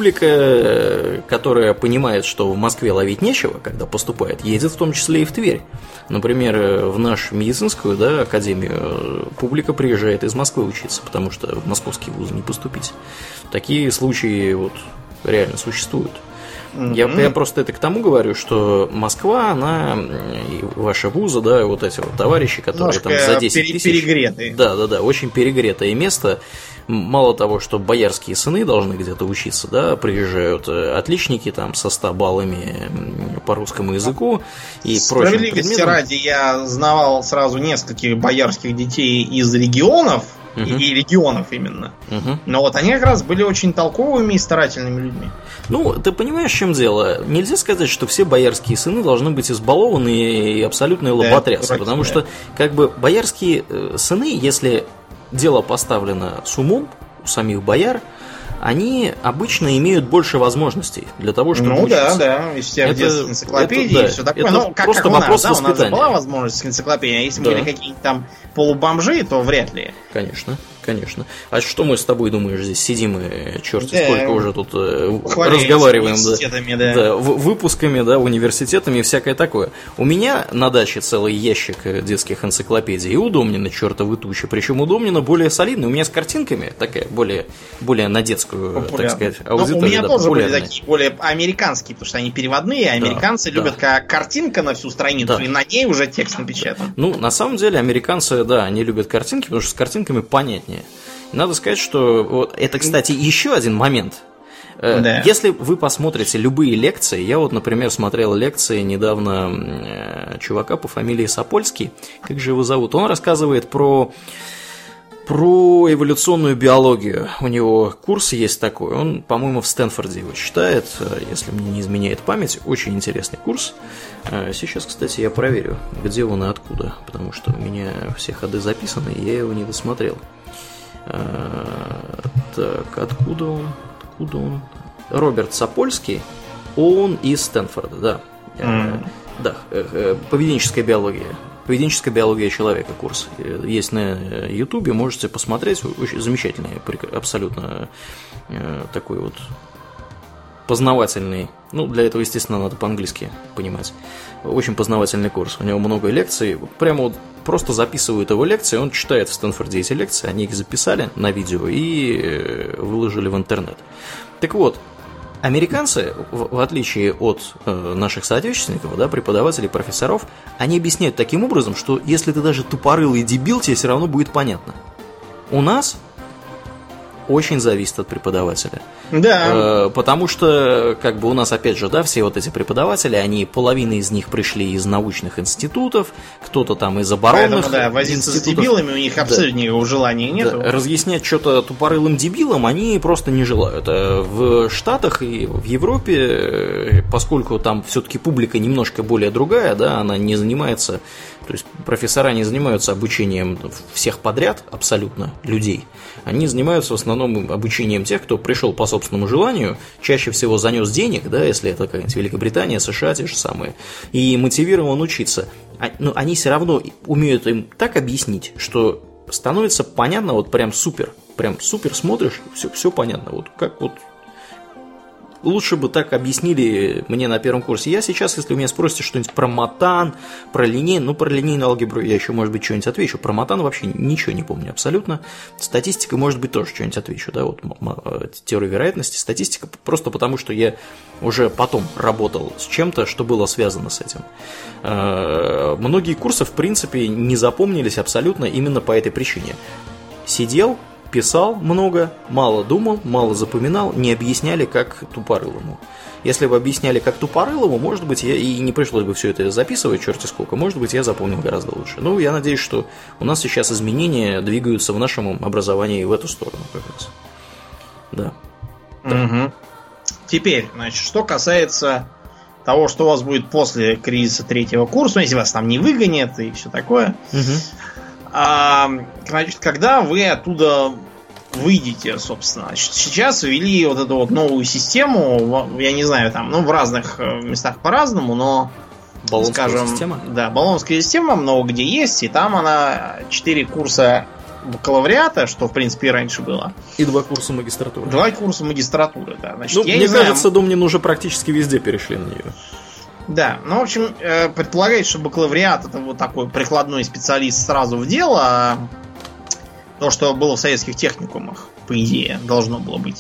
Публика, которая понимает, что в Москве ловить нечего, когда поступает, едет в том числе и в Тверь. Например, в нашу медицинскую, да, академию публика приезжает из Москвы учиться, потому что в московские вузы не поступить. Такие случаи вот реально существуют. Я просто это к тому говорю, что Москва, она и ваши вузы, да, вот эти вот товарищи, которые там за 10 тысяч... перегретые. Да, очень перегретое место. Мало того, что боярские сыны должны где-то учиться, да, приезжают отличники там со 100 баллами по русскому языку и прочим предметам. Справедливости ради, я знавал сразу нескольких боярских детей из регионов, и регионов именно. Но вот они как раз были очень толковыми и старательными людьми. Ну, ты понимаешь, в чем дело? Нельзя сказать, что все боярские сыны должны быть избалованы и абсолютные лоботрясы, потому что, как бы, боярские сыны, если дело поставлено с умом у самих бояр, они обычно имеют больше возможностей для того, чтобы учиться. Да, из всех детских энциклопедий и все такое. Ну, как просто у нас, вопрос да, у нас была возможность к энциклопедии, а если были какие-то там полубомжи, то вряд ли. Конечно. А что мы с тобой, думаешь, здесь сидим и черти сколько уже тут разговариваем, выпусками, да, университетами и всякое такое. У меня на даче целый ящик детских энциклопедий, и у Домнина чертовы тучи. Причем у Домнина более солидный, у меня с картинками, такая более на детскую, так сказать, аудиторию. У меня тоже были такие более американские, потому что они переводные, а американцы любят как картинка на всю страницу, и на ней уже текст напечатан. Ну, на самом деле, американцы, да, они любят картинки, потому что с картинками понятнее. Надо сказать, что вот это, кстати, еще один момент. Да. Если вы посмотрите любые лекции, я вот, например, смотрел лекции недавно чувака по фамилии Сапольский, как же его зовут, он рассказывает про эволюционную биологию. У него курс есть такой, он, по-моему, в Стэнфорде его читает, если мне не изменяет память, очень интересный курс. Сейчас, кстати, я проверю, где он и откуда, потому что у меня все ходы записаны, и я его не досмотрел. Так, откуда он? Роберт Сапольский, он из Стэнфорда, да. Да, поведенческая биология человека курс. Есть на Ютубе, можете посмотреть, очень замечательный, абсолютно такой вот познавательный. Ну, для этого, естественно, надо по-английски понимать. Очень познавательный курс. У него много лекций. Прямо вот просто записывают его лекции, он читает в Стэнфорде эти лекции, они их записали на видео и выложили в интернет. Так вот, американцы, в отличие от наших соотечественников, да, преподавателей, профессоров, они объясняют таким образом, что если ты даже тупорылый дебил, тебе все равно будет понятно. У нас очень зависит от преподавателя. Да. Потому что, как бы у нас, опять же, да, все вот эти преподаватели, они, половина из них пришли из научных институтов, кто-то там из оборонных институтов. Да, возиться с дебилами у них абсолютно никакого желания нет. Да, разъяснять что-то тупорылым дебилам они просто не желают. В Штатах и в Европе, поскольку там все-таки публика немножко более другая, да, она не занимается, то есть профессора не занимаются обучением всех подряд, абсолютно, людей. Они занимаются в основном обучением тех, кто пришел по собственному желанию, чаще всего занес денег, да, если это какая-нибудь Великобритания, США, те же самые, и мотивирован учиться. Но они все равно умеют им так объяснить, что становится понятно, вот прям супер смотришь, все понятно, вот как вот. Лучше бы так объяснили мне на первом курсе. Я сейчас, если у меня спросите что-нибудь про матан, про линейную, про линейную алгебру, я еще, может быть, что-нибудь отвечу. Про матан вообще ничего не помню абсолютно. Статистика, может быть, тоже что-нибудь отвечу. Да, вот теория вероятности, статистика, просто потому что я уже потом работал с чем-то, что было связано с этим. Многие курсы, в принципе, не запомнились абсолютно именно по этой причине. Сидел, писал много, мало думал, мало запоминал, не объясняли как тупорылому. Если бы объясняли как тупорылому, может быть, я и не пришлось бы все это записывать, черти сколько, может быть, я запомнил гораздо лучше. Ну, я надеюсь, что у нас сейчас изменения двигаются в нашем образовании в эту сторону как раз. Да. Угу. Теперь, значит, что касается того, что у вас будет после кризиса третьего курса, если вас там не выгонят и все такое. Значит, когда вы оттуда выйдете, собственно, значит, сейчас ввели вот эту вот новую систему, я не знаю, там, ну, в разных местах по-разному, но, Болонская система? Да, Болонская система много где есть, и там она 4 курса бакалавриата, что, в принципе, и раньше было. И 2 курса магистратуры. 2 курса магистратуры, да. Значит, ну, мне кажется, Домнин уже практически везде перешли на нее. Да, ну, в общем, предполагается, что бакалавриат это вот такой прикладной специалист сразу в дело, а то, что было в советских техникумах, по идее, должно было быть.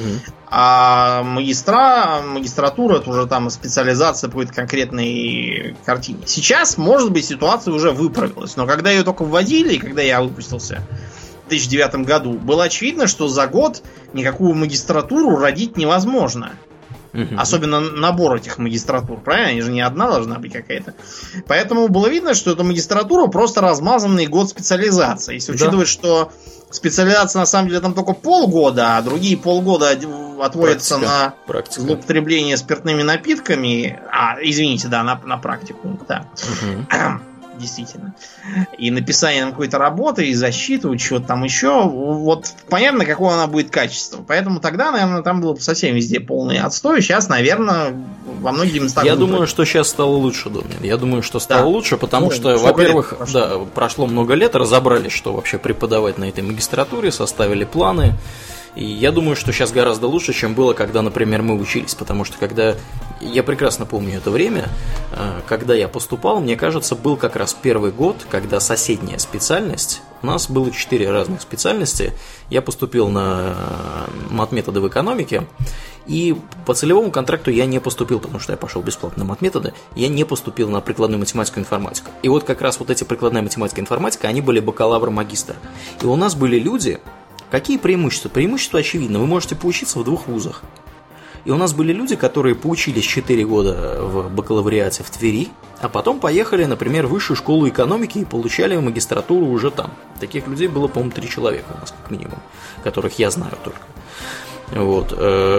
А магистратура это уже там специализация по какой-то конкретной картине. Сейчас, может быть, ситуация уже выправилась, но когда ее только вводили, и когда я выпустился в 2009 году, было очевидно, что за год никакую магистратуру родить невозможно. Особенно набор этих магистратур, правильно? Они же не одна должна быть какая-то. Поэтому было видно, что эта магистратура просто размазанный год специализации. Если учитывать, что специализация на самом деле там только полгода, а другие полгода отводятся на злоупотребление спиртными напитками. Извините, да, на практику, да. Действительно. И написание какой-то работы, и защиту, чего-то там еще. Вот понятно, какое она будет качество. Поэтому тогда, наверное, там было совсем везде полный отстой. Сейчас, наверное, во многих местах... Я думаю, что сейчас стало лучше, Домнин. Я думаю, что стало лучше, потому что, во-первых, прошло много лет, разобрались, что вообще преподавать на этой магистратуре, составили планы. И я думаю, что сейчас гораздо лучше, чем было, когда, например, мы учились. Потому что когда... Я прекрасно помню это время, когда я поступал, мне кажется, был как раз первый год, когда соседняя специальность... У нас было 4 разных специальности. Я поступил на матметоды в экономике. И по целевому контракту я не поступил, потому что я пошел бесплатно на матметоды. Я не поступил на прикладную математику и информатику. И вот как раз вот эти прикладная математика и информатика, они были бакалавр-магистр. И у нас были люди... Какие преимущества? Преимущества очевидно. Вы можете поучиться в 2 вузах. И у нас были люди, которые поучились 4 года в бакалавриате в Твери, а потом поехали, например, в высшую школу экономики и получали магистратуру уже там. Таких людей было, по-моему, 3 человека у нас, как минимум, которых я знаю только. Вот.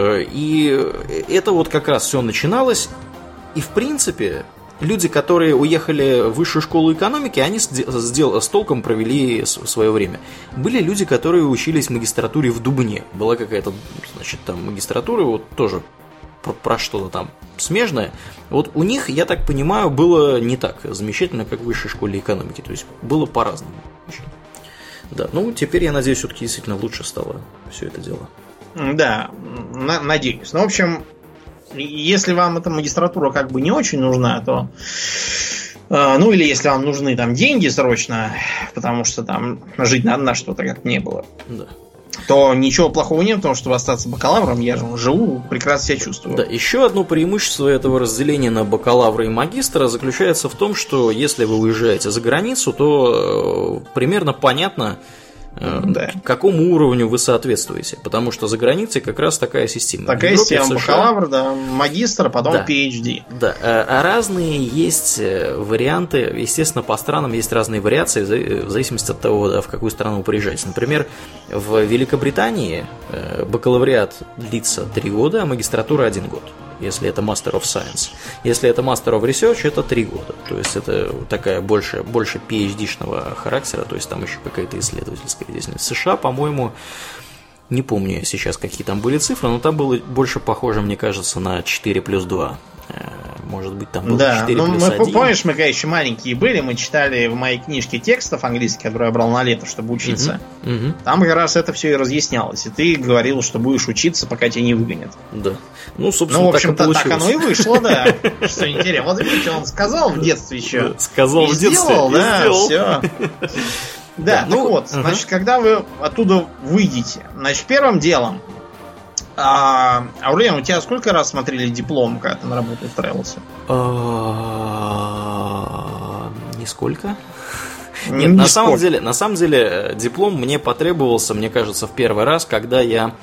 И это вот как раз все начиналось. И, в принципе... Люди, которые уехали в высшую школу экономики, они с толком провели свое время. Были люди, которые учились в магистратуре в Дубне. Была какая-то, значит, там магистратура, вот тоже про что-то там смежное. Вот у них, я так понимаю, было не так замечательно, как в высшей школе экономики. То есть было по-разному. Да, ну теперь, я надеюсь, все-таки действительно лучше стало все это дело. Да, надеюсь. Ну, в общем... Если вам эта магистратура как бы не очень нужна, то... Ну, или если вам нужны там деньги срочно, потому что там жить надо на что-то, как не было, да, то ничего плохого нет, потому что остаться бакалавром, я же живу, прекрасно себя чувствую. Да, еще одно преимущество этого разделения на бакалавра и магистра заключается в том, что если вы уезжаете за границу, то примерно понятно, да, какому уровню вы соответствуете, потому что за границей как раз такая система. Такая система: бакалавр, да, магистр, а потом да, PhD. Да, а разные есть варианты, естественно, по странам есть разные вариации в зависимости от того, да, в какую страну вы приезжаете. Например, в Великобритании бакалавриат длится 3 года, а магистратура 1 год. Если это Master of Science. Если это Master of Research, это 3 года. То есть это такая больше PhD-шного характера, то есть там еще какая-то исследовательская деятельность. В США, по-моему, не помню я сейчас, какие там были цифры, но там было больше похоже, мне кажется, на 4+2. Может быть, там было 4+1. Помнишь, мы когда еще маленькие были, мы читали в моей книжке текстов английских, которую я брал на лето, чтобы учиться. Там как раз это все и разъяснялось. И ты говорил, что будешь учиться, пока тебя не выгонят. Да. Ну, собственно, в общем-то, так оно и вышло, да. Что интересно. Вот видите, он сказал в детстве еще. Сказал в детстве. Да, все. Да, ну вот, значит, когда вы оттуда выйдете, значит, первым делом, Аурлиен, у тебя сколько раз смотрели диплом, когда ты на работу устраивался? Нисколько. Нет, на самом деле, диплом мне потребовался, мне кажется, в первый раз, когда я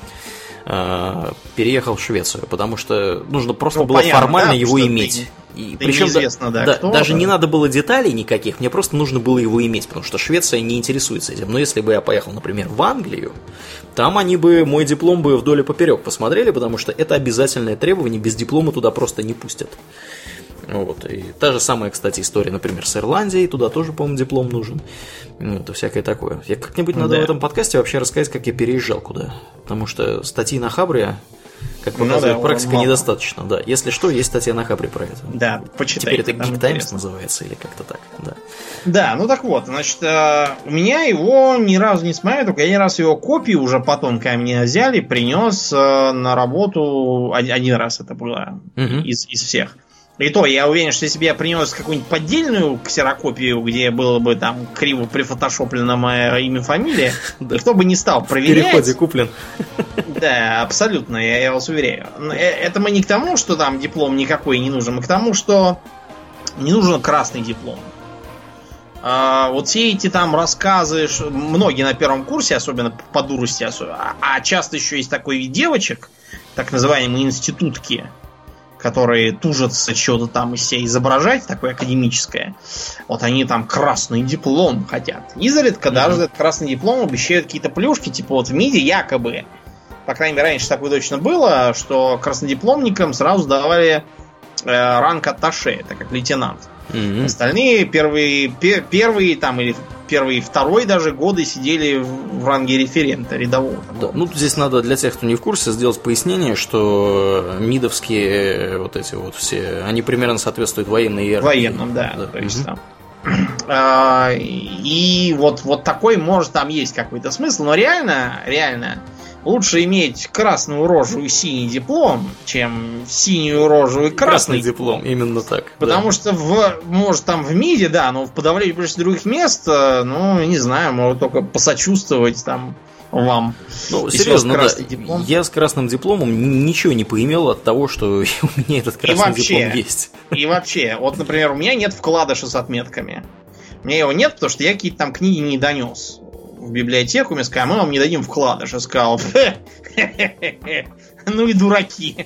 переехал в Швецию, потому что нужно просто было формально его иметь. И причем даже не надо было деталей никаких, мне просто нужно было его иметь, потому что Швеция не интересуется этим. Но если бы я поехал, например, в Англию, там они бы мой диплом бы вдоль и поперек посмотрели, потому что это обязательное требование, без диплома туда просто не пустят. Вот. И та же самая, кстати, история, например, с Ирландией, туда тоже, по-моему, диплом нужен. Это всякое такое. Я как-нибудь надо в этом подкасте вообще рассказать, как я переезжал куда. Потому что статьи на Хабре, как показывает практика, недостаточно. Да. Если что, есть статья на Хабре про это. Да, почитайте. Теперь это Geek Times называется, или как-то так. Да. Да, ну так вот, значит, у меня его ни разу не смотрели, только один раз его копию уже потом, когда меня взяли, принес на работу. Один раз это было из всех. И то, я уверен, что если бы я принес какую-нибудь поддельную ксерокопию, где было бы там криво прифотошоплено мое имя, фамилия, никто бы не стал проверять. В переходе куплен. Да, абсолютно, я вас уверяю. Это мы не к тому, что там диплом никакой не нужен, а к тому, что не нужен красный диплом. Вот все эти там рассказы, многие на первом курсе, особенно по дурости, а часто еще есть такой вид девочек, так называемые институтки, которые тужатся что-то там из себя изображать, такое академическое. Вот они там красный диплом хотят. Изредка даже этот красный диплом обещают какие-то плюшки, типа вот в МИДе якобы, по крайней мере, раньше такое точно было, что краснодипломникам сразу давали ранг атташе, это как лейтенант. Остальные первые там или первый и второй даже годы сидели в ранге референта рядового. Да, ну, здесь надо для тех, кто не в курсе, сделать пояснение, что МИДовские вот эти вот все, они примерно соответствуют военной иерархии. Военным, да. То есть там. И вот такой, может, там есть какой-то смысл, но реально лучше иметь красную рожу и синий диплом, чем синюю рожу и красный диплом. Именно так. Потому что, может, там в МИДе, да, но в подавлении других мест, ну, не знаю, может только посочувствовать там вам. Ну, серьезно, да. Я с красным дипломом ничего не поимел от того, что у меня этот красный диплом есть. И вообще, вот, например, у меня нет вкладыша с отметками. У меня его нет, потому что я какие-то там книги не донес в библиотеку, мне сказали, мы вам не дадим вкладыш. Я сказал, ну и дураки.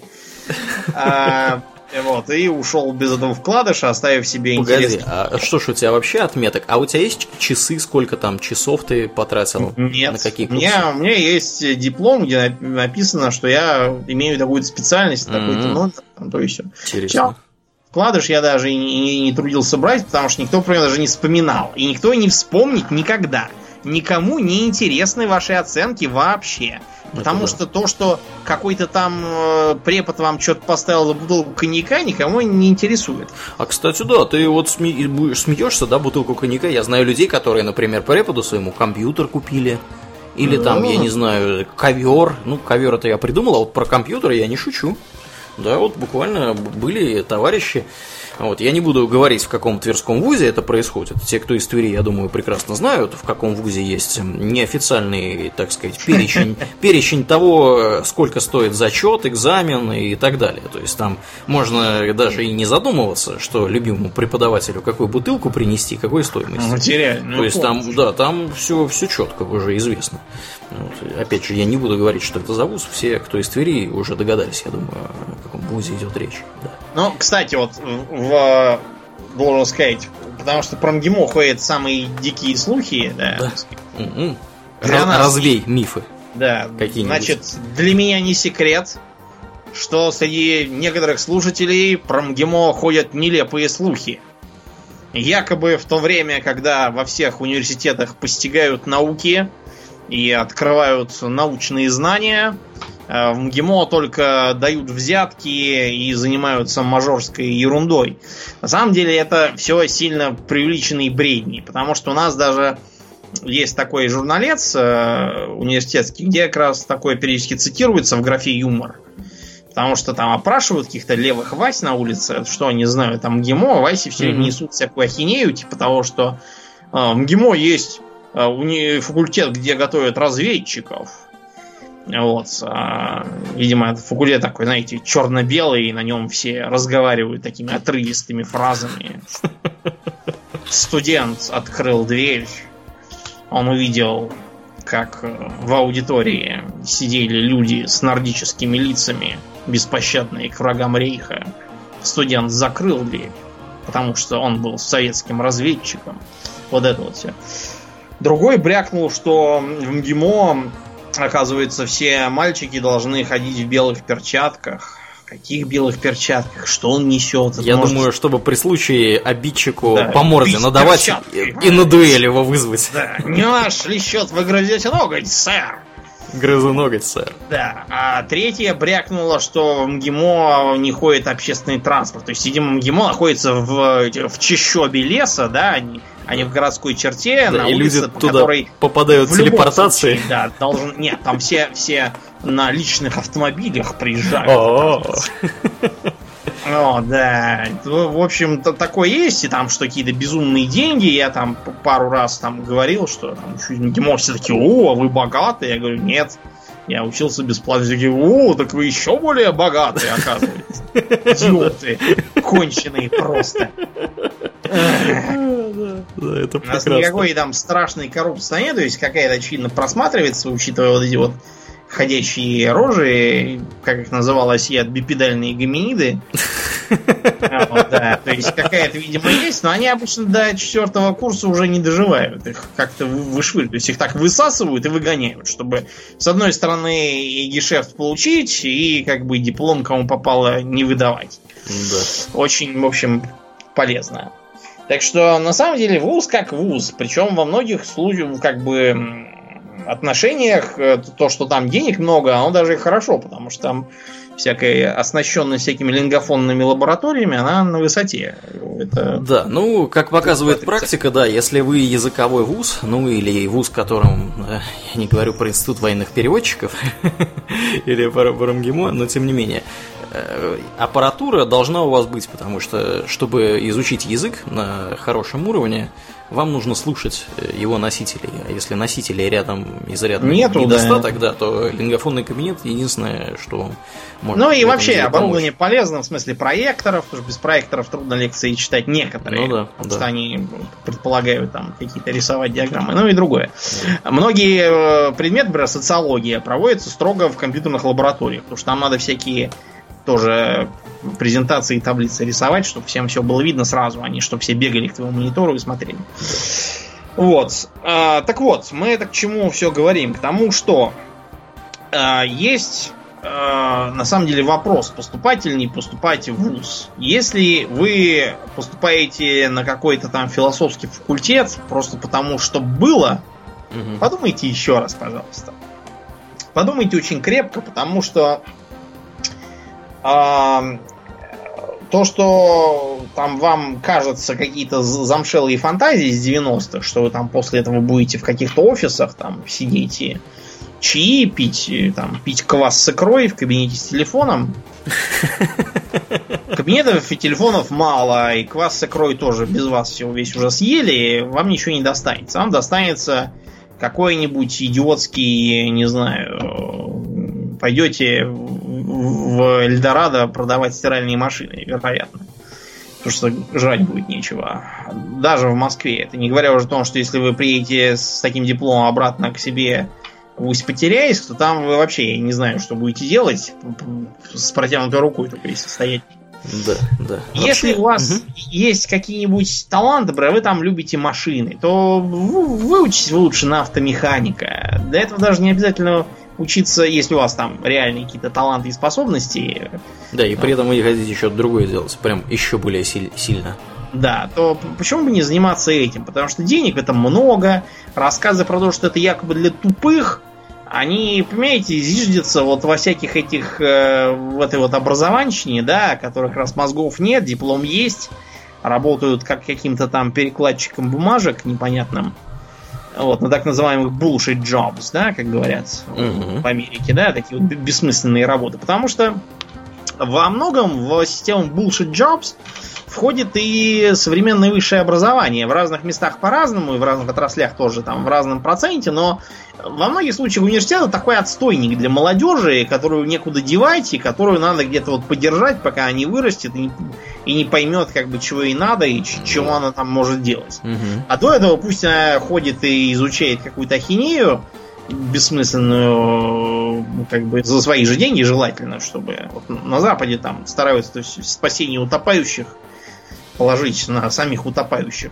Вот, и ушел без этого вкладыша, оставив себе интересный. А что ж у тебя вообще отметок? А у тебя есть часы, сколько там часов ты потратил? Нет, на какие курсы? У меня есть диплом, где написано, что я имею такую-то специальность, такой-то номер, то и все. Интересно. Вкладыш я даже не трудился брать, потому что никто про него даже не вспоминал. И никто и не вспомнит никогда. Никому не интересны ваши оценки вообще. Потому что то, что какой-то там препод вам что-то поставил за бутылку коньяка, никому не интересует. А, кстати, да, ты вот смеешься, да, бутылку коньяка. Я знаю людей, которые, например, преподу своему компьютер купили. Или там, я не знаю, ковер. Ну, ковер это я придумал, а вот про компьютер я не шучу. Да, вот буквально были товарищи. Вот, я не буду говорить, в каком Тверском вузе это происходит. Те, кто из Твери, я думаю, прекрасно знают, в каком вузе есть неофициальный, так сказать, перечень того, сколько стоит зачет, экзамен и так далее. То есть там можно даже и не задумываться, что любимому преподавателю какую бутылку принести, какой стоимости. Материально. То есть там, да, там все четко уже известно. Вот. Опять же, я не буду говорить, что это за вуз. Все, кто из Твери, уже догадались, я думаю, о каком вузе идет речь. Да. Ну, кстати, вот должен сказать, потому что про МГИМО ходят самые дикие слухи, да. Развей мифы. Да. Значит, для меня не секрет, что среди некоторых слушателей про МГИМО ходят нелепые слухи. Якобы в то время, когда во всех университетах постигают науки и открывают научные знания, в МГИМО только дают взятки и занимаются мажорской ерундой. На самом деле это все сильно преувеличенные бредни, потому что у нас даже есть такой журналец университетский, где как раз такое периодически цитируется в графе юмор. Потому что там опрашивают каких-то левых Вась на улице, что они знают, там МГИМО, Васи все время несут всякую ахинею, типа того, что в МГИМО есть факультет, где готовят разведчиков. Вот. Видимо, это факультет такой, знаете, черно-белый, и на нем все разговаривают такими отрывистыми фразами. Студент открыл дверь, он увидел, как в аудитории сидели люди с нордическими лицами, беспощадные к врагам рейха. Студент закрыл дверь, потому что он был советским разведчиком. Вот это вот все. Другой брякнул, что в МГИМО, оказывается, все мальчики должны ходить в белых перчатках. В каких белых перчатках? Что он несет? Я думаю, чтобы при случае обидчику по морде надавать и на дуэль его вызвать. Да. Не нашли счет, вы грызете ноготь, сэр. Грызу ноготь, сэр. Да. А третья брякнула, что в МГИМО не ходит общественный транспорт. То есть, видимо, МГИМО находится в чащобе леса, да, а не в городской черте, да, на и улице, люди по туда которой попадают в телепортации. Случае, да, должен. Нет, там все на личных автомобилях приезжают. О, да. В общем, такое есть, и там что какие-то безумные деньги. Я там пару раз там говорил, что там МГИМО все такие: о, вы богатые. Я говорю: нет, я учился бесплатно. Все такие: о, так вы еще более богатые, оказывается. Идиоты. Конченые просто. Да, это у нас никакой там страшной коррупции нет, то есть какая-то очевидно просматривается, учитывая вот эти вот ходячие рожи, как их называла Асия, бипедальные гоминиды. То есть какая-то, видимо, есть, но они обычно до 4-го курса уже не доживают. Их как-то вышвыривают. То есть их так высасывают и выгоняют, чтобы с одной стороны и гешефт получить, и как бы диплом кому попало не выдавать. Очень, в общем, полезно. Так что, на самом деле, вуз как вуз. Причем во многих случаях, как бы, отношениях, то, что там денег много, оно даже и хорошо, потому что там всякая оснащенность всякими лингофонными лабораториями, она на высоте. Это... Да, ну, как показывает практика, да, если вы языковой вуз, ну, или вуз, которым, я не говорю про институт военных переводчиков, или про МГИМО, но тем не менее, аппаратура должна у вас быть, потому что, чтобы изучить язык на хорошем уровне, вам нужно слушать его носителей. А если носителей рядом изрядно недостаток, да, то лингофонный кабинет единственное, что может. Ну и вообще оборудование полезно, в смысле проекторов, потому что без проекторов трудно лекции читать некоторые. Ну да. Потому что они предполагают там какие-то рисовать диаграммы. Ну и другое. Многие предметы, например, социология, проводятся строго в компьютерных лабораториях, потому что там надо всякие тоже презентации и таблицы рисовать, чтобы всем все было видно сразу, а не чтобы все бегали к твоему монитору и смотрели. Вот. Так вот, мы это к чему все говорим? К тому, что есть на самом деле вопрос, поступать или не поступать в вуз. Если вы поступаете на какой-то там философский факультет просто потому, что было, подумайте еще раз, пожалуйста. Подумайте очень крепко, потому что то, что там вам кажется какие-то замшелые фантазии из 90-х, что вы там после этого будете в каких-то офисах там сидеть и чаи пить, там, пить квас с икрой в кабинете с телефоном, Кабинетов и телефонов мало, и квас с икрой тоже без вас всего весь уже съели, вам ничего не достанется. Вам достанется какой-нибудь идиотский, не знаю, пойдете в Эльдорадо продавать стиральные машины, вероятно. Потому что жрать будет нечего. Даже в Москве. Это не говоря уже о том, что если вы приедете с таким дипломом обратно к себе в Усть-Потеряйск, то там вы вообще, я не знаю, что будете делать с протянутой рукой, только если стоять. Да. Если у вас есть какие-нибудь таланты, вы там любите машины, то выучитесь вы лучше на автомеханика. Для этого даже не обязательно учиться, если у вас там реальные какие-то таланты и способности. Да, и при этом вы хотите еще другое делать, прям еще более сильно. Да, то почему бы не заниматься этим? Потому что денег это много, рассказы про то, что это якобы для тупых, они, понимаете, зиждятся вот во всяких этих, в этой вот образованщине, да, которых раз мозгов нет, диплом есть, работают как каким-то там перекладчиком бумажек непонятным. Вот, на так называемых bullshit jobs, да, как говорят в Америке, да, такие вот бессмысленные работы. Потому что во многом в систему bullshit jobs входит и современное высшее образование. В разных местах по-разному, и в разных отраслях тоже там в разном проценте, но во многих случаях университет это такой отстойник для молодежи, которую некуда девать, и которую надо где-то вот поддержать, пока она не вырастет и не поймет, как бы, чего ей надо и чего она там может делать. А до этого пусть она ходит и изучает какую-то ахинею бессмысленную, как бы, за свои же деньги желательно, чтобы вот на Западе там стараются спасение утопающих положить на самих утопающих.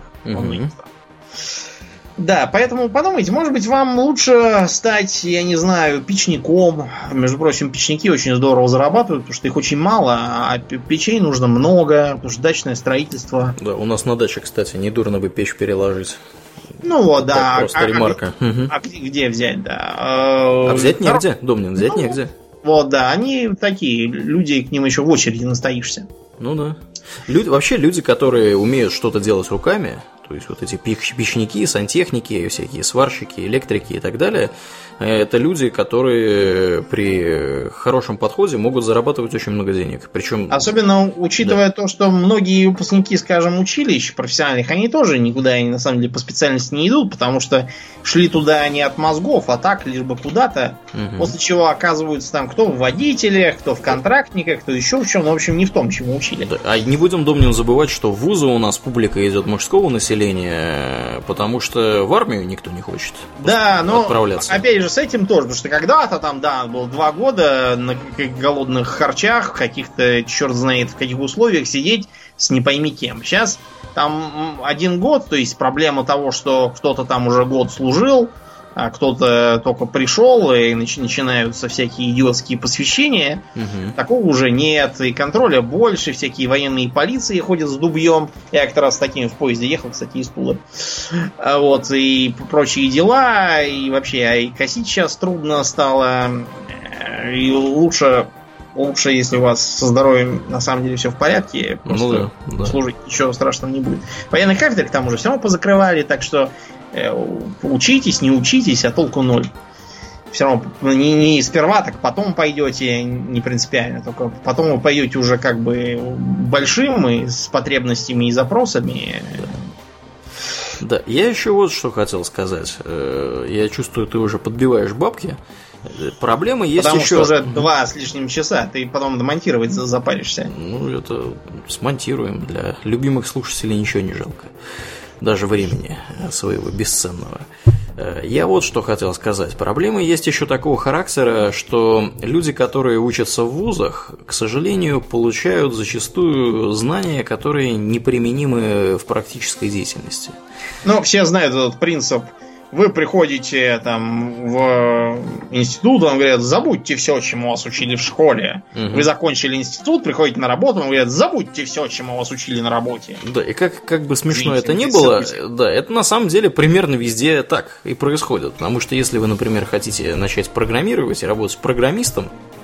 Да, поэтому подумайте, может быть, вам лучше стать, я не знаю, печником. Между прочим, печники очень здорово зарабатывают, потому что их очень мало, а печей нужно много, потому что дачное строительство. Да, у нас на даче, кстати, недурно бы печь переложить. Ну вот, да. Просто ремарка. А где взять, да? А взять негде, Домнин, взять негде. Вот, да, они такие, люди, к ним еще в очереди настоишься. Ну да. Вообще люди, которые умеют что-то делать руками, то есть вот эти печники, сантехники, всякие сварщики, электрики и так далее, это люди, которые при хорошем подходе могут зарабатывать очень много денег. Причем, особенно учитывая то, что многие выпускники, скажем, училищ профессиональных, они тоже никуда на самом деле по специальности не идут, потому что шли туда не от мозгов, а так, лишь бы куда-то, после чего оказываются там кто в водителях, кто в контрактниках, кто еще в чем, но в общем не в том, чему учили. Да, а не будем, Домнин, забывать, что в вузы у нас публика идет мужского населения, потому что в армию никто не хочет отправляться. Опять же, с этим тоже, потому что когда-то там, да, было 2 года на голодных харчах, каких-то, черт знает, в каких условиях сидеть с не пойми кем. Сейчас там 1 год, то есть проблема того, что кто-то там уже год служил, а кто-то только пришел, и начинаются всякие идиотские посвящения. Такого уже нет, и контроля больше, всякие военные полиции ходят с дубьем. Я как-то раз с таким в поезде ехал, кстати, из Тулы. Вот, и прочие дела, и вообще, и косить сейчас трудно стало, и лучше, если у вас со здоровьем на самом деле все в порядке, просто служить ничего страшного не будет. Военные кафедры к тому же все равно позакрывали, так что учитесь, не учитесь, а толку ноль. Все равно не сперва, так потом пойдете, не принципиально, только потом вы пойдете уже как бы большим и с потребностями и запросами. Да, я еще вот что хотел сказать. Я чувствую, ты уже подбиваешь бабки. Проблемы есть потому еще. Потому что уже 2 с лишним часа, ты потом домонтировать запаришься. Ну, это смонтируем. Для любимых слушателей ничего не жалко. Даже времени своего бесценного. Я вот что хотел сказать. Проблемы есть еще такого характера, что люди, которые учатся в вузах, к сожалению, получают зачастую знания, которые неприменимы в практической деятельности. Ну, все знают этот принцип. Вы приходите там в институт, вам говорят, забудьте все, чему вас учили в школе. Вы закончили институт, приходите на работу, вам говорят, забудьте все, чему вас учили на работе. Да, и как бы смешно это ни было, да, это на самом деле примерно везде так и происходит. Потому что если вы, например, хотите начать программировать и работать программистом,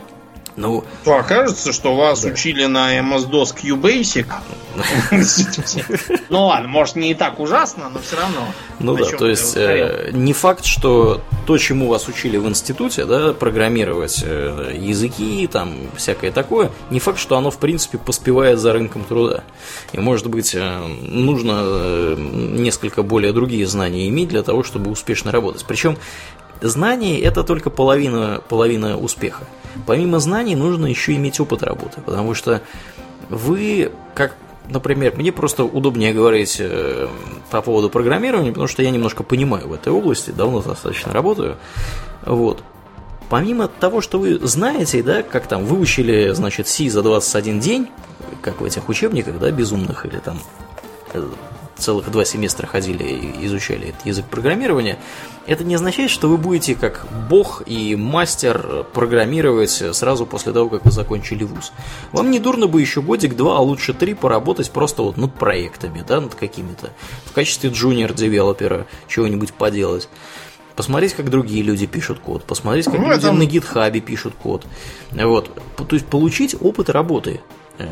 Ну, то окажется, что вас учили на MS-DOS QBasic в институте. Ну ладно, может не так ужасно, но все равно. Ну да, то есть не факт, что то, чему вас учили в институте, да, программировать языки, там, всякое такое, не факт, что оно в принципе поспевает за рынком труда. И может быть нужно несколько более другие знания иметь для того, чтобы успешно работать. Причем знания – это только половина успеха. Помимо знаний нужно еще иметь опыт работы, потому что вы, как, например, мне просто удобнее говорить по поводу программирования, потому что я немножко понимаю в этой области, давно достаточно работаю. Вот. Помимо того, что вы знаете, да, как там выучили, значит, C за 21 день, как в этих учебниках, да, безумных, или там целых 2 семестра ходили и изучали этот язык программирования, это не означает, что вы будете как бог и мастер программировать сразу после того, как вы закончили вуз. Вам не дурно бы еще годик-два, а лучше 3 поработать просто вот над проектами, да, над какими-то, в качестве джуниор-девелопера чего-нибудь поделать. Посмотреть, как другие люди пишут код, посмотреть, как люди на гитхабе пишут код. Вот. То есть получить опыт работы.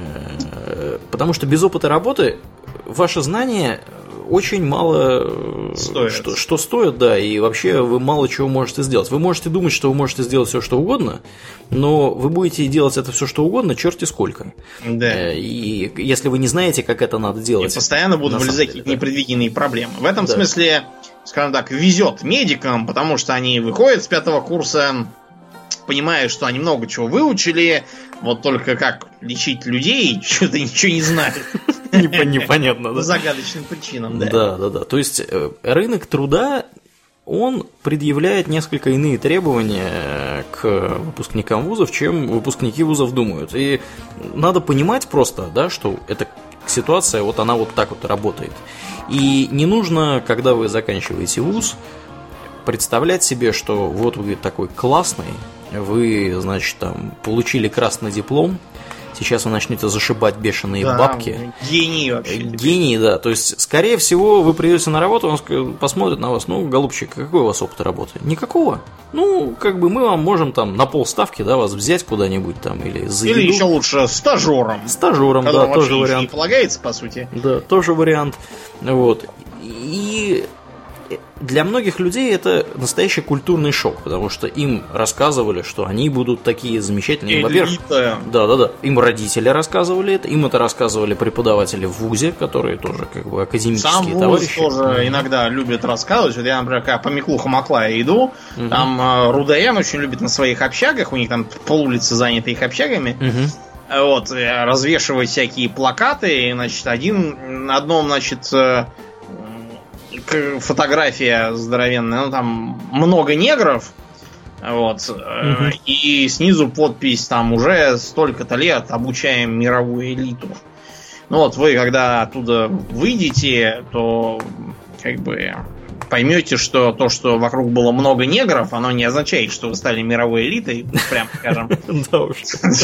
Потому что без опыта работы ваши знания очень мало что стоят, да, и вообще вы мало чего можете сделать. Вы можете думать, что вы можете сделать все, что угодно, но вы будете делать это все, что угодно, черти сколько. Да. И если вы не знаете, как это надо делать. И постоянно будут вылезать какие-то непредвиденные проблемы. В этом смысле, скажем так, везет медикам, потому что они выходят с 5-го курса, понимая, что они много чего выучили, вот только как лечить людей, что-то ничего не знают. Непонятно, да. По загадочным причинам, да. Да. То есть рынок труда, он предъявляет несколько иные требования к выпускникам вузов, чем выпускники вузов думают. И надо понимать просто, да, что эта ситуация, вот она вот так вот работает. И не нужно, когда вы заканчиваете вуз, представлять себе, что вот вы такой классный, вы, значит, там получили красный диплом, сейчас вы начнете зашибать бешеные бабки. Гений вообще. Гений, да. То есть, скорее всего, вы придете на работу, он посмотрит на вас, ну, голубчик, какой у вас опыт работы? Никакого. Ну, как бы мы вам можем там на полставки, да, вас взять куда-нибудь там или за еду. Или еще лучше стажером. Стажером, да, тоже вариант. Не полагается, по сути. Да, тоже вариант. Вот. И для многих людей это настоящий культурный шок, потому что им рассказывали, что они будут такие замечательные. Во-первых, да. Им родители рассказывали это, им это рассказывали преподаватели в вузе, которые тоже как бы академические сам товарищи. Вуз тоже иногда любят рассказывать. Вот я, например, когда по Миклуху-Маклая иду, там РУДН очень любит на своих общагах, у них там полулицы заняты их общагами. Вот, развешивать всякие плакаты, значит, на одном, значит, фотография здоровенная, ну там много негров, вот, и снизу подпись там уже столько-то лет обучаем мировую элиту. Ну вот вы когда оттуда выйдете, то как бы поймете, что то, что вокруг было много негров, оно не означает, что вы стали мировой элитой, прям скажем. Да уж.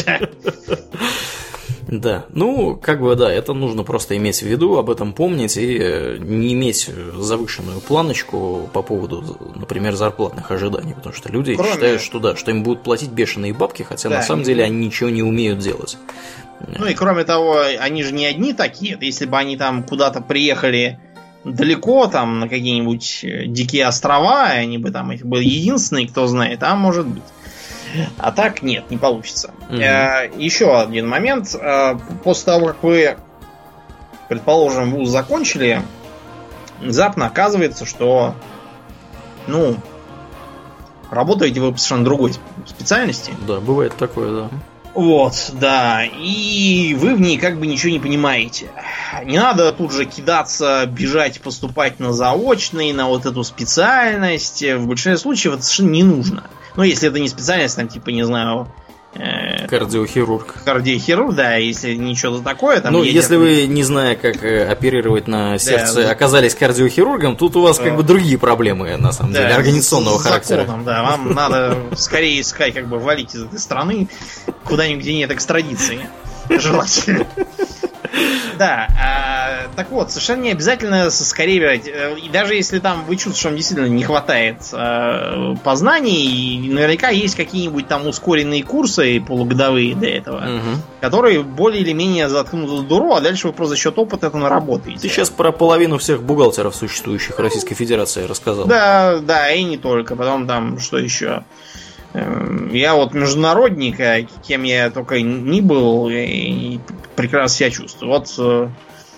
Да, ну, как бы, да, это нужно просто иметь в виду, об этом помнить и не иметь завышенную планочку по поводу, например, зарплатных ожиданий, потому что люди считают, что да, что им будут платить бешеные бабки, хотя на самом деле они ничего не умеют делать. Ну и кроме того, они же не одни такие, если бы они там куда-то приехали далеко, там, на какие-нибудь дикие острова, они бы там были единственные, кто знает, а может быть. А так нет, не получится. Еще один момент. После того, как вы, предположим, вуз закончили, внезапно оказывается, что, ну, работаете вы по совершенно другой специальности. Да, бывает такое, да. Вот, да. И вы в ней как бы ничего не понимаете. Не надо тут же кидаться, бежать, поступать на заочный, на вот эту специальность. В большинстве случаев это совершенно не нужно. Ну, если это не специальность, там, типа, не знаю... Кардиохирург. Кардиохирург, да, если ничего такое. Там ну, если вы, не зная, как оперировать на сердце, оказались кардиохирургом, тут у вас как бы другие проблемы, на самом деле, организационного характера. Законом, да, вам надо скорее искать, как бы, валить из этой страны куда-нибудь, где нет экстрадиции. Желательно. Да, Так вот, совершенно не обязательно соскоревивать. И даже если там вы чувствуете, что вам действительно не хватает познаний, наверняка есть какие-нибудь там ускоренные курсы полугодовые для этого, которые более или менее заткнут дуру, а дальше вы просто за счет опыта это наработаете. Ты сейчас про половину всех бухгалтеров, существующих в Российской Федерации, рассказал. Да, и не только. Потом там, что еще? Я вот международник, а кем я только ни был, и прекрасно себя чувствую. Вот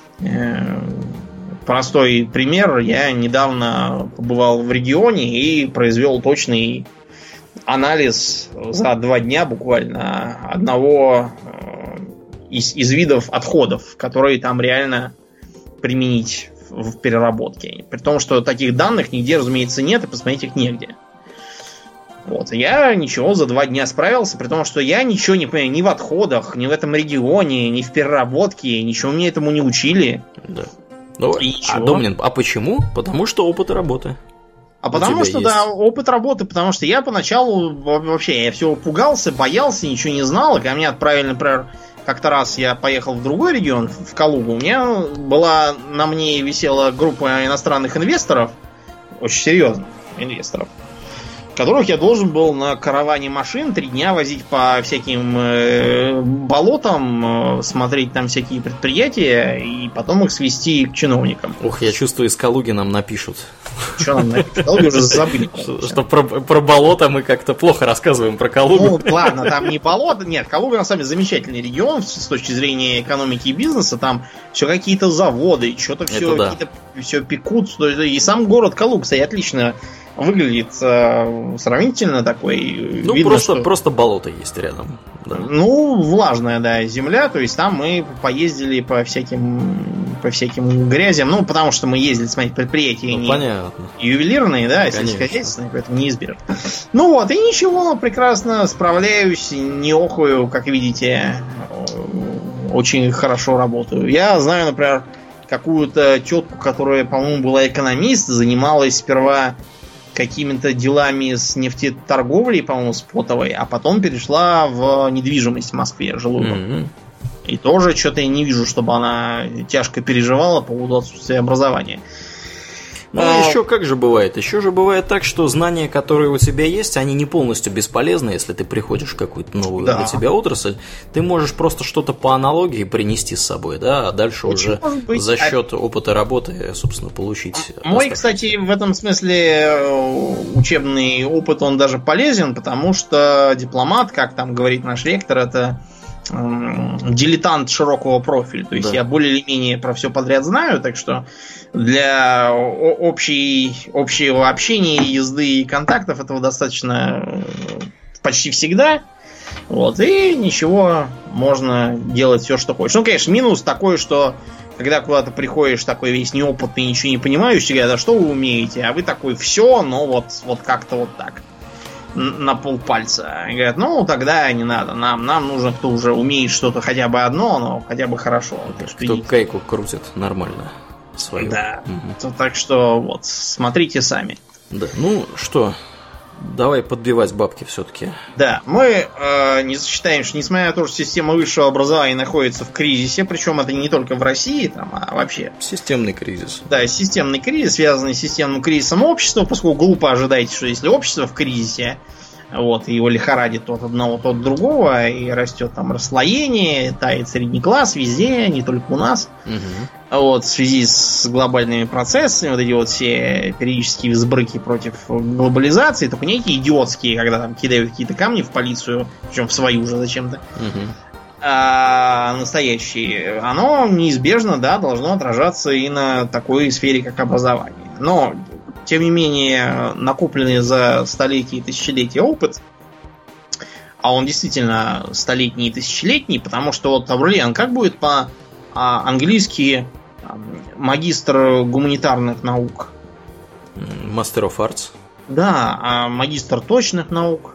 простой пример. Я недавно побывал в регионе и произвел точный анализ за 2 дня буквально одного из видов отходов, которые там реально применить в переработке. При том, что таких данных нигде, разумеется, нет, и посмотреть их негде. Вот. Я ничего за 2 дня справился, при том, что я ничего не понимаю ни в отходах, ни в этом регионе, ни в переработке, ничего мне этому не учили. Да. Ну, Домнин, а почему? Потому что опыт работы. А потому что, есть. Да, опыт работы, потому что я поначалу вообще я всего пугался, боялся, ничего не знал, и ко мне отправили, например, как-то раз я поехал в другой регион, в Калугу, у меня на мне висела группа иностранных инвесторов, очень серьезных инвесторов, которых я должен был на караване машин 3 дня возить по всяким болотам, смотреть там всякие предприятия и потом их свести к чиновникам. Ух, я чувствую, из Калуги нам напишут. Что нам напишут? Калуги уже забыли. Что про болото мы как-то плохо рассказываем про Калугу. Ну, ладно, там не болото. Нет, Калуга на самом деле замечательный регион с точки зрения экономики и бизнеса. Там все какие-то заводы, что-то все пекут. И сам город Калуга, кстати, отлично выглядит сравнительно такой. Ну, видно, просто болото есть рядом. Да. Ну, влажная, да, земля. То есть там мы поездили по всяким грязям. Ну, потому что мы ездили смотреть предприятия не ювелирные, да, сельскохозяйственные, поэтому неизбежно. Ну вот, и ничего, прекрасно справляюсь, не охую, как видите, очень хорошо работаю. Я знаю, например, какую-то тетку, которая, по-моему, была экономист, занималась сперва какими-то делами с нефтеторговлей, по-моему, спотовой, а потом перешла в недвижимость в Москве, жилую. И тоже что-то я не вижу, чтобы она тяжко переживала по поводу отсутствия образования. Ну, еще как же бывает? Еще же бывает так, что знания, которые у тебя есть, они не полностью бесполезны, если ты приходишь в какую-то новую для тебя отрасль. Ты можешь просто что-то по аналогии принести с собой, да, а дальше уже за счет опыта работы, собственно, получить. Мой, кстати, в этом смысле учебный опыт, он даже полезен, потому что дипломат, как там говорит наш ректор, это дилетант широкого профиля. То есть я более или менее про все подряд знаю, так что для общего общения, езды и контактов этого достаточно почти всегда. Вот, и ничего, можно делать все, что хочешь. Ну, конечно, минус такой, что когда куда-то приходишь такой весь неопытный, ничего не понимающий, говорят, а что вы умеете? А вы такой, все, но вот как-то вот так. На полпальца. И говорят, ну тогда не надо. Нам нужно, кто уже умеет что-то хотя бы одно, но хотя бы хорошо. Кто гайку крутит нормально свою. Да. Так что вот, смотрите сами. Да. Ну что, давай подбивать бабки все-таки. Да, мы не считаем, что несмотря на то, что система высшего образования находится в кризисе, причем это не только в России, там, а вообще. Системный кризис. Да, системный кризис, связанный с системным кризисом общества, поскольку глупо ожидать, что если общество в кризисе, вот, его лихорадит то от одного, то от другого, и растет там расслоение, тает средний класс везде, не только у нас. Вот, в связи с глобальными процессами, вот эти вот все периодические взбрыки против глобализации, только некие идиотские, когда там кидают какие-то камни в полицию, причем в свою же зачем-то, а настоящие, оно неизбежно, да, должно отражаться и на такой сфере, как образование. Но, тем не менее, накопленный за столетия и тысячелетия опыт, а он действительно столетний и тысячелетний, потому что вот, Аурлиан, как будет по-английски магистр гуманитарных наук? Master of Arts. Да, а магистр точных наук?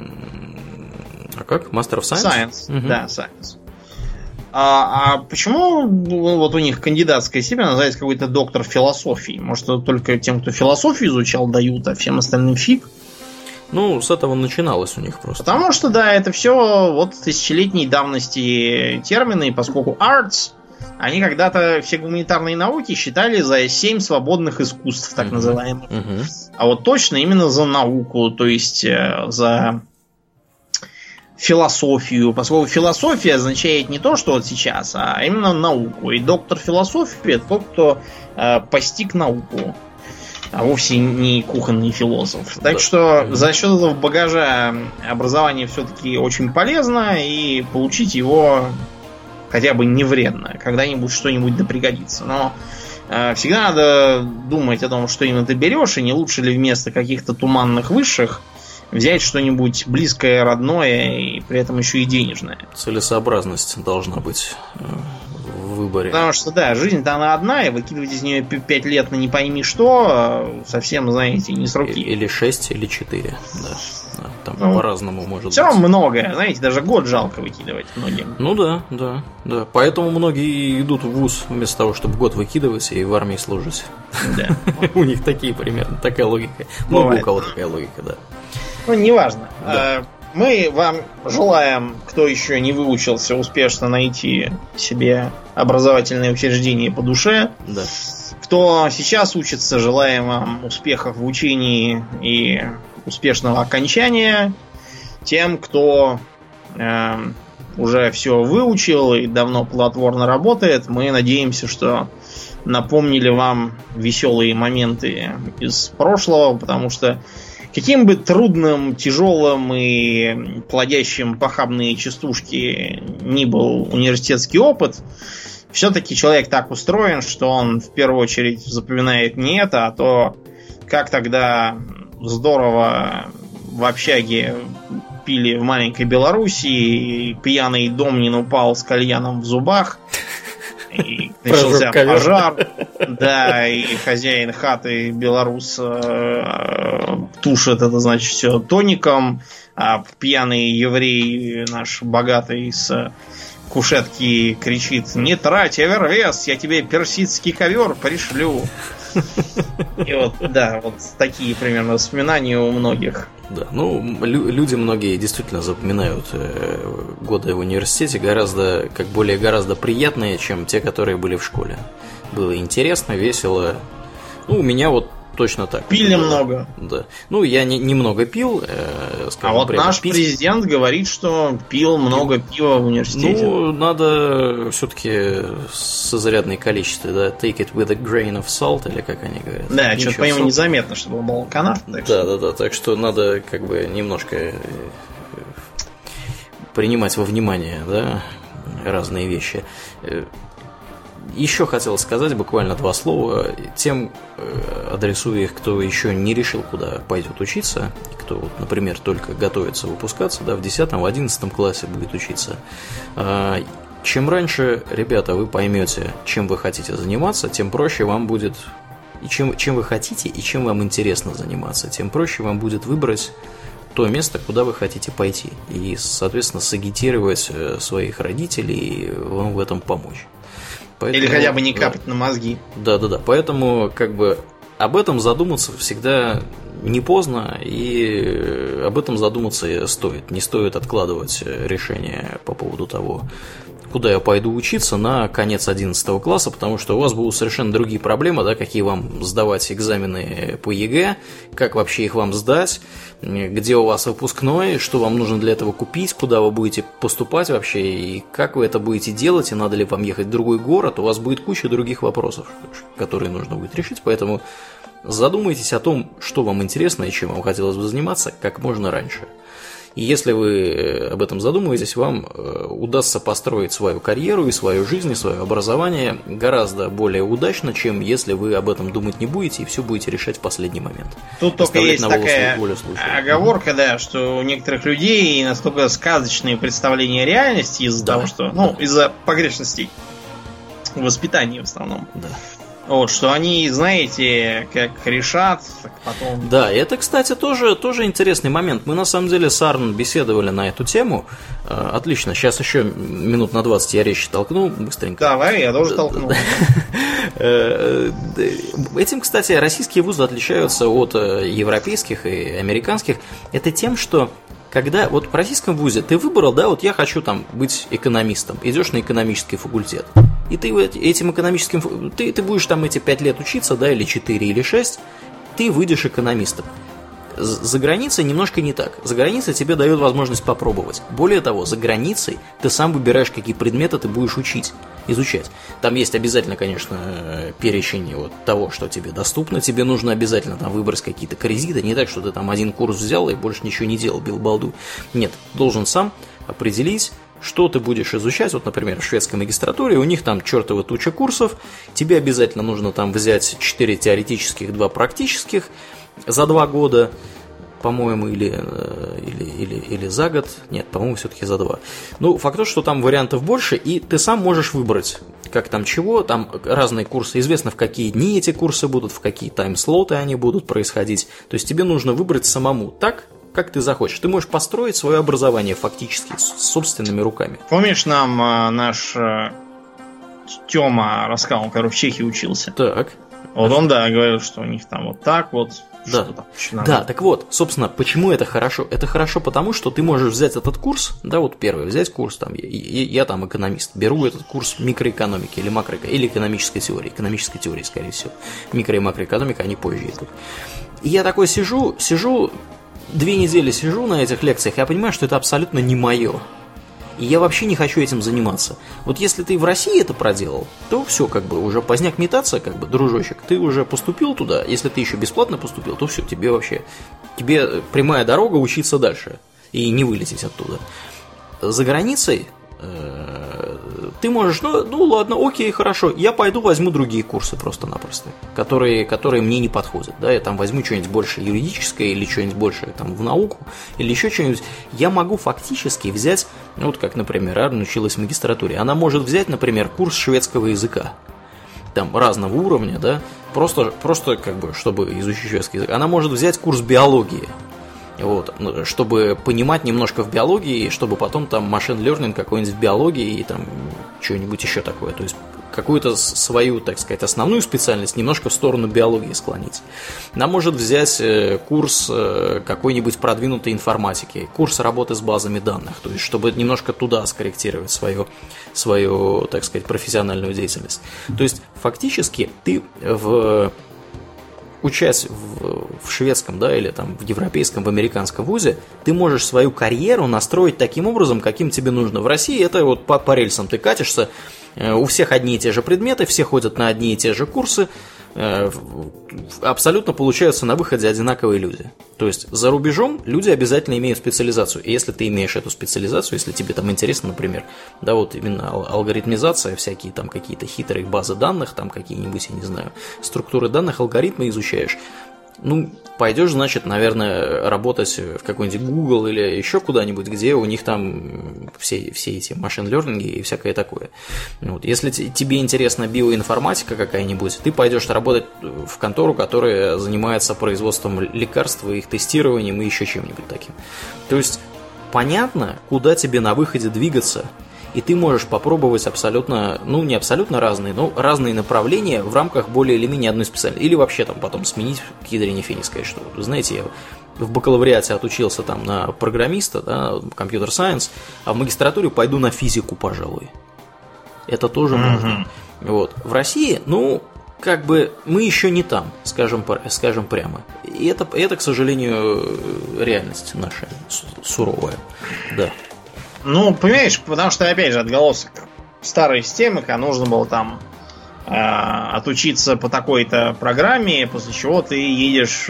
А как? Master of Science? Да, Science. А почему вот у них кандидатская степень называется какой-то доктор философии? Может, это только тем, кто философию изучал, дают, а всем остальным фиг? Ну, с этого начиналось у них просто. Потому что, да, это все вот тысячелетней давности термины, поскольку arts они когда-то все гуманитарные науки считали за 7 свободных искусств, так называемых. А вот точно именно за науку, то есть за философию. Поскольку философия означает не то, что вот сейчас, а именно науку. И доктор философии — это тот, кто постиг науку, а вовсе не кухонный философ. Так что за счет этого багажа образование все-таки очень полезно, и получить его хотя бы не вредно. Когда-нибудь что-нибудь да пригодится. Но всегда надо думать о том, что именно ты берешь, и не лучше ли вместо каких-то туманных высших взять что-нибудь близкое, родное, и при этом еще и денежное. Целесообразность должна быть в выборе. Потому что, да, жизнь-то она одна, и выкидывать из нее 5 лет на не пойми что, совсем, знаете, не с руки. Или 6, или 4, да. Там по-разному может быть. Все равно много, знаете, даже год жалко выкидывать многим. Ну да. Поэтому многие идут в вуз вместо того, чтобы год выкидывать и в армии служить. Да. У них такая логика. Много у кого такая логика, да. Ну, неважно. Мы вам желаем, кто еще не выучился, успешно найти себе образовательное учреждение по душе. Да. Кто сейчас учится, желаем вам успехов в учении и успешного окончания. Тем, кто уже все выучил и давно плодотворно работает, мы надеемся, что напомнили вам веселые моменты из прошлого, потому что каким бы трудным, тяжелым и плодящим похабные частушки ни был университетский опыт, все-таки человек так устроен, что он в первую очередь запоминает не это, а то, как тогда здорово в общаге пили в маленькой Белоруссии, и пьяный домнин упал с кальяном в зубах, и начался пожар, да, и хозяин хаты белорус тушит это, значит, все тоником, а пьяный еврей наш богатый с кушетки кричит: «Не трать Эвервест, я тебе персидский ковер пришлю». И вот, да, вот такие примерно воспоминания у многих. Да, ну, люди многие действительно запоминают годы в университете гораздо приятные, чем те, которые были в школе. Было интересно, весело. Ну, у меня вот точно так. Пили много. Да. Ну, я немного пил. А вот наш президент говорит, что пил много пива в университете. Ну, надо все-таки с изрядной количеством, да, take it with a grain of salt, или как они говорят. Да, что-то по нему незаметно, чтобы он был канат. Да, так что надо как бы немножко принимать во внимание, да, разные вещи. Еще хотел сказать буквально 2 слова тем, адресую их, кто еще не решил, куда пойдет учиться, кто, вот, например, только готовится выпускаться, да, в 10-11 классе будет учиться. Чем раньше, ребята, вы поймете, чем вы хотите заниматься, тем проще вам будет, и чем вы хотите, и чем вам интересно заниматься, тем проще вам будет выбрать то место, куда вы хотите пойти, и, соответственно, сагитировать своих родителей и вам в этом помочь. Поэтому, или хотя бы не капать на мозги. Да. Поэтому как бы об этом задуматься всегда не поздно, и об этом задуматься стоит. Не стоит откладывать решение по поводу того, куда я пойду учиться, на конец 11 класса, потому что у вас будут совершенно другие проблемы, да, какие вам сдавать экзамены по ЕГЭ, как вообще их вам сдать, где у вас выпускной, что вам нужно для этого купить, куда вы будете поступать вообще, и как вы это будете делать, и надо ли вам ехать в другой город, у вас будет куча других вопросов, которые нужно будет решить, поэтому задумайтесь о том, что вам интересно и чем вам хотелось бы заниматься как можно раньше. И если вы об этом задумаетесь, вам удастся построить свою карьеру и свою жизнь, и свое образование гораздо более удачно, чем если вы об этом думать не будете и все будете решать в последний момент. Тут только есть такая оговорка, да, что у некоторых людей настолько сказочные представления реальности из-за того, что, из-за погрешностей в воспитании в основном. Да. Вот, что они, знаете, как решат, так потом... Да, и это, кстати, тоже интересный момент. Мы, на самом деле, с Арн беседовали на эту тему. Отлично, сейчас еще минут на 20 я речь толкну быстренько. Давай, я тоже толкну. Этим, кстати, российские вузы отличаются от европейских и американских. Это тем, что когда вот в российском вузе ты выбрал, да, вот я хочу там быть экономистом, идешь на экономический факультет. и ты этим экономическим... Ты будешь там эти 5 лет учиться, да, или 4, или 6, ты выйдешь экономистом. За границей немножко не так. За границей тебе дают возможность попробовать. Более того, за границей ты сам выбираешь, какие предметы ты будешь изучать. Там есть обязательно, конечно, перечень вот того, что тебе доступно. Тебе нужно обязательно там выбрать какие-то кредиты. Не так, что ты там один курс взял и больше ничего не делал, бил балду. Нет, должен сам определить, что ты будешь изучать. Вот, например, в шведской магистратуре у них там чертова туча курсов. Тебе обязательно нужно там взять 4 теоретических, 2 практических за 2 года, по-моему, или за год. Нет, по-моему, все-таки за 2. Ну, факт то, что там вариантов больше, и ты сам можешь выбрать, как там чего. Там разные курсы. Известно, в какие дни эти курсы будут, в какие тайм-слоты они будут происходить. То есть тебе нужно выбрать самому так, как ты захочешь. Ты можешь построить свое образование фактически собственными руками. Помнишь, нам наш Тёма рассказал, он, в Чехии учился. Так. Вот он, да, говорил, что у них там вот так вот. Да, так вот, собственно, почему это хорошо? Это хорошо потому, что ты можешь взять этот курс, да, вот первый, взять курс, там, я там экономист, беру этот курс микроэкономики или макроэкономики, или экономической теории, скорее всего. Микро- и макроэкономика, они позже идут. И я такой сижу, 2 недели сижу на этих лекциях, я понимаю, что это абсолютно не мое. И я вообще не хочу этим заниматься. Вот если ты в России это проделал, то все, уже поздняк метаться, дружочек, ты уже поступил туда. Если ты еще бесплатно поступил, то все, тебе прямая дорога учиться дальше и не вылететь оттуда. За границей ты можешь, ну ладно, окей, хорошо, я пойду возьму другие курсы просто-напросто, которые мне не подходят, да, я там возьму что-нибудь больше юридическое или что-нибудь больше там в науку, или еще что-нибудь. Я могу фактически взять, вот как, например, Арн училась в магистратуре, она может взять, например, курс шведского языка, там разного уровня, да, просто чтобы изучить шведский язык. Она может взять курс биологии, вот, чтобы понимать немножко в биологии, чтобы потом там машин learning какой-нибудь в биологии и там что-нибудь еще такое. То есть какую-то свою, так сказать, основную специальность немножко в сторону биологии склонить. Она может взять курс какой-нибудь продвинутой информатики, курс работы с базами данных, то есть чтобы немножко туда скорректировать свою, так сказать, профессиональную деятельность. То есть фактически ты учась в шведском, да, или там в европейском, в американском вузе, ты можешь свою карьеру настроить таким образом, каким тебе нужно. В России это вот по рельсам ты катишься, у всех одни и те же предметы, все ходят на одни и те же курсы, абсолютно получаются на выходе одинаковые люди. То есть за рубежом люди обязательно имеют специализацию. И если ты имеешь эту специализацию, если тебе там интересно, например, да, вот именно алгоритмизация, всякие там какие-то хитрые базы данных, там какие-нибудь, я не знаю, структуры данных, алгоритмы изучаешь, ну, пойдешь, значит, наверное, работать в какой-нибудь Google или еще куда-нибудь, где у них там все эти машин-лернинги и всякое такое. Вот. Если тебе интересна биоинформатика какая-нибудь, ты пойдешь работать в контору, которая занимается производством лекарств, их тестированием и еще чем-нибудь таким. То есть понятно, куда тебе на выходе двигаться, и ты можешь попробовать абсолютно, ну не абсолютно разные, но разные направления в рамках более или менее одной специальности. Или вообще там потом сменить к ядрене фени, сказать, что, знаете, я в бакалавриате отучился там на программиста, да, компьютер-сайенс, а в магистратуре пойду на физику, пожалуй. Это тоже можно. Вот. В России, ну, как бы мы еще не там, скажем прямо. И это, к сожалению, реальность наша суровая. Да. Ну, понимаешь, потому что, опять же, отголосок старой системы, когда нужно было там отучиться по такой-то программе, после чего ты едешь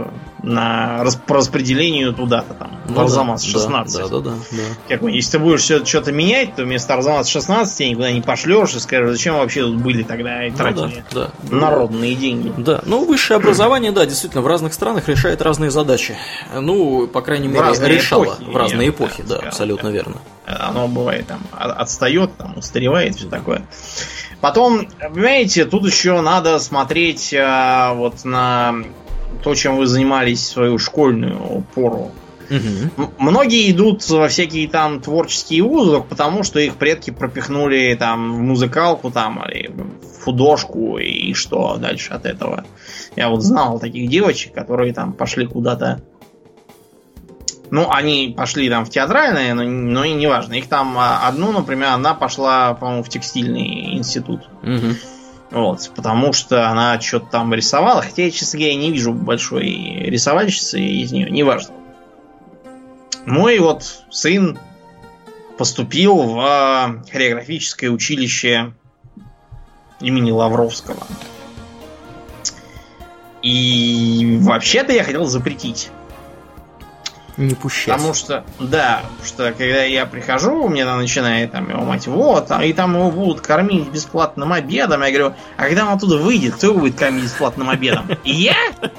по распределению туда-то там, в Арзамас 16. Да. Если ты будешь что-то менять, то вместо Арзамас 16 тебя никуда не пошлешь и скажешь, зачем вообще тут были тогда и тратили народные деньги. Да, ну высшее образование, да, действительно, в разных странах решает разные задачи. Ну, по крайней мере, решало в разные эпохи, да, абсолютно верно. Оно бывает там отстает, там устаревает, все такое. Потом, понимаете, тут еще надо смотреть вот на то, чем вы занимались в свою школьную пору. Многие идут во всякие там творческие вузы только потому, что их предки пропихнули там в музыкалку там, или в художку, и что дальше от этого. Я вот знал таких девочек, которые там пошли куда-то Ну, они пошли там в театральное, но и неважно. Их там одну, например, она пошла, по-моему, в текстильный институт. Угу. Вот, потому что она что-то там рисовала. Хотя я, честно говоря, не вижу большой рисовальщицы из нее, неважно. Мой вот сын поступил в хореографическое училище имени Лавровского. И вообще-то я хотел запретить. Не пущать. Потому что, да, что когда я прихожу, мне там начинает там его мать, вот, и там его будут кормить бесплатным обедом. Я говорю, а когда он оттуда выйдет, кто его будет кормить бесплатным обедом? Я?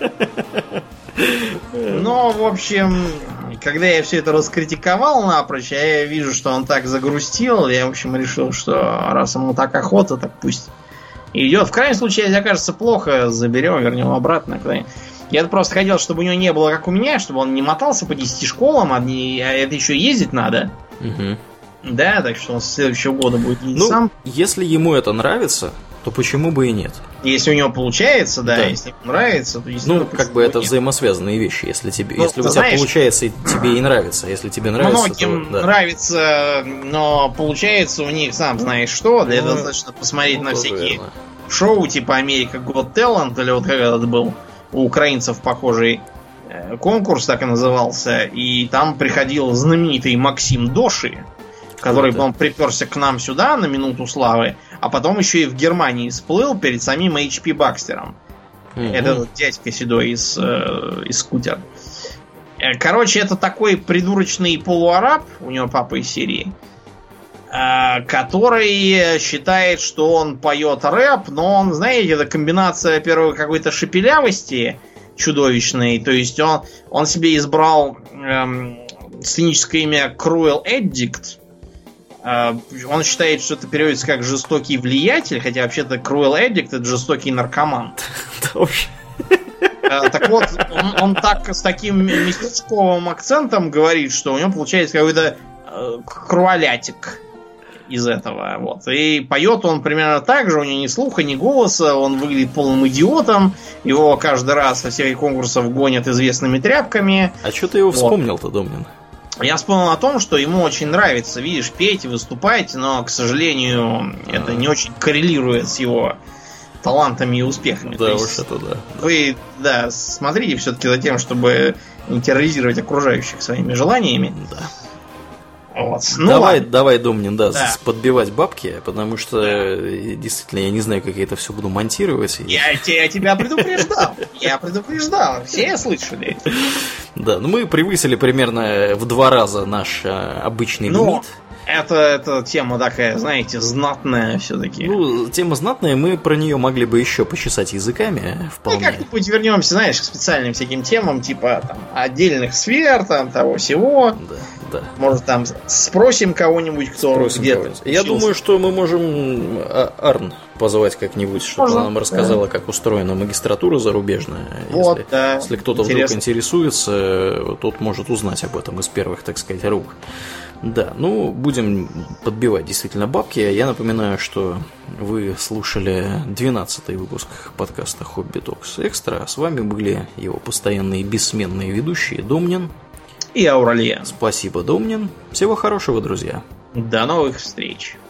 Но, в общем, когда я все это раскритиковал напрочь, я вижу, что он так загрустил, я, в общем, решил, что раз ему так охота, так пусть идет. В крайнем случае, если окажется плохо, заберем, вернем обратно куда-нибудь. Я просто хотел, чтобы у него не было как у меня, чтобы он не мотался по 10 школам, а это еще ездить надо. Угу. Да, так что он с следующего года будет ездить сам. Если ему это нравится, то почему бы и нет? Если у него получается, да. Если ему нравится, то ну, как бы это нет. Взаимосвязанные вещи. Если тебе, ну, если у тебя получается, и тебе и нравится. Если тебе нравится, многим то, да. нравится, но получается у них, сам знаешь что, для этого достаточно посмотреть на всякие шоу, типа Америка Got Talent, или вот как этот был у украинцев похожий конкурс, так и назывался, и там приходил знаменитый Максим Доши, который, по-моему, приперся к нам сюда на минуту славы, а потом еще и в Германии всплыл перед самим H.P. Бакстером. Это дядька седой из Скутер. Короче, это такой придурочный полуараб, у него папа из Сирии, который считает, что он поет рэп, но он, знаете, это комбинация, во-первых, какой-то шепелявости чудовищной, то есть он себе избрал сценическое имя Cruel Addict. Он считает, что это переводится как жестокий влиятель, хотя вообще-то Cruel Addict — это жестокий наркоман. Так вот, он так с таким местечковым акцентом говорит, что у него получается какой-то круалятик из этого. Вот. И поет он примерно так же, у него ни слуха, ни голоса, он выглядит полным идиотом, его каждый раз со всех конкурсов гонят известными тряпками. А что ты его вспомнил-то, Домнин? Я вспомнил о том, что ему очень нравится, видишь, петь и выступать, но, к сожалению, это не очень коррелирует с его талантами и успехами. Да, уж это да. Вы, да, смотрите все-таки за тем, чтобы не терроризировать окружающих своими желаниями. Да. Вот. Давай, Домнин, да, подбивать бабки, потому что действительно я не знаю, как я это все буду монтировать. Я тебя предупреждал. Все слышали. Да, ну мы превысили примерно в 2 раза наш обычный лимит. Это тема такая, знаете, знатная все-таки. Ну, тема знатная, мы про нее могли бы еще почесать языками вполне. И как-нибудь вернемся, знаешь, к специальным всяким темам, типа там отдельных сфер, там того-сего. Да. Может, там спросим кого-нибудь, кто где-то. Я думаю, что мы можем Арн позвать как-нибудь, чтобы она нам рассказала, как устроена магистратура зарубежная. Вот, если кто-то вдруг интересуется, тот может узнать об этом из первых, так сказать, рук. Да, ну, будем подбивать действительно бабки. Я напоминаю, что вы слушали 12-й выпуск подкаста Hobby Talks Extra. С вами были его постоянные бессменные ведущие Домнин и Ауралия. Спасибо, Домнин. Всего хорошего, друзья. До новых встреч.